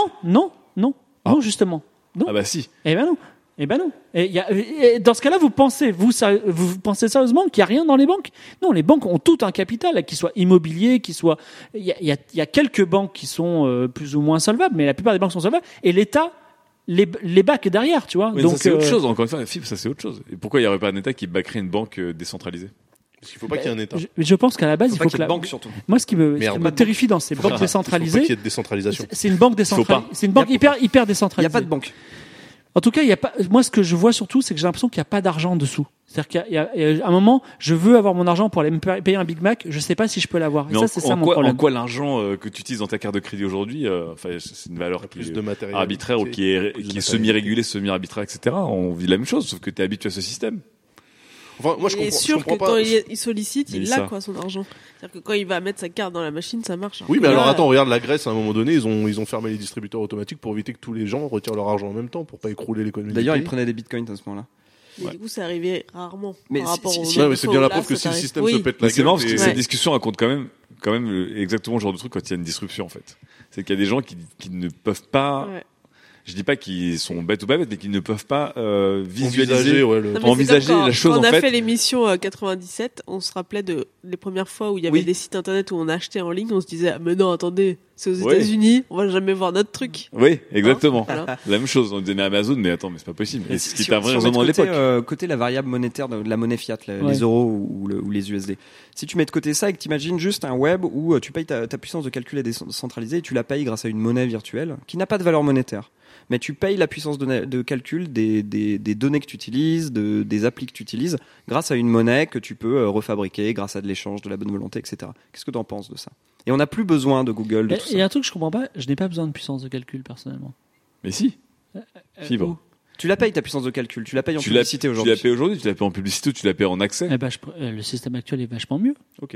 Non, justement. Non. Ah bah si. Eh ben non. Et dans ce cas-là, vous pensez sérieusement qu'il n'y a rien dans les banques? Non, les banques ont tout un capital, qu'il soit immobilier, il y a quelques banques qui sont plus ou moins solvables, mais la plupart des banques sont solvables et l'État les bacs derrière, tu vois. Mais donc ça, c'est autre chose, encore une fois. Fibre, ça c'est autre chose. Et pourquoi il n'y aurait pas un État qui backerait une banque décentralisée? Parce qu'il ne faut pas qu'il y ait un État. Je pense qu'à la base, il faut que la banque surtout. Moi, ce qui me terrifie dans ces banques décentralisées, il faut pas qu'il y ait de décentralisation. C'est une banque décentralisée. C'est une banque hyper décentralisée. Il n'y a pas de banque. En tout cas, il y a pas. Moi, ce que je vois surtout, c'est que j'ai l'impression qu'il n'y a pas d'argent dessous. C'est-à-dire qu'il y a un moment, je veux avoir mon argent pour aller me payer un Big Mac. Je sais pas si je peux l'avoir. Et ça, c'est ça mon problème. En quoi l'argent que tu utilises dans ta carte de crédit aujourd'hui, c'est une valeur qui est arbitraire ou qui est semi-régulée, semi-arbitraire, etc. On vit la même chose, sauf que tu es habitué à ce système. Enfin, moi, je comprends. Il est sûr que quand il sollicite, il a son argent. C'est-à-dire que quand il va mettre sa carte dans la machine, ça marche. Oui, mais alors attends, regarde la Grèce, à un moment donné, ils ont fermé les distributeurs automatiques pour éviter que tous les gens retirent leur argent en même temps, pour pas écrouler l'économie. D'ailleurs, ils prenaient des bitcoins à ce moment-là. Mais du coup, ça arrivait rarement. Mais par rapport aux mais c'est bien la preuve que si le système se pète la gueule. C'est marrant parce que cette discussion raconte quand même exactement le genre de truc quand il y a une disruption, en fait. C'est qu'il y a des gens qui ne peuvent pas. Ouais. Je dis pas qu'ils sont bêtes ou pas bêtes, mais qu'ils ne peuvent pas visualiser, envisager la chose. Quand on a fait fait l'émission 97, on se rappelait de les premières fois où il y avait des sites internet où on achetait en ligne, on se disait mais non, attendez, C'est aux Ouais. États-Unis, on va jamais voir notre truc. Oui, exactement. Voilà. La même chose. On disait mais Amazon, mais attends, mais c'est pas possible. Et ce qui est un vrai on met raisonnement de de côté, l'époque. côté la variable monétaire de la monnaie fiat, Ouais. les euros ou les USD. Si tu mets de côté ça et que tu imagines juste un web où tu payes ta puissance de calcul est décentralisée et tu la payes grâce à une monnaie virtuelle qui n'a pas de valeur monétaire. Mais tu payes la puissance de calcul des données que tu utilises, des applis que tu utilises, grâce à une monnaie que tu peux refabriquer grâce à de l'échange, de la bonne volonté, etc. Qu'est-ce que tu en penses de ça? Et on n'a plus besoin de Google, de tout Il y ça. a un truc que je comprends pas, je n'ai pas besoin de puissance de calcul personnellement. Mais si. Fibre. Où Tu la payes ta puissance de calcul, tu la payes en Tu publicité tu aujourd'hui. la payes aujourd'hui, tu la payes en publicité ou tu la payes en accès. Eh ben, le système actuel est vachement mieux. Ok.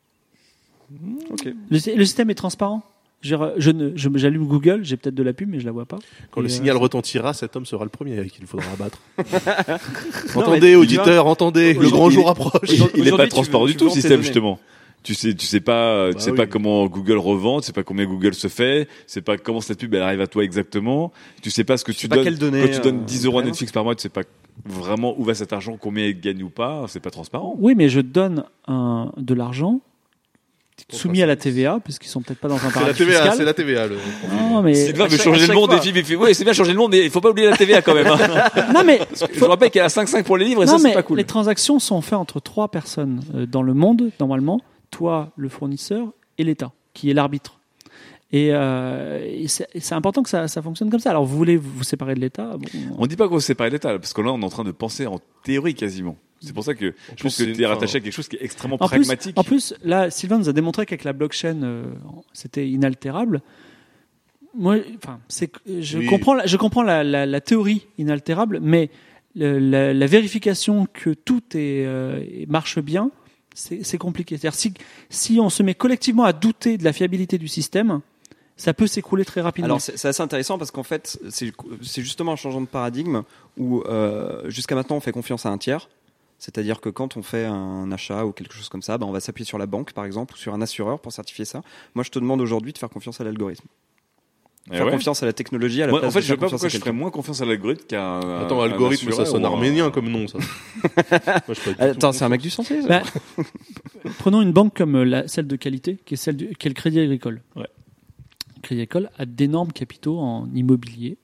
Le système est transparent. J'allume Google, j'ai peut-être de la pub, mais je la vois pas. Quand le Et, signal retentira, cet homme sera le premier qu'il faudra abattre. Non, Entendez, mais- auditeurs, entendez, le grand jour approche. Il est Aujourd'hui, pas tu transparent du vends tout, le tes système, données. justement. Tu sais pas oui. comment Google revend, tu sais pas combien Google se fait, tu sais pas comment cette pub elle arrive à toi exactement, tu sais pas ce que tu sais pas donnes. quelles données, Quand tu donnes 10 euros à vraiment. Netflix par mois, tu sais pas vraiment où va cet argent, combien il gagne ou pas, c'est pas transparent. Oui, mais je donne de l'argent soumis à la TVA, puisqu'ils sont peut-être pas dans un C'est la paradis TVA, fiscal. c'est la TVA. Non, mais Sylvain veut à changer le chaque monde fois. et Philippe il fait, ouais, c'est bien changer le monde, mais il faut pas oublier la TVA quand même. Hein. non, mais Je vous rappelle qu'il y a 5,5 pour les livres et non, ça c'est mais pas cool. les transactions sont faites entre 3 personnes dans le monde, normalement. Toi, le fournisseur, et l'État, qui est l'arbitre. Et c'est important que ça fonctionne comme ça. Alors, vous voulez vous séparer de l'État bon, On dit pas qu'on se sépare de l'État, parce que là on est en train de penser en théorie quasiment. C'est pour ça que je pense que c'est tu es une- rattaché à quelque chose qui est extrêmement En pragmatique. plus, là, Sylvain nous a démontré qu'avec la blockchain, c'était inaltérable. Moi, enfin, je Oui. comprends la théorie inaltérable, mais la vérification que tout marche bien, c'est compliqué. C'est-à-dire, si on se met collectivement à douter de la fiabilité du système, ça peut s'écrouler très rapidement. Alors c'est assez intéressant parce qu'en fait c'est justement un changement de paradigme où jusqu'à maintenant on fait confiance à un tiers, c'est-à-dire que quand on fait un achat ou quelque chose comme ça, on va s'appuyer sur la banque par exemple ou sur un assureur pour certifier ça. Moi je te demande aujourd'hui de faire confiance à l'algorithme, Eh faire ouais. confiance à la technologie à la Moi, place en fait, de je sais faire pas confiance pourquoi à je ferais quelqu'un. moins confiance à l'algorithme qu'à Attends, algorithme, ça sonne arménien comme nom, ça. Moi, je suis pas du tout Attends, c'est un mec du santé ça. Bah, prenons une banque comme celle de qualité, qui est le Crédit Agricole. Ouais. Le Crédit Agricole a d'énormes capitaux en immobilier,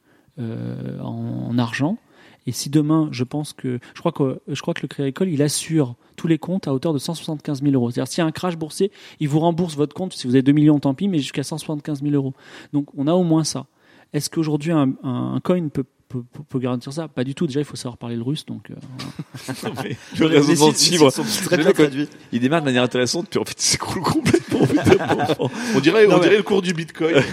en argent. Et si demain, je crois que le Crédit Agricole, il assure tous les comptes à hauteur de 175 000 euros. C'est-à-dire, s'il y a un crash boursier, il vous rembourse votre compte. Si vous avez 2 millions, tant pis, mais jusqu'à 175 000 euros. Donc, on a au moins ça. Est-ce qu'aujourd'hui, un coin peut garantir ça? Pas du tout. Déjà, il faut savoir parler le russe. Donc, Le réseau de sites fibre, sont très bien traduits. il démarre de manière intéressante, puis en fait, il s'écroule complètement. On dirait le cours du Bitcoin.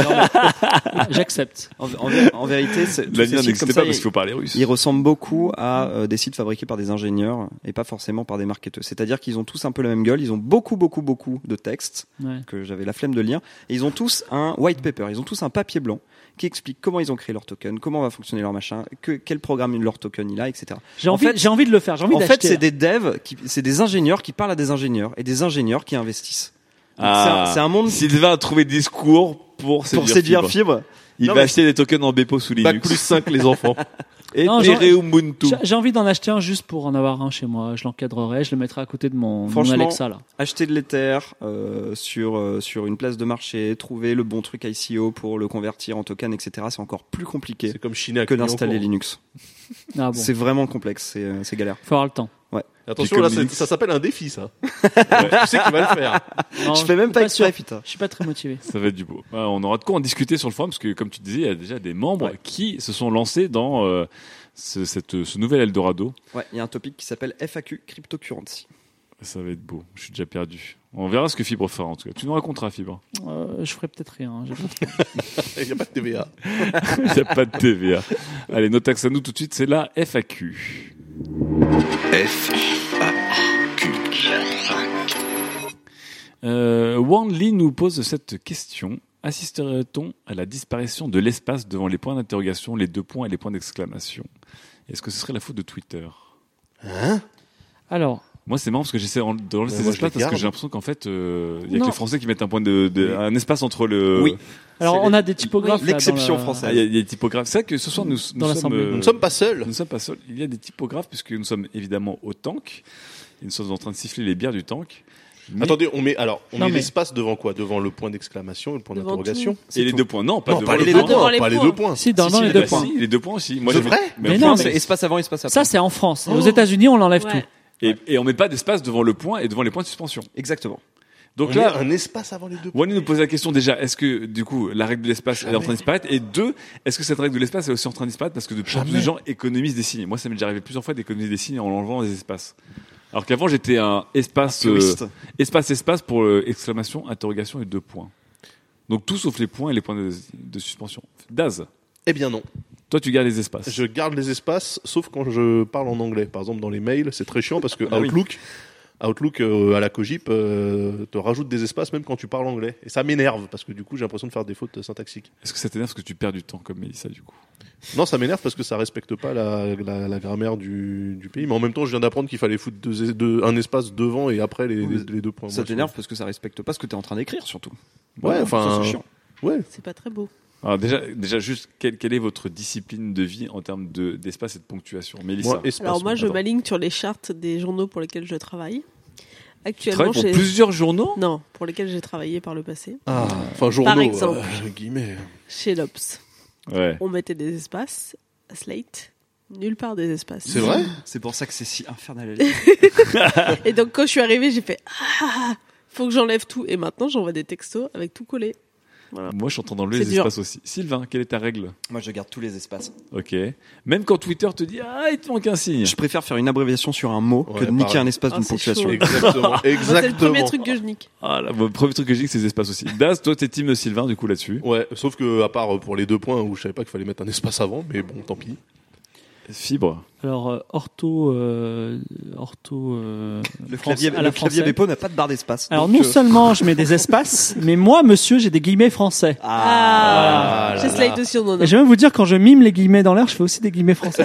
j'accepte. En vérité, tous La ces lien sites n'existait comme pas ça, parce qu'il faut parler russe. ils ressemblent beaucoup à des sites fabriqués par des ingénieurs et pas forcément par des marketeurs. C'est-à-dire qu'ils ont tous un peu la même gueule, ils ont beaucoup de textes Ouais. que j'avais la flemme de lire, et ils ont tous un white paper, ils ont tous un papier blanc qui explique comment ils ont créé leur token, comment va fonctionner leur machin, quel programme leur token il a, etc. J'ai En envie, fait- j'ai envie de le faire. J'ai envie En fait, d'acheter. c'est des devs, c'est des ingénieurs qui parlent à des ingénieurs et des ingénieurs qui investissent. Donc, c'est un monde Sylvain a trouvé des discours pour séduire Fibre. Il Non, va mais- acheter des tokens en Bepo sous Bac Linux. plus 5 les enfants. Et Non, genre- Ubuntu. J'ai envie d'en acheter un juste pour en avoir un chez moi. Je l'encadrerai, je le mettrai à côté de mon Franchement, Alexa là. Acheter de l'Ether sur une place de marché, trouver le bon truc ICO pour le convertir en token, etc. C'est encore plus compliqué C'est comme chiner à que d'installer Linux. Ah bon. C'est vraiment complexe, c'est galère. Faut avoir le temps. Attention, Puis là, comme Linux. ça s'appelle un défi, ça. Tu sais qu'il va le faire. Non, Je fais même pas sûr. exprès, putain. Je suis pas très motivé. Ça va être du beau. On aura de quoi en discuter sur le forum parce que, comme tu disais, il y a déjà des membres qui se sont lancés dans ce nouvel Eldorado. Ouais, il y a un topic qui s'appelle FAQ Cryptocurrency. Ça va être beau. Je suis déjà perdu. On verra ce que Fibre fera en tout cas. Tu nous raconteras, Fibre. Je ferai peut-être rien. J'ai pas- Il n'y a pas de TVA. Il n'y a pas de TVA. Allez, nos taxes à nous tout de suite, c'est la FAQ. Wang Li nous pose cette question. Assisterait-on à la disparition de l'espace devant les points d'interrogation, les 2 points et les points d'exclamation? Est-ce que ce serait la faute de Twitter? Alors, Moi, c'est marrant parce que j'essaie d'enlever ces moi, je espaces les parce que garde. j'ai l'impression qu'en fait, il y a que Non. les Français qui mettent un un espace entre le. Oui. alors C'est on a des typographes. là, l'exception dans la- française. Ah, il y a des typographes. C'est vrai que ce soir, nous Dans sommes. l'Assemblée. Nous ne sommes pas seuls. Nous ne sommes pas seuls. Il y a des typographes puisque nous sommes évidemment au tank. Et nous sommes en train de siffler les bières du tank. Mais- Attendez, on met Non, mais- l'espace devant quoi? Devant le point d'exclamation et le point Devant d'interrogation. Et les 2 points. Non, pas Non, devant pas le les point. deux devant points. les Pas les points. 2 points. Si, dans Si, les deux bah points. si, les 2 points aussi. Moi, C'est j'avais- vrai Mais Point, non, c'est mais espace avant, espace après. ça, c'est en France. Aux États-Unis, on l'enlève Ouais. tout. Et on met pas d'espace devant le point et devant les points de suspension. Exactement. Donc On là, met un espace avant les 2 points. Wally nous pose la question déjà, est-ce que du coup la règle de l'espace elle est en train de disparaître? Et 2, est-ce que cette règle de l'espace est aussi en train de disparaître parce que de plus en plus de gens économisent des signes? Moi ça m'est déjà arrivé plusieurs fois d'économiser des signes en enlevant des espaces. Alors qu'avant j'étais un espace espace pour exclamation, interrogation et 2 points. Donc tout sauf les points et les points de suspension. Daz, Eh bien non. toi tu gardes les espaces. Je garde les espaces, sauf quand je parle en anglais. Par exemple, dans les mails, c'est très chiant parce que Ah oui. Outlook à la Cogip te rajoute des espaces même quand tu parles anglais. Et ça m'énerve parce que du coup, j'ai l'impression de faire des fautes syntaxiques. Est-ce que ça t'énerve parce que tu perds du temps comme Mélissa du coup? Non, ça m'énerve parce que ça respecte pas la grammaire du pays. Mais en même temps, je viens d'apprendre qu'il fallait foutre un espace devant et après les 2 points. Ça Moi, t'énerve parce que ça respecte pas ce que t'es en train d'écrire, surtout. Ouais, Ça, enfin. c'est chiant. Ouais. C'est pas très beau. Alors déjà juste quelle est votre discipline de vie en termes d'espace et de ponctuation? Mélissa, Moi, espace. Alors moi, je Attends. m'aligne sur les chartes des journaux pour lesquels je travaille. tu Actuellement, travailles pour plusieurs journaux? Non, pour lesquels j'ai travaillé par le passé. Ah, enfin, journaux. Par exemple. Guillemets. Chez l'Obs, Ouais. on mettait des espaces. À Slate, nulle part des espaces. C'est vrai? C'est pour ça que c'est si infernal à lire. Et donc quand je suis arrivée, j'ai fait faut que j'enlève tout. Et maintenant, j'envoie des textos avec tout collé. Voilà. Moi je suis en train d'enlever C'est les dur. espaces aussi. Sylvain, quelle est ta règle? Moi, je garde tous les espaces. Ok. Même quand Twitter te dit il te manque un signe. Je préfère faire une abréviation sur un mot Ouais, que de niquer pareil. un espace Ah, d'une c'est ponctuation. chaud. Exactement. Moi, c'est le premier Exactement. truc que je nique. Ah là, le premier truc que j'ai dit c'est les espaces aussi. Daz, toi t'es team Sylvain du coup là-dessus. Ouais, sauf que à part pour les 2 points où je savais pas qu'il fallait mettre un espace avant, mais bon, tant pis. Fibre. Alors, ortho. Le France- clavier, à la le clavier française. Bepo n'a pas de barre d'espace. Alors, Donc, non seulement je mets des espaces, mais moi, monsieur, j'ai des guillemets français. Ah Chez là Slate là. aussi, on en a. Et je vais même vous dire, quand je mime les guillemets dans l'air, je fais aussi des guillemets français.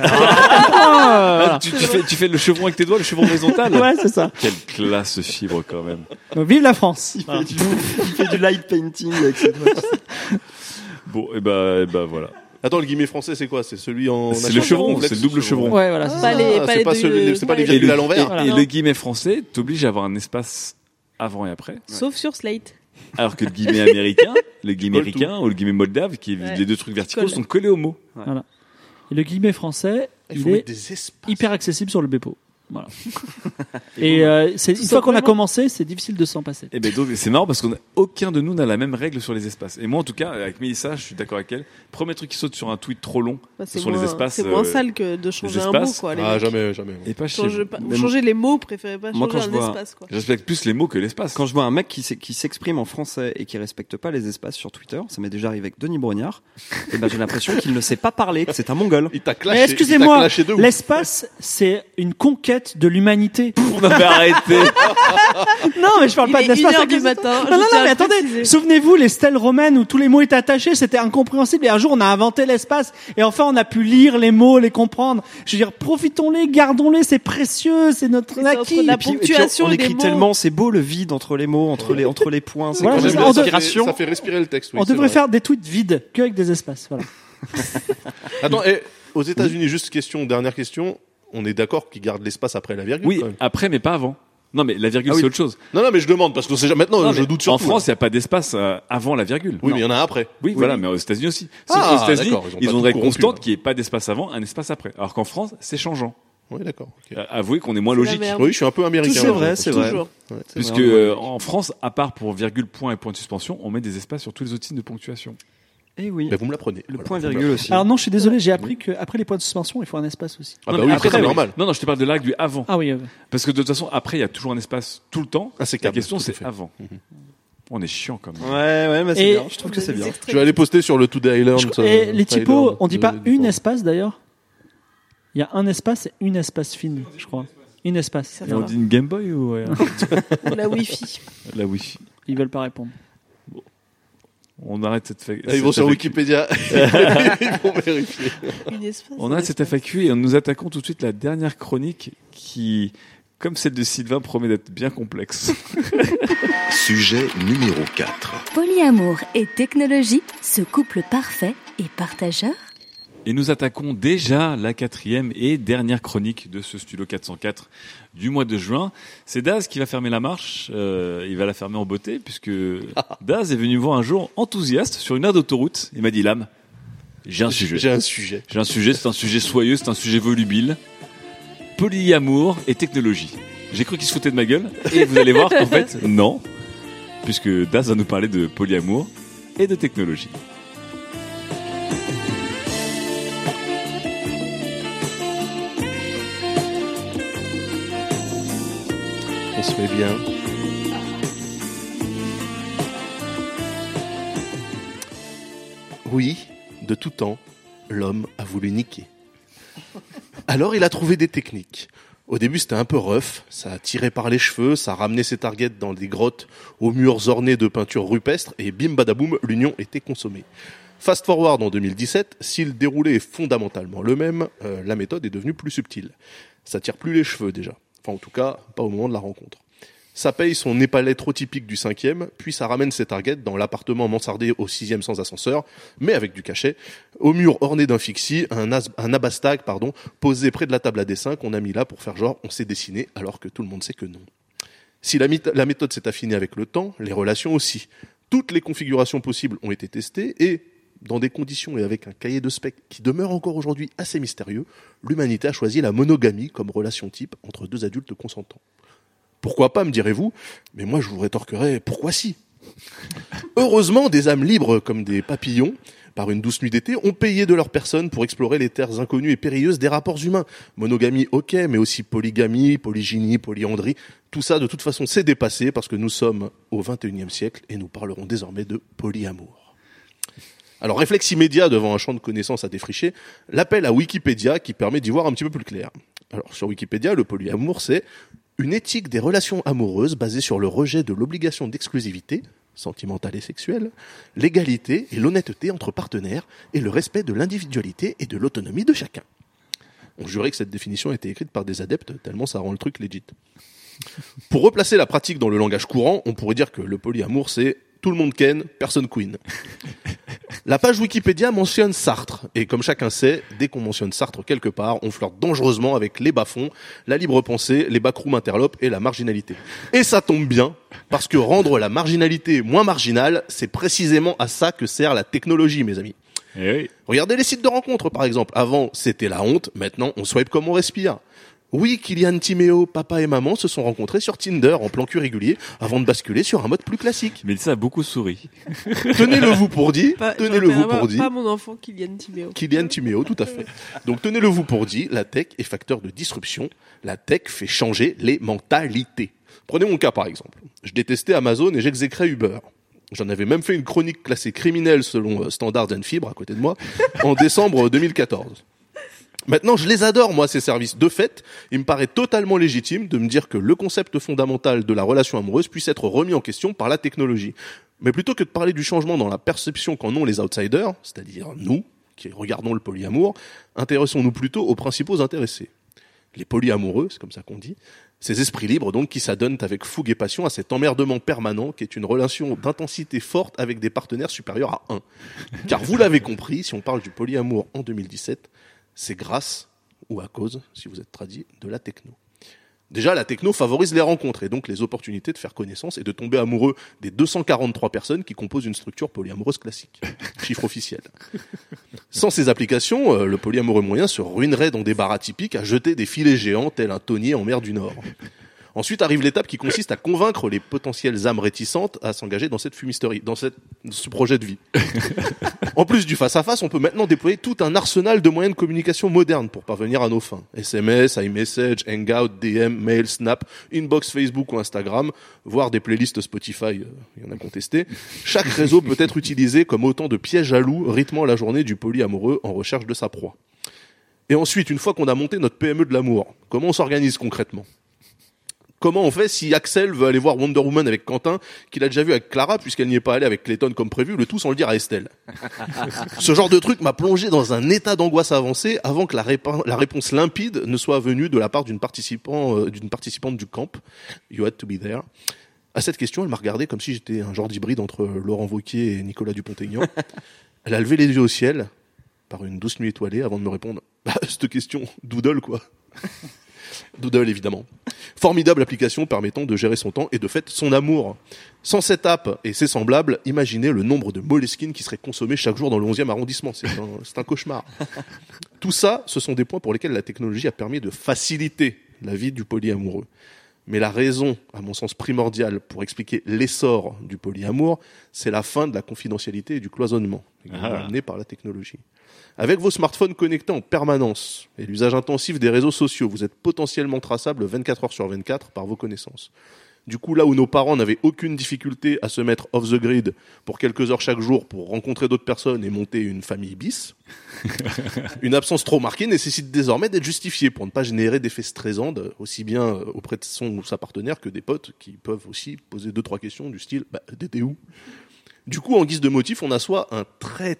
Ah, tu fais le chevron avec tes doigts, le chevron horizontal. Ouais, c'est ça. Quelle classe Fibre quand même. Donc, vive la France. il fait du light painting avec ses doigts. Bon, et bah voilà. Attends, le guillemet français, c'est quoi? C'est celui en. C'est le chevron, c'est le double chevron. Ouais, voilà. c'est Pas ça. les, c'est pas c'est pas les virgules à l'envers. Voilà. Et Non. le guillemet français t'oblige à avoir un espace avant et après. Sauf sur Slate. Alors que le guillemet américain, le guillemet colle tout. américain ou le guillemet moldave, qui est Ouais. les deux trucs verticaux, Colle. sont collés au mot. Et le guillemet français, Il il faut est mettre des espaces. hyper accessible sur le Bepo. Voilà. Et c'est une fois qu'on a simplement. commencé, c'est difficile de s'en passer. Et ben donc c'est marrant parce qu'aucun de nous n'a la même règle sur les espaces. Et moi en tout cas avec Mélissa, je suis d'accord avec elle. Premier truc qui saute sur un tweet trop long, Bah, ce sont les espaces. C'est moins sale que de changer un mot, espaces. quoi. Les Ah, mecs. jamais. Et pas chez Changer les mots, préférez pas Moi, changer quand je un vois- espace, quoi. Je respecte plus les mots que l'espace. Quand je vois un mec qui s'exprime en français et qui respecte pas les espaces sur Twitter, ça m'est déjà arrivé avec Denis Brognard, et ben j'ai l'impression qu'il ne sait pas parler, que c'est un mongol. Il t'a Mais clashé. excusez-moi, il t'a clashé de ouf. l'espace, c'est une conquête de l'humanité. On avait arrêté. Non, mais je parle Il pas est de l'espace. 1h du matin. Non, non, je tiens mais à attendez, préciser. souvenez-vous, les stèles romaines où tous les mots étaient attachés, c'était incompréhensible. Et un jour, on a inventé l'espace. Et enfin, on a pu lire les mots, les comprendre. Je veux dire, profitons-les, gardons-les, c'est précieux, c'est notre C'est entre acquis. la Et puis, ponctuation on et des écrit mots. tellement, c'est beau le vide entre les mots, entre les points. C'est Voilà, quand même c'est de ça. l'inspiration. Ça fait respirer le texte. oui, On c'est devrait vrai. faire des tweets vides, que avec des espaces. Voilà. Attends, et aux États-Unis, juste dernière question. On est d'accord qu'ils gardent l'espace après la virgule. Oui, quand même. après mais pas avant. Non mais la virgule Ah oui. c'est autre chose. Non, non, mais je demande parce que c'est maintenant, Non, je mais doute surtout. en France, il n'y a pas d'espace avant la virgule. Oui, Non. mais il y en a un après. Oui, voilà, mais aux États-Unis aussi. Ah, Sauf qu'aux États-Unis, d'accord, ils ont ils pas ont une tout règle corrompu, constante là. qui est pas d'espace avant, un espace après. Alors qu'en France, c'est changeant. Oui, d'accord. ok. Avouez qu'on est moins C'est la logique. merde. Oui, je suis un peu américain. C'est vrai, moi. c'est vrai. Toujours. Puisque en France, à part pour virgule, point et point de suspension, on met des espaces sur tous les autres signes de ponctuation. Eh oui. Ben, vous me l'apprenez. Le Voilà, point vous me virgule aussi. Alors non, je suis désolé, j'ai appris qu'après les points de suspension, il faut un espace aussi. Ah Non, bah mais oui, après, c'est oui. normal. Non, je te parle de la règle du avant. Ah oui, Parce que de toute façon, après, il y a toujours un espace tout le temps. Ah, c'est La câble, question, tout à c'est fait. avant. On est chiant quand même. Ouais, mais c'est Et- bien. Je trouve que c'est bien. Je vais aller poster sur le Today Island. Et les typos, Island, on dit pas de- une espace d'ailleurs. Il y a un espace et une espace fine, je crois. Une espace. Ça Et on va. dit une Game Boy ou La Wi-Fi. la Wi-Fi? Ils veulent pas répondre. On arrête cette Ah, ils vont sur Wikipédia. Ils vont vérifier. Une espace. On arrête cette FAQ et nous attaquons tout de suite la dernière chronique qui, comme celle de Sylvain, promet d'être bien complexe. Sujet numéro 4. Polyamour et technologie, ce couple parfait et partageur. Et nous attaquons déjà la 4e et dernière chronique de ce Studio 404 du mois de juin. C'est Daz qui va fermer la marche. Il va la fermer en beauté puisque Daz est venu me voir un jour enthousiaste sur une aire d'autoroute. Il m'a dit, Lame, j'ai un sujet. C'est un sujet soyeux, c'est un sujet volubile. Polyamour et technologie. J'ai cru qu'il se foutait de ma gueule. Et vous allez voir qu'en fait, non. Puisque Daz va nous parler de polyamour et de technologie. On se met bien. Oui, de tout temps, l'homme a voulu niquer. Alors il a trouvé des techniques. Au début c'était un peu rough, ça tirait par les cheveux, ça ramenait ses targets dans des grottes aux murs ornés de peintures rupestres et bim badaboum, l'union était consommée. Fast forward en 2017, si le déroulé est fondamentalement le même, la méthode est devenue plus subtile. Ça tire plus les cheveux déjà. Enfin, en tout cas, pas au moment de la rencontre. Ça paye son népalais trop typique du 5e, puis ça ramène ses targets dans l'appartement mansardé au 6e sans ascenseur, mais avec du cachet, au mur orné d'un fixie, un abastag, posé près de la table à dessin qu'on a mis là pour faire genre on s'est dessiné, alors que tout le monde sait que non. Si la méthode s'est affinée avec le temps, les relations aussi. Toutes les configurations possibles ont été testées et, dans des conditions et avec un cahier de spec qui demeure encore aujourd'hui assez mystérieux, l'humanité a choisi la monogamie comme relation type entre deux adultes consentants. Pourquoi pas, me direz-vous, mais moi je vous rétorquerai, pourquoi si ? Heureusement, des âmes libres comme des papillons, par une douce nuit d'été, ont payé de leur personne pour explorer les terres inconnues et périlleuses des rapports humains. Monogamie, ok, mais aussi polygamie, polygynie, polyandrie, tout ça de toute façon c'est dépassé parce que nous sommes au XXIe siècle et nous parlerons désormais de polyamour. Alors, réflexe immédiat devant un champ de connaissances à défricher, l'appel à Wikipédia qui permet d'y voir un petit peu plus clair. Alors, sur Wikipédia, le polyamour, c'est une éthique des relations amoureuses basée sur le rejet de l'obligation d'exclusivité, sentimentale et sexuelle, l'égalité et l'honnêteté entre partenaires et le respect de l'individualité et de l'autonomie de chacun. On jurait que cette définition était écrite par des adeptes, tellement ça rend le truc legit. Pour replacer la pratique dans le langage courant, on pourrait dire que le polyamour, c'est tout le monde ken, personne queen. La page Wikipédia mentionne Sartre, et comme chacun sait, dès qu'on mentionne Sartre quelque part, on flirte dangereusement avec les bas-fonds, la libre pensée, les backrooms interlopes et la marginalité. Et ça tombe bien, parce que rendre la marginalité moins marginale, c'est précisément à ça que sert la technologie, mes amis. Eh oui. Regardez les sites de rencontres, par exemple. Avant, c'était la honte, maintenant, on swipe comme on respire. Oui, Kylian, Timéo, papa et maman se sont rencontrés sur Tinder en plan cul régulier avant de basculer sur un mode plus classique. Mélissa a beaucoup souri. Tenez-le vous pour dit. Pas mon enfant Kylian Timéo. Kylian Timéo, tout à fait. Donc tenez-le vous pour dit, la tech est facteur de disruption. La tech fait changer les mentalités. Prenez mon cas par exemple. Je détestais Amazon et j'exécrais Uber. J'en avais même fait une chronique classée criminelle selon Standard & Fibre à côté de moi en décembre 2014. Maintenant, je les adore, moi, ces services. De fait, il me paraît totalement légitime de me dire que le concept fondamental de la relation amoureuse puisse être remis en question par la technologie. Mais plutôt que de parler du changement dans la perception qu'en ont les outsiders, c'est-à-dire nous, qui regardons le polyamour, intéressons-nous plutôt aux principaux intéressés. Les polyamoureux, c'est comme ça qu'on dit, ces esprits libres donc qui s'adonnent avec fougue et passion à cet emmerdement permanent qui est une relation d'intensité forte avec des partenaires supérieurs à 1. Car vous l'avez compris, si on parle du polyamour en 2017, c'est grâce, ou à cause, si vous êtes tradit, de la techno. Déjà, la techno favorise les rencontres et donc les opportunités de faire connaissance et de tomber amoureux des 243 personnes qui composent une structure polyamoureuse classique. Chiffre officiel. Sans ces applications, le polyamoureux moyen se ruinerait dans des bars atypiques à jeter des filets géants tels un thonier en mer du Nord. Ensuite arrive l'étape qui consiste à convaincre les potentielles âmes réticentes à s'engager dans cette fumisterie, dans ce projet de vie. En plus du face-à-face, on peut maintenant déployer tout un arsenal de moyens de communication modernes pour parvenir à nos fins. SMS, iMessage, Hangout, DM, Mail, Snap, Inbox Facebook ou Instagram, voire des playlists Spotify, il y en a contesté. Chaque réseau peut être utilisé comme autant de pièges à loups rythmant la journée du polyamoureux en recherche de sa proie. Et ensuite, une fois qu'on a monté notre PME de l'amour, comment on s'organise concrètement ? Comment on fait si Axel veut aller voir Wonder Woman avec Quentin, qu'il a déjà vu avec Clara, puisqu'elle n'y est pas allée avec Clayton comme prévu, le tout sans le dire à Estelle. Ce genre de truc m'a plongé dans un état d'angoisse avancé avant que la réponse limpide ne soit venue de la part d'une participante du camp. You had to be there. À cette question, elle m'a regardé comme si j'étais un genre d'hybride entre Laurent Wauquiez et Nicolas Dupont-Aignan. Elle a levé les yeux au ciel par une douce nuit étoilée avant de me répondre « Cette question, Doodle quoi ?» Doodle, évidemment. Formidable application permettant de gérer son temps et de fait son amour. Sans cette app et ses semblables, imaginez le nombre de Moleskine qui seraient consommés chaque jour dans le 11e arrondissement. C'est un cauchemar. Tout ça, ce sont des points pour lesquels la technologie a permis de faciliter la vie du polyamoureux. Mais la raison, à mon sens primordiale, pour expliquer l'essor du polyamour, c'est la fin de la confidentialité et du cloisonnement, amené par la technologie. Avec vos smartphones connectés en permanence et l'usage intensif des réseaux sociaux, vous êtes potentiellement traçable 24 heures sur 24 par vos connaissances. Du coup, là où nos parents n'avaient aucune difficulté à se mettre off the grid pour quelques heures chaque jour pour rencontrer d'autres personnes et monter une famille bis, une absence trop marquée nécessite désormais d'être justifiée pour ne pas générer d'effets stressants aussi bien auprès de son ou sa partenaire que des potes qui peuvent aussi poser 2-3 questions du style « t'étais où ?» Du coup, en guise de motif, on assoit un très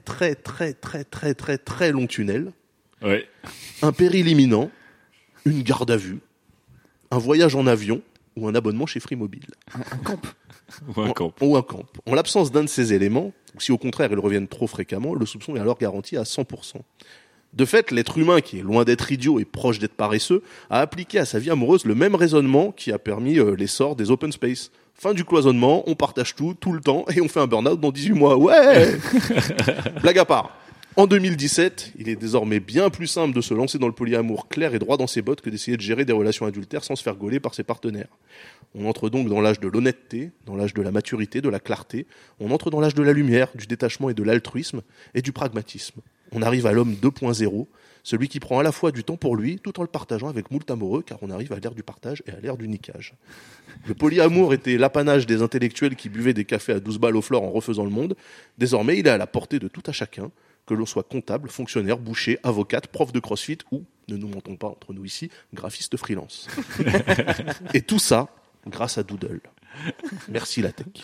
long tunnel, un péril imminent, une garde à vue, un voyage en avion ou un abonnement chez Free Mobile. Un camp. Ou un camp. En l'absence d'un de ces éléments, ou si au contraire ils reviennent trop fréquemment, le soupçon est alors garanti à 100%. De fait, l'être humain, qui est loin d'être idiot et proche d'être paresseux, a appliqué à sa vie amoureuse le même raisonnement qui a permis l'essor des open space. Fin du cloisonnement, on partage tout le temps, et on fait un burn-out dans 18 mois. Ouais. Blague à part. En 2017, il est désormais bien plus simple de se lancer dans le polyamour clair et droit dans ses bottes que d'essayer de gérer des relations adultères sans se faire gauler par ses partenaires. On entre donc dans l'âge de l'honnêteté, dans l'âge de la maturité, de la clarté. On entre dans l'âge de la lumière, du détachement et de l'altruisme, et du pragmatisme. On arrive à l'homme 2.0, celui qui prend à la fois du temps pour lui, tout en le partageant avec moult amoureux, car on arrive à l'ère du partage et à l'ère du niquage. Le polyamour était l'apanage des intellectuels qui buvaient des cafés à 12 balles au flore en refaisant le monde. Désormais, il est à la portée de tout à chacun, que l'on soit comptable, fonctionnaire, boucher, avocate, prof de crossfit ou, ne nous mentons pas entre nous ici, graphiste freelance. Et tout ça, grâce à Doodle. Merci la tech.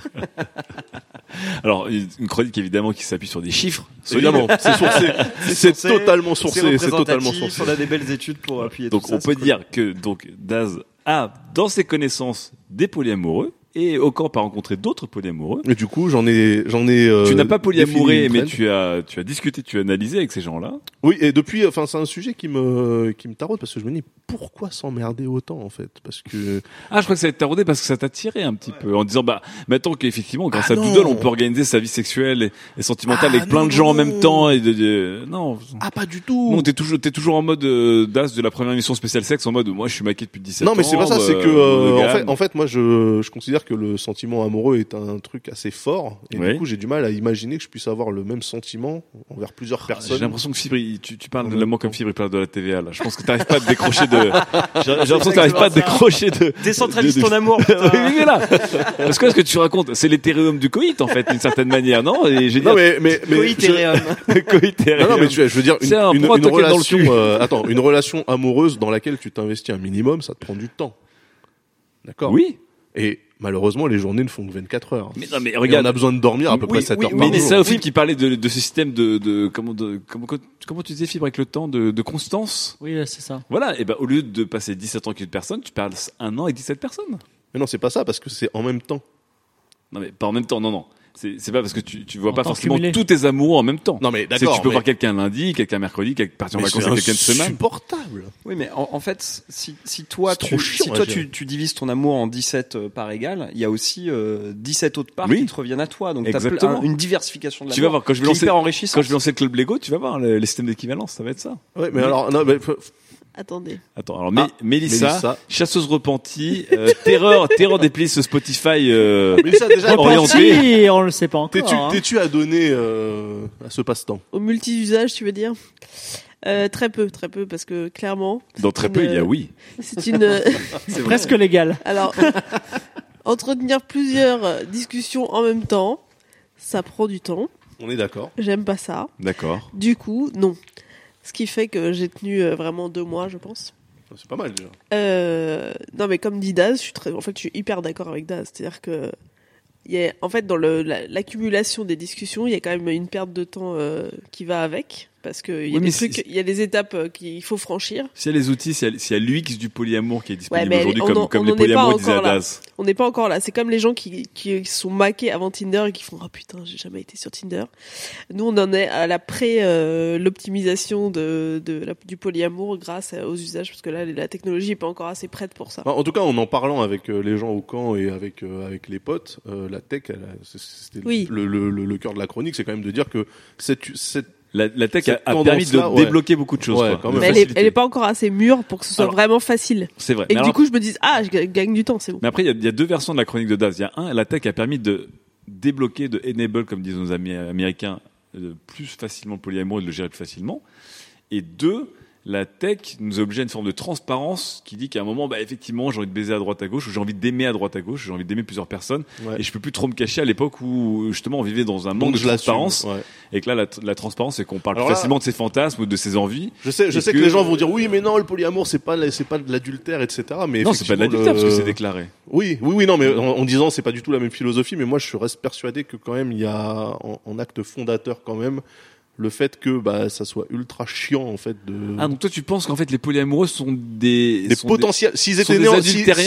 Alors, une chronique évidemment qui s'appuie sur des chiffres. Évidemment, c'est sourcé. C'est totalement sourcé. C'est totalement sourcé. On a des belles études pour appuyer donc, tout ça. Donc, on peut dire que Daz a, dans ses connaissances, des polyamoureux. Et au camp a rencontré d'autres polyamoureux. Et du coup, j'en ai. Tu n'as pas polyamouré, mais tu as discuté, tu as analysé avec ces gens-là. Oui, et depuis, enfin, c'est un sujet qui me taraude parce que je me dis pourquoi s'emmerder autant en fait, parce que. Ah, je crois que ça t'a taraudé parce que ça t'a tiré un petit peu en disant maintenant qu'effectivement grâce à Doodle on peut organiser sa vie sexuelle et sentimentale avec plein de gens en même temps et non. Ah, pas du tout. Non, t'es toujours en mode Daz de la première émission spéciale sexe en mode moi je suis maqué depuis 17 ans. Non, mais c'est pas ça, c'est que en fait moi je considère que le sentiment amoureux est un truc assez fort et du coup j'ai du mal à imaginer que je puisse avoir le même sentiment envers plusieurs personnes. J'ai l'impression que Fibre, tu parles de l'amour comme Fibre il parle de la TVA là. Je pense que t'arrives pas à te décrocher de. J'ai l'impression que t'arrives pas à te décrocher de. Décentralise ton amour. Oui, là. Parce que ce que tu racontes, c'est l'éthéréum du coït en fait d'une certaine manière, non? Et j'ai dit. Non mais coïtéréum. Non mais je veux dire une relation. Une relation amoureuse dans laquelle tu t'investis un minimum, ça te prend du temps. D'accord. Oui. Et malheureusement, les journées ne font que 24 heures. Mais non, mais regarde, on a besoin de dormir à peu près 7 heures par jour. Mais ça aussi qui parlait de ce système de comment tu disais Fibre avec le temps de constance. Oui, c'est ça. Voilà, et ben au lieu de passer 17 ans avec une personne, tu parles 1 an avec 17 personnes. Mais non, c'est pas ça parce que c'est en même temps. Non mais pas en même temps, non. C'est pas parce que tu vois pas forcément tous tes amoureux en même temps. Non mais d'accord. Tu peux voir quelqu'un lundi, quelqu'un mercredi, partir en vacances avec quelqu'un de semaine. C'est insupportable. Oui, mais en fait, si toi tu divises ton amour en 17 parts égales, il y a aussi 17 autres parts qui te reviennent à toi. Donc t'as une diversification de l'amour. Tu vas voir quand je vais lancer le club Lego, tu vas voir les systèmes d'équivalence, ça va être ça. Ouais, mais alors non, mais Attendez. Attends, alors Mélissa, chasseuse repentie, terreur des playlists Spotify Mélissa, déjà orientée. On le sait pas encore. T'es-tu à donner à ce passe-temps? Au multi-usage, tu veux dire? Très peu, parce que clairement. Dans très peu, il y a oui. C'est une. C'est presque légal. Alors, entretenir plusieurs discussions en même temps, ça prend du temps. On est d'accord. J'aime pas ça. D'accord. Du coup, non. Ce qui fait que j'ai tenu vraiment 2 mois, je pense. C'est pas mal déjà. Non, mais comme dit Daz, je suis hyper d'accord avec Daz. C'est-à-dire que en fait, dans l'accumulation des discussions, il y a quand même une perte de temps qui va avec. Parce qu'il y a des trucs, il y a des étapes qu'il faut franchir. S'il y a les outils, s'il y a l'UX du polyamour qui est disponible ouais, aujourd'hui, comme les polyamours disaient à Daz. On n'est pas encore là. C'est comme les gens qui sont maqués avant Tinder et qui font « Oh putain, j'ai jamais été sur Tinder ». Nous, on en est à l'optimisation du polyamour grâce aux usages, parce que là, la technologie n'est pas encore assez prête pour ça. En tout cas, en parlant avec les gens au camp et avec les potes, la tech, c'était le cœur de la chronique, c'est quand même de dire que la tech a permis de débloquer beaucoup de choses. Mais elle est pas encore assez mûre pour que ce soit vraiment facile. C'est vrai. Et que du coup, je me dise, je gagne du temps, c'est bon. Mais après, il y a deux versions de la chronique de Daz. Il y a la tech a permis de débloquer, de enable, comme disent nos amis américains, plus facilement le polyamour et de le gérer plus facilement. Et deux, la tech nous oblige à une forme de transparence qui dit qu'à un moment, effectivement, j'ai envie de baiser à droite à gauche, ou j'ai envie d'aimer à droite à gauche, j'ai envie d'aimer plusieurs personnes, et je peux plus trop me cacher à l'époque où justement on vivait dans un monde de transparence, et que là, la transparence, c'est qu'on parle plus facilement de ses fantasmes ou de ses envies. Je sais que les gens vont dire oui, mais non, le polyamour, c'est pas de l'adultère, etc. Mais non, c'est pas de l'adultère parce que c'est déclaré. Oui, non, mais en disant c'est pas du tout la même philosophie, mais moi je reste persuadé que quand même il y a en acte fondateur quand même le fait que ça soit ultra chiant en fait de. Ah, donc toi tu penses qu'en fait les polyamoureux sont des potentiels s'ils étaient nés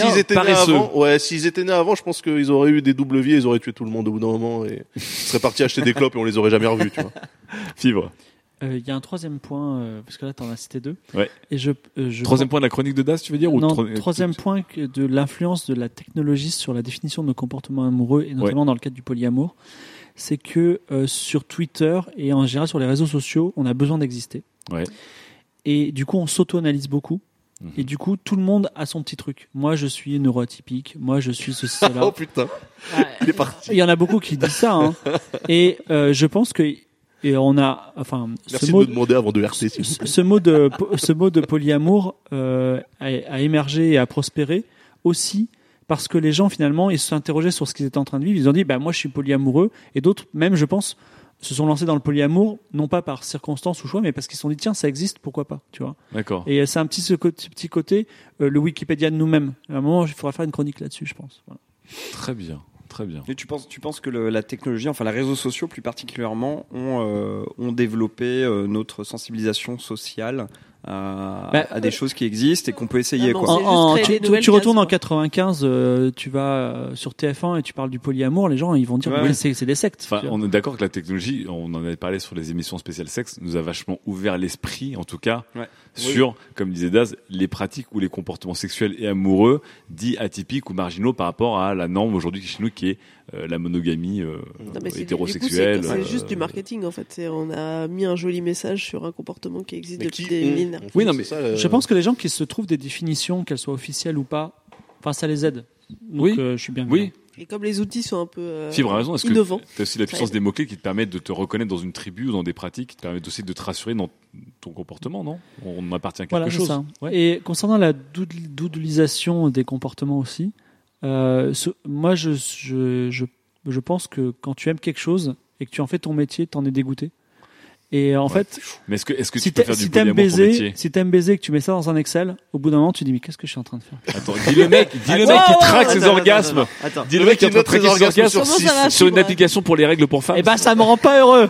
avant, s'ils étaient nés avant, je pense qu'ils auraient eu des doubles vies, ils auraient tué tout le monde au bout d'un moment et ils seraient partis acheter des clopes et on les aurait jamais revus, tu vois. Fibre. Il y a un troisième point, parce que là t'en as cité deux. Ouais. Et troisième point de la chronique de Das, tu veux dire ou troisième point de l'influence de la technologie sur la définition de nos comportements amoureux et notamment dans le cadre du polyamour. C'est que sur Twitter et en général sur les réseaux sociaux, on a besoin d'exister. Ouais. Et du coup, on s'auto-analyse beaucoup. Et du coup, tout le monde a son petit truc. Moi, je suis neuroatypique. Moi, je suis ceci, cela. Oh putain, il est parti. Il y en a beaucoup qui disent ça. Hein. Et je pense que on a, merci de me demander avant de RT. Ce mot de polyamour a émergé et a prospéré aussi. Parce que les gens, finalement, ils se sont interrogés sur ce qu'ils étaient en train de vivre. Ils ont dit, moi, je suis polyamoureux. Et d'autres, même, je pense, se sont lancés dans le polyamour, non pas par circonstance ou choix, mais parce qu'ils se sont dit, tiens, ça existe, pourquoi pas, tu vois. D'accord. Et c'est un petit côté, le Wikipédia de nous-mêmes. À un moment, il faudra faire une chronique là-dessus, je pense. Voilà. Très bien. Très bien. Et tu penses que la technologie, enfin les réseaux sociaux plus particulièrement, ont développé notre sensibilisation sociale à des choses qui existent et qu'on peut essayer. Tu retournes en 95, tu vas sur TF1 et tu parles du polyamour, les gens ils vont dire c'est des sectes. Enfin, on est d'accord que la technologie, on en avait parlé sur les émissions spéciales sexe, nous a vachement ouvert l'esprit, en tout cas, sur, comme disait Daz, les pratiques ou les comportements sexuels et amoureux dits atypiques ou marginaux par rapport à la norme aujourd'hui chez nous qui est la monogamie hétérosexuelle. C'est juste du marketing en fait. On a mis un joli message sur un comportement qui existe depuis des millénaires. Oui, non, mais je pense que les gens qui se trouvent des définitions, qu'elles soient officielles ou pas, ça les aide. Donc, je suis bien. Oui. Et comme les outils sont un peu Fibre a raison, est-ce innovants. que tu as aussi la puissance des mots-clés qui te permettent de te reconnaître dans une tribu ou dans des pratiques, qui te permettent aussi de te rassurer dans ton comportement, non ? On appartient à quelque chose. Ça. Ouais. Et concernant la doodlisation des comportements aussi, moi je pense que quand tu aimes quelque chose et que tu en fais ton métier, t'en es dégoûté. Et en fait, mais est-ce que tu peux faire du polyamour ton métier ? Si t'aimes baiser et que tu mets ça dans un Excel, au bout d'un moment tu dis mais qu'est-ce que je suis en train de faire ? Attends, dis le mec qui traque ses orgasmes. Dis le mec qui est en train de traquer ses orgasmes sur une application pour les règles pour femmes. Ça me rend pas heureux.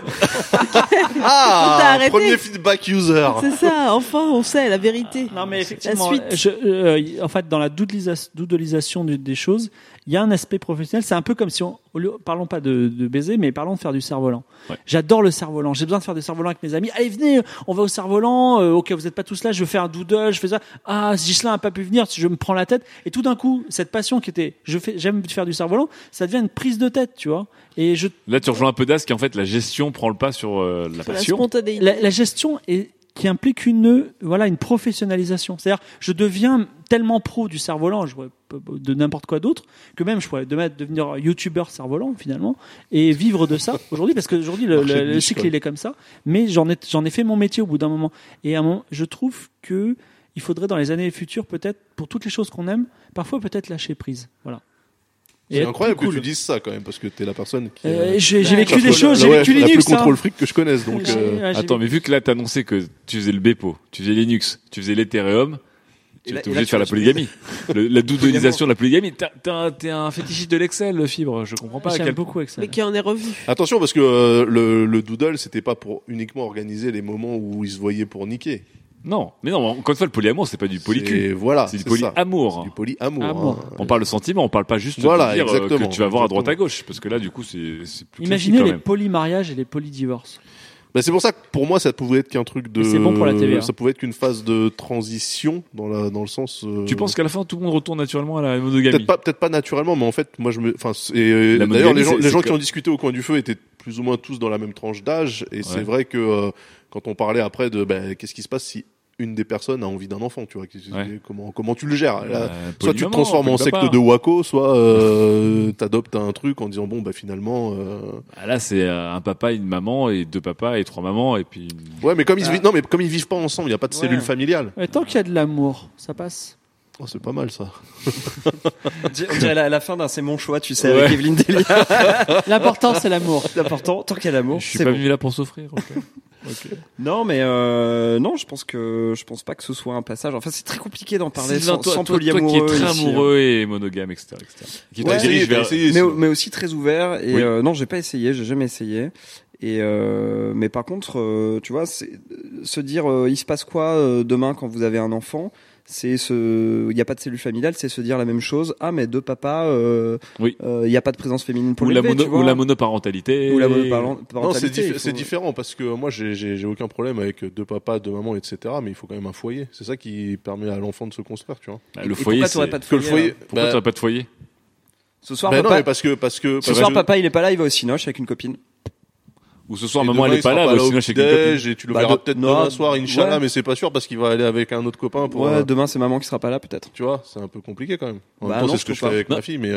Premier feedback user. C'est ça, enfin on sait la vérité. Non mais effectivement, en fait dans la doodlisation des choses, il y a un aspect professionnel. C'est un peu comme si parlons pas de baiser, mais parlons de faire du cerf-volant. Ouais. J'adore le cerf-volant. J'ai besoin de faire du cerf-volant avec mes amis. Allez, venez, on va au cerf-volant. Ok, vous êtes pas tous là. Je veux faire un doodle. Je fais ça. Ah, Ghislain a pas pu venir. Je me prends la tête. Et tout d'un coup, cette passion qui était, j'aime faire du cerf-volant, ça devient une prise de tête, tu vois. Et là, tu rejoins un peu Das qui en fait la gestion prend le pas sur la passion. La gestion qui implique une professionnalisation. C'est-à-dire, je deviens tellement pro du cerf-volant, de n'importe quoi d'autre, que même je pourrais devenir youtubeur cerf-volant finalement et vivre de ça aujourd'hui, parce qu'aujourd'hui le cycle il est comme ça. Mais j'en ai fait mon métier au bout d'un moment. Et à un moment, je trouve que il faudrait dans les années futures peut-être pour toutes les choses qu'on aime, parfois peut-être lâcher prise. Voilà. C'est incroyable que tu dises ça quand même, parce que t'es la personne qui. J'ai vécu des choses, j'ai vécu Linux. La plus contrôle fric que je connaisse, donc. Attends, mais vu que là t'as annoncé que tu faisais le Bepo, tu faisais Linux, tu faisais l'Ethereum, tu es obligé de faire la polygamie. La doodlisation de la polygamie. T'es un fétichiste de l'Excel, Fibre. Je comprends pas. J'aime beaucoup Excel. Mais qui en est revu. Attention, parce que le doodle, c'était pas pour uniquement organiser les moments où ils se voyaient pour niquer. Non, mais non, encore une fois, le polyamour, c'est pas du polycul. Voilà, c'est du polyamour. C'est du polyamour. On parle de sentiment, on parle pas juste de dire que tu vas voir à droite à gauche, parce que là, du coup, c'est plus. Imaginez les polymariages et les polydivorces. Bah c'est pour ça que pour moi ça pouvait être qu'un truc de. C'est bon pour la TVA. Ça pouvait être qu'une phase de transition dans le sens. Tu penses qu'à la fin tout le monde retourne naturellement à la monogamie? Peut-être pas naturellement, mais en fait moi d'ailleurs les gens qui ont discuté au coin du feu étaient plus ou moins tous dans la même tranche d'âge et c'est vrai que quand on parlait après de qu'est-ce qui se passe si une des personnes a envie d'un enfant, tu vois, comment tu le gères là, soit tu te transformes en secte de Waco, soit t'adoptes un truc en disant finalement là c'est un papa, une maman et deux papas et trois mamans et puis ouais mais comme ils vivent pas ensemble, il y a pas de cellule familiale. Ouais, tant qu'il y a de l'amour, ça passe. Oh, c'est pas mal ça. On dirait la fin d'un C'est mon choix, tu sais, avec Evelyne Delia. L'important c'est l'amour. L'important, tant qu'il y a l'amour, je suis pas venu là pour s'offrir. Okay. Non, mais non, je pense pas que ce soit un passage. Enfin, c'est très compliqué d'en parler sans polyamoureux. Toi qui es très amoureux et monogame, etc. Qui mais aussi très ouvert. Et non, j'ai jamais essayé. Et mais par contre, tu vois, c'est se dire, il se passe quoi demain quand vous avez un enfant? Il y a pas de cellule familiale, c'est se dire la même chose. Ah, mais deux papas, il y a pas de présence féminine pour l'élever, ou la monoparentalité. Ou la monoparentalité. Non, c'est différent parce que moi, j'ai aucun problème avec deux papas, deux mamans, etc. Mais il faut quand même un foyer. C'est ça qui permet à l'enfant de se construire, tu vois. Le foyer, pourquoi t'aurais pas de foyer? Pourquoi t'aurais pas de foyer? Ce soir, papa. Non, mais parce que. Ce soir, papa, il est pas là, il va au cinoche avec une copine. Ou ce soir, maman, elle est pas là, elle va au chez une copine. Et tu le verras peut-être demain soir, Inch'Allah, mais c'est pas sûr parce qu'il va aller avec un autre copain pour. Ouais, demain, c'est maman qui sera pas là, peut-être. Tu vois, c'est un peu compliqué quand même. En même temps, c'est ce que je fais avec ma fille, mais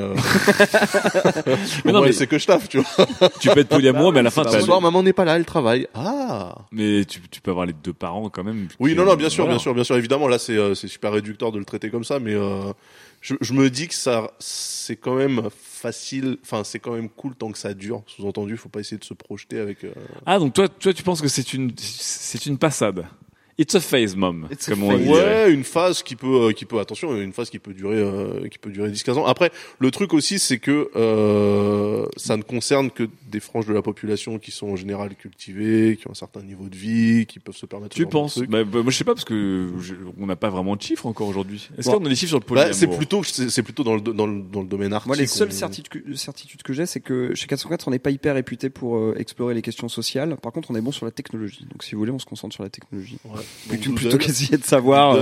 mais non, mais c'est que je taffe, tu vois. Tu peux être polyamoureux, mais à la fin, ce soir, maman n'est pas là, elle travaille. Ah. Mais tu peux avoir les deux parents quand même. Oui, non, bien sûr, évidemment, là, c'est super réducteur de le traiter comme ça, mais je me dis que c'est quand même facile, enfin c'est quand même cool tant que ça dure. Sous-entendu, faut pas essayer de se projeter avec. Ah donc toi tu penses que c'est une passade. It's a phase, mom. Comme on dit. Ouais, une phase qui peut attention, une phase qui peut durer 10-15 ans. Après, le truc aussi, c'est que ça ne concerne que des franges de la population qui sont en général cultivées, qui ont un certain niveau de vie, qui peuvent se permettre. Tu penses? Moi, je sais pas parce que on n'a pas vraiment de chiffres encore aujourd'hui. Est-ce qu'on a des chiffres sur le polyamour? C'est plutôt dans le domaine artistique. Moi, les seules certitudes que j'ai, c'est que chez 404, on n'est pas hyper réputé pour explorer les questions sociales. Par contre, on est bon sur la technologie. Donc, si vous voulez, on se concentre sur la technologie. Ouais. Plutôt qu'essayer de savoir.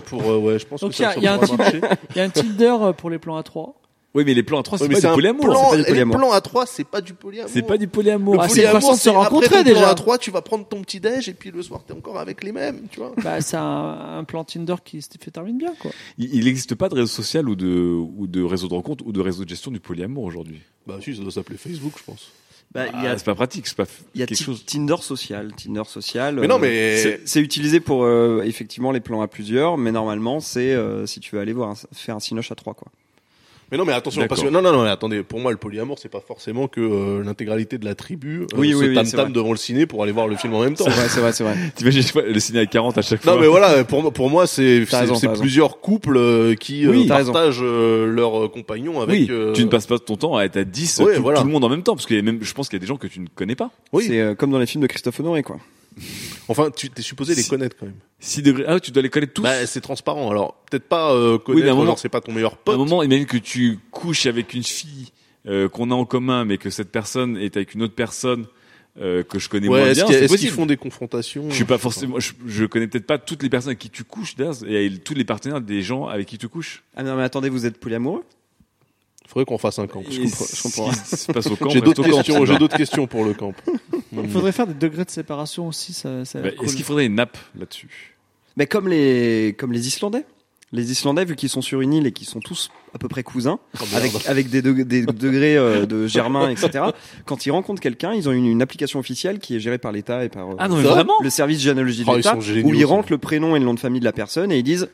Je pense donc que ça il y a un Tinder pour les plans A3. Oui, mais les plans A3, c'est pas du polyamour. Les plans A3, c'est pas du polyamour. C'est pas du polyamour. C'est une façon de se rencontrer déjà. Après ton plan A3, tu vas prendre ton petit déj et puis le soir t'es encore avec les mêmes, tu vois. Bah, c'est un plan Tinder qui se fait terminer bien, quoi. Il n'existe pas de réseau social ou de réseau de rencontre ou de réseau de gestion du polyamour aujourd'hui. Bah si, ça doit s'appeler Facebook, je pense. C'est pas pratique, c'est pas quelque chose. Tinder social. Mais non, mais c'est utilisé pour effectivement les plans à plusieurs, mais normalement c'est si tu veux aller faire un cinoche à 3 quoi. Mais non, mais attention, parce que non, mais attendez, pour moi le polyamour c'est pas forcément que l'intégralité de la tribu se tam-tam devant le ciné pour aller voir le film en même temps. C'est vrai. T'imagines le ciné à 40 à chaque fois. Non mais voilà, pour moi c'est plusieurs couples qui partagent leurs compagnons avec. Oui, tu ne passes pas ton temps à être à 10 tout le monde en même temps parce que je pense qu'il y a des gens que tu ne connais pas. Oui. C'est comme dans les films de Christophe Honoré quoi. Enfin, tu t'es supposé les connaître quand même. 6 degrés. Ah, tu dois les connaître tous. Bah, c'est transparent. Alors, peut-être pas connaître, c'est pas ton meilleur pote. À un moment, imagine que tu couches avec une fille qu'on a en commun, mais que cette personne est avec une autre personne que je connais moins bien. Est-ce qu'ils font des confrontations? Je suis pas forcément. Je connais peut-être pas toutes les personnes avec qui tu couches, d'ailleurs, et tous les partenaires des gens avec qui tu couches. Ah non, mais attendez, vous êtes polyamoureux? Faudrait qu'on fasse un camp. Je comprends. J'ai d'autres questions pour le camp. Il faudrait faire des degrés de séparation aussi. Est-ce qu'il faudrait une nappe là-dessus? Mais comme les Islandais. Les Islandais, vu qu'ils sont sur une île et qu'ils sont tous à peu près cousins, avec des degrés de germain, etc. Quand ils rencontrent quelqu'un, ils ont une application officielle qui est gérée par l'État et par le service généalogie de l'État, où ils rentrent le prénom et le nom de famille de la personne et ils disent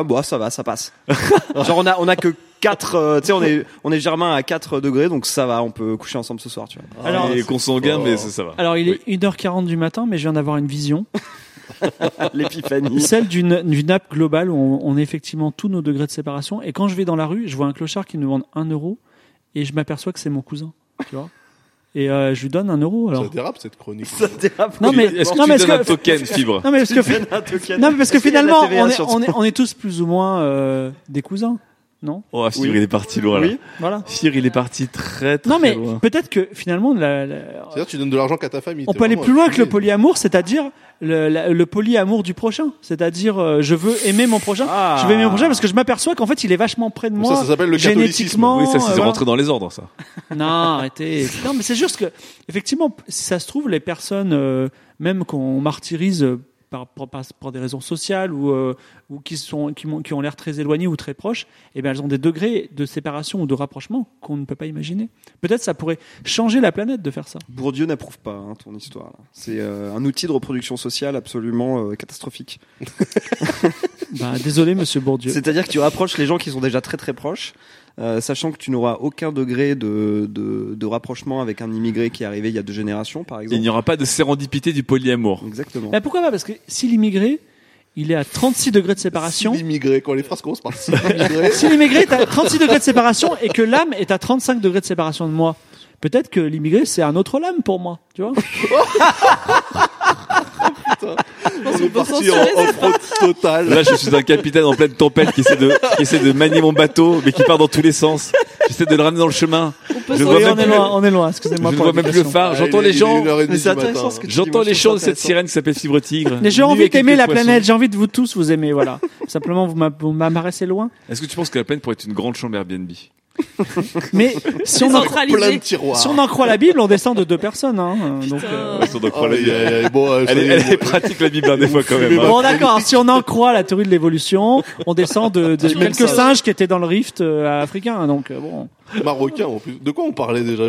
ça passe. Genre on a que 4, tu sais, on est germain à 4 degrés, donc ça va, on peut coucher ensemble ce soir, tu vois. Alors, et consanguin, mais ça va. Alors, il est 1h40 du matin, mais je viens d'avoir une vision. L'épiphanie. Celle d'une app globale où on a effectivement tous nos degrés de séparation. Et quand je vais dans la rue, je vois un clochard qui me demande 1 euro et je m'aperçois que c'est mon cousin, tu vois. et je lui donne 1 euro. Alors. Ça dérape cette chronique. Ça dérape. Non mais Est-ce que tu donnes un token fibre? Non mais parce que finalement on est tous plus ou moins des cousins. Non. Oh, Fibre, il est parti loin, là. Oui. Voilà. Fibre, il est parti très non, mais loin. peut-être que finalement, c'est-à-dire, tu donnes de l'argent qu'à ta famille. On peut aller plus loin que le polyamour, c'est-à-dire le polyamour du prochain. C'est-à-dire, je veux aimer mon prochain. Je veux aimer mon prochain parce que je m'aperçois qu'en fait, il est vachement près de moi. Ça s'appelle le génétiquement. Oui, ça, c'est rentré dans les ordres, ça. Non, arrêtez. Non, mais c'est juste que, effectivement, si ça se trouve, les personnes, même qu'on martyrise, par des raisons sociales ou qui ont l'air très éloignées ou très proches, eh bien elles ont des degrés de séparation ou de rapprochement qu'on ne peut pas imaginer. Peut-être ça pourrait changer la planète de faire ça. Bourdieu n'approuve pas ton histoire. Là. C'est un outil de reproduction sociale absolument catastrophique. Désolé, monsieur Bourdieu. C'est-à-dire que tu rapproches les gens qui sont déjà très très proches, sachant que tu n'auras aucun degré de rapprochement avec un immigré qui est arrivé il y a 2 générations, par exemple. Et il n'y aura pas de sérendipité du polyamour. Exactement. Pourquoi pas ? Parce que si l'immigré, il est à 36 degrés de séparation. Si l'immigré, quand les phrases commencent par si l'immigré. Si l'immigré est à 36 degrés de séparation et que l'âme est à 35 degrés de séparation de moi, peut-être que l'immigré, c'est un autre l'âme pour moi, tu vois. On est parti en off-road total. Là, je suis un capitaine en pleine tempête qui essaie de manier mon bateau, mais qui part dans tous les sens. J'essaie de le ramener dans le chemin. On est loin, excusez-moi. Je ne vois même plus le phare. J'entends les gens. Mais c'est intéressant ce que tu J'entends dis, les chants de cette sirène qui s'appelle Fibre Tigre. Mais j'ai envie d'aimer la planète, j'ai envie de vous tous vous aimer, voilà. Simplement, vous m'apparaissez loin. Est-ce que tu penses que la planète pourrait être une grande chambre Airbnb? Mais si on en croit la Bible, on descend de 2 personnes. Hein, donc, elle est pratique la Bible des fois quand même. Bon d'accord, si on en croit la théorie de l'évolution, on descend de quelques singes qui étaient dans le rift africain. Donc bon. Marocain en plus. De quoi on parlait déjà?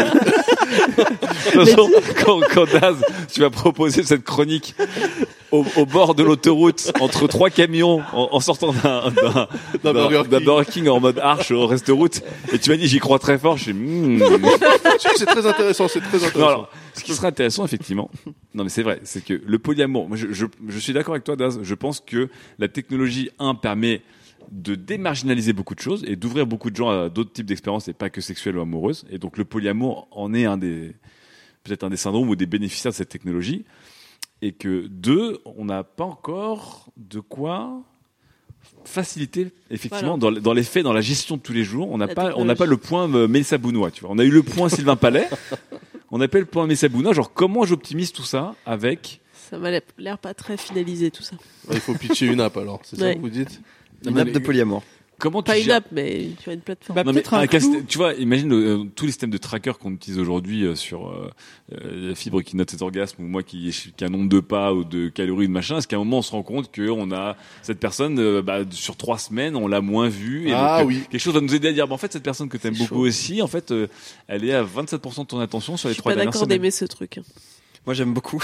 Quand Daz, tu vas proposer cette chronique au bord de l'autoroute entre 3 camions en sortant d'un Burger King en mode arche au reste-route, et tu m'as dit j'y crois très fort, je suis c'est très intéressant, Non, alors, ce qui serait intéressant effectivement, non mais c'est vrai, c'est que le polyamour, moi je suis d'accord avec toi Daz, je pense que la technologie permet de démarginaliser beaucoup de choses et d'ouvrir beaucoup de gens à d'autres types d'expériences et pas que sexuelles ou amoureuses, et donc le polyamour en est peut-être un des syndromes ou des bénéficiaires de cette technologie, et que 2, on n'a pas encore de quoi faciliter effectivement dans les faits, dans la gestion de tous les jours. On n'a pas le point Mélissa Bounois, tu vois. On a eu le point Sylvain Palais, on appelle le point Mélissa Bounois, genre comment j'optimise tout ça avec... Ça m'a l'air pas très finalisé tout ça. Il faut pitcher une app alors, c'est ça que vous dites? Une app de polyamour. Comment pas tu une gères... app, mais tu as une plateforme. Tu vois, imagine tous les systèmes de tracker qu'on utilise aujourd'hui sur Fibre qui note ses orgasmes, ou moi qui a un nombre de pas ou de calories, de machin. Est-ce qu'à un moment on se rend compte qu'on a cette personne sur 3 semaines, on l'a moins vue, et donc, quelque chose va nous aider à dire en fait cette personne que t'aimes beaucoup aussi, en fait elle est à 27% de ton attention sur les 3 dernières semaines. Je suis pas d'accord d'aimer ce truc. Moi j'aime beaucoup.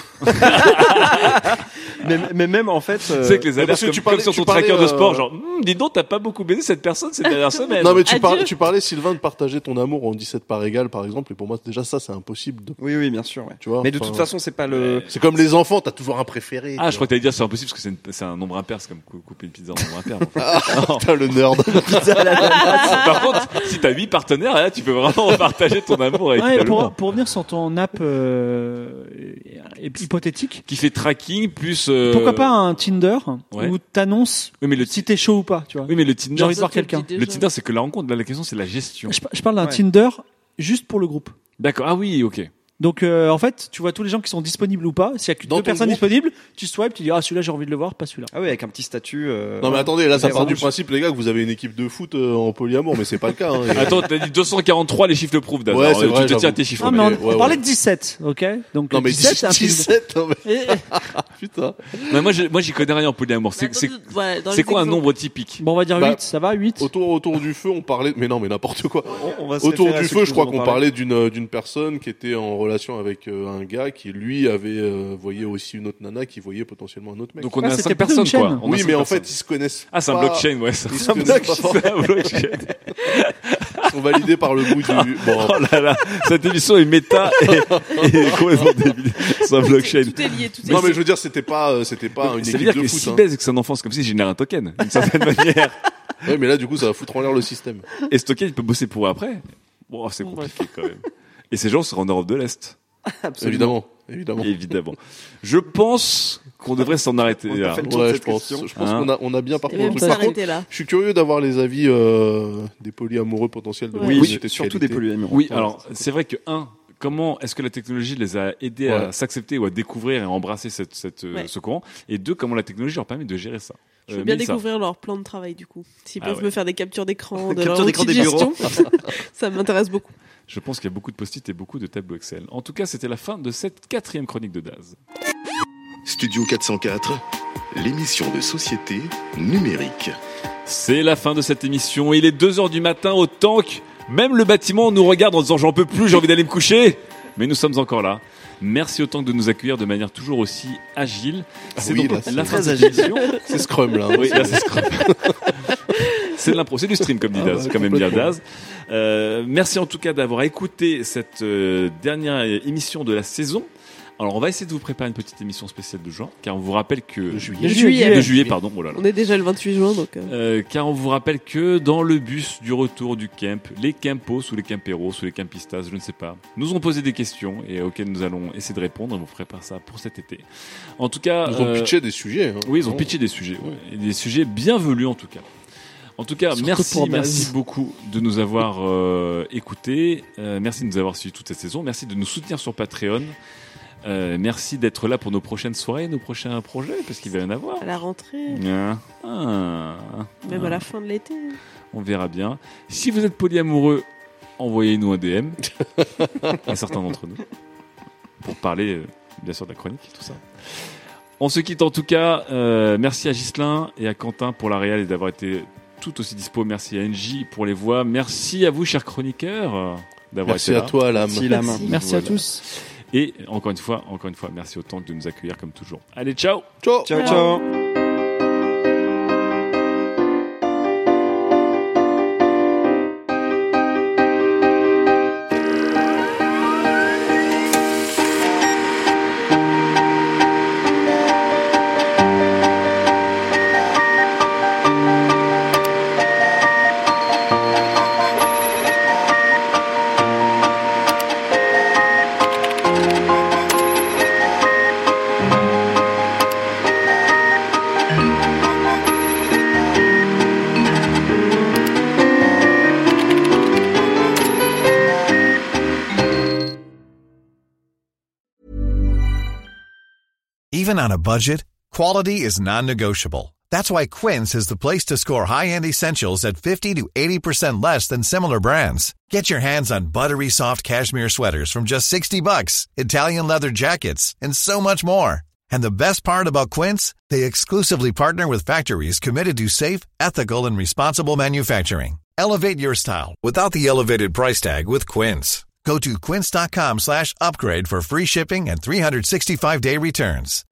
mais même en fait, c'est que les alertes comme sur ton tracker de sport, genre dis donc t'as pas beaucoup baisé cette personne ces dernières semaines. Non mais tu parlais Sylvain de partager ton amour en 17 parts égales par exemple, et pour moi déjà ça c'est impossible. Oui bien sûr. Ouais. Tu vois. Mais de toute façon c'est pas le. C'est comme les enfants, t'as toujours un préféré. Ah je crois que t'allais dire c'est impossible parce que c'est un nombre impair, c'est comme couper une pizza en nombre impair. Putain le nerd. Par contre si t'as 8 partenaires là tu peux vraiment partager ton amour avec. Pour revenir sur ton app hypothétique qui fait tracking plus pourquoi pas un Tinder où t'annonces si t'es chaud ou pas, tu vois. Oui mais le Tinder, j'ai envie de voir quelqu'un. Le Tinder c'est que la rencontre, là la question c'est la gestion. Je parle d'un Tinder juste pour le groupe. D'accord. Ah oui, OK. Donc en fait, tu vois tous les gens qui sont disponibles ou pas. S'il y a que 2 personnes disponibles, tu swipes, tu dis celui-là j'ai envie de le voir, pas celui-là. Ah oui, avec un petit statut. Non mais attendez, là ça part du principe les gars que vous avez une équipe de foot en polyamour, mais c'est pas le cas. Hein. Attends, t'as dit 243, les chiffres le prouvent. Ouais, c'est vrai. Tu te tiens tes chiffres. Non mais on parlait de 17, ok. Donc non mais 17, c'est un 17. Putain. Mais moi j'y connais rien en polyamour. C'est quoi un nombre typique? Bon on va dire 8, ça va 8. Autour du feu, on parlait. Mais non mais n'importe quoi. Autour du feu, je crois qu'on parlait d'une personne qui était en relation avec un gars qui lui avait voyait aussi une autre nana qui voyait potentiellement un autre mec. Donc on a 5 personnes quoi. Oui mais en fait ils se connaissent. Ah c'est un blockchain ouais. C'est un blockchain. Ils sont validés par le bout du. Bon. Oh là là, cette émission est méta et complètement débile. C'est un blockchain. Tout est lié, tout est lié. Non mais je veux dire c'était pas une équipe de foot. Ça veut dire que si baise que c'est un enfant, c'est comme si génère un token d'une certaine manière. Ouais mais là du coup ça va foutre en l'air le système. Et ce token il peut bosser pour eux après. Bon c'est compliqué quand même. Et ces gens seraient en Europe de l'Est. Absolument. Évidemment. Je pense qu'on devrait s'en arrêter là. Ouais, je pense qu'on a bien parcouru le truc. Par contre, là. je suis curieux d'avoir les avis des polyamoureux potentiels. Oui, surtout des polyamoureux. Oui, alors c'est vrai que comment est-ce que la technologie les a aidés à s'accepter ou à découvrir et à embrasser ce courant, et 2, comment la technologie leur permet de gérer ça. Je veux bien découvrir leur plan de travail du coup. S'ils peuvent me faire des captures d'écran de leur outil de gestion, ça m'intéresse beaucoup. Je pense qu'il y a beaucoup de post-it et beaucoup de tableaux Excel. En tout cas, c'était la fin de cette 4e chronique de Daz. Studio 404, l'émission de société numérique. C'est la fin de cette émission. Il est 2h du matin au tank. Même le bâtiment nous regarde en disant j'en peux plus, j'ai envie d'aller me coucher. Mais nous sommes encore là. Merci au tank de nous accueillir de manière toujours aussi agile. C'est donc la fin de cette émission. C'est Scrum là. Oui, là c'est Scrum. C'est de l'impro, c'est du stream comme dit Daz, comme aime dire Daz. Merci en tout cas d'avoir écouté cette dernière émission de la saison. Alors on va essayer de vous préparer une petite émission spéciale de juin, car on vous rappelle que de juillet, pardon. Oh là là. On est déjà le 28 juin donc. Car on vous rappelle que dans le bus du retour du camp, les campos ou les camperos ou les campistas, je ne sais pas, nous ont posé des questions et auxquelles nous allons essayer de répondre. On vous prépare ça pour cet été. En tout cas, ils ont pitché des sujets. Oui, ils ont pitché des sujets, et des sujets bienvenus en tout cas. En tout cas, merci beaucoup de nous avoir écoutés. Merci de nous avoir suivis toute cette saison. Merci de nous soutenir sur Patreon. Merci d'être là pour nos prochaines soirées, nos prochains projets, parce qu'il va y en avoir. À la rentrée. Même à la fin de l'été. On verra bien. Si vous êtes polyamoureux, envoyez-nous un DM. À certains d'entre nous. Pour parler, bien sûr, de la chronique et tout ça. On se quitte en tout cas. Merci à Ghislain et à Quentin pour la réal et d'avoir été tout aussi dispo. Merci à NJ pour les voix. Merci à vous, chers chroniqueurs, d'avoir été là. Merci à toi, Lame. Merci à tous. Et encore une fois, merci au tank de nous accueillir comme toujours. Allez, ciao. Ciao. Even on a budget, quality is non-negotiable. That's why Quince is the place to score high-end essentials at 50 to 80% less than similar brands. Get your hands on buttery soft cashmere sweaters from just $60, Italian leather jackets, and so much more. And the best part about Quince, they exclusively partner with factories committed to safe, ethical, and responsible manufacturing. Elevate your style without the elevated price tag with Quince. Go to quince.com/upgrade for free shipping and 365-day returns.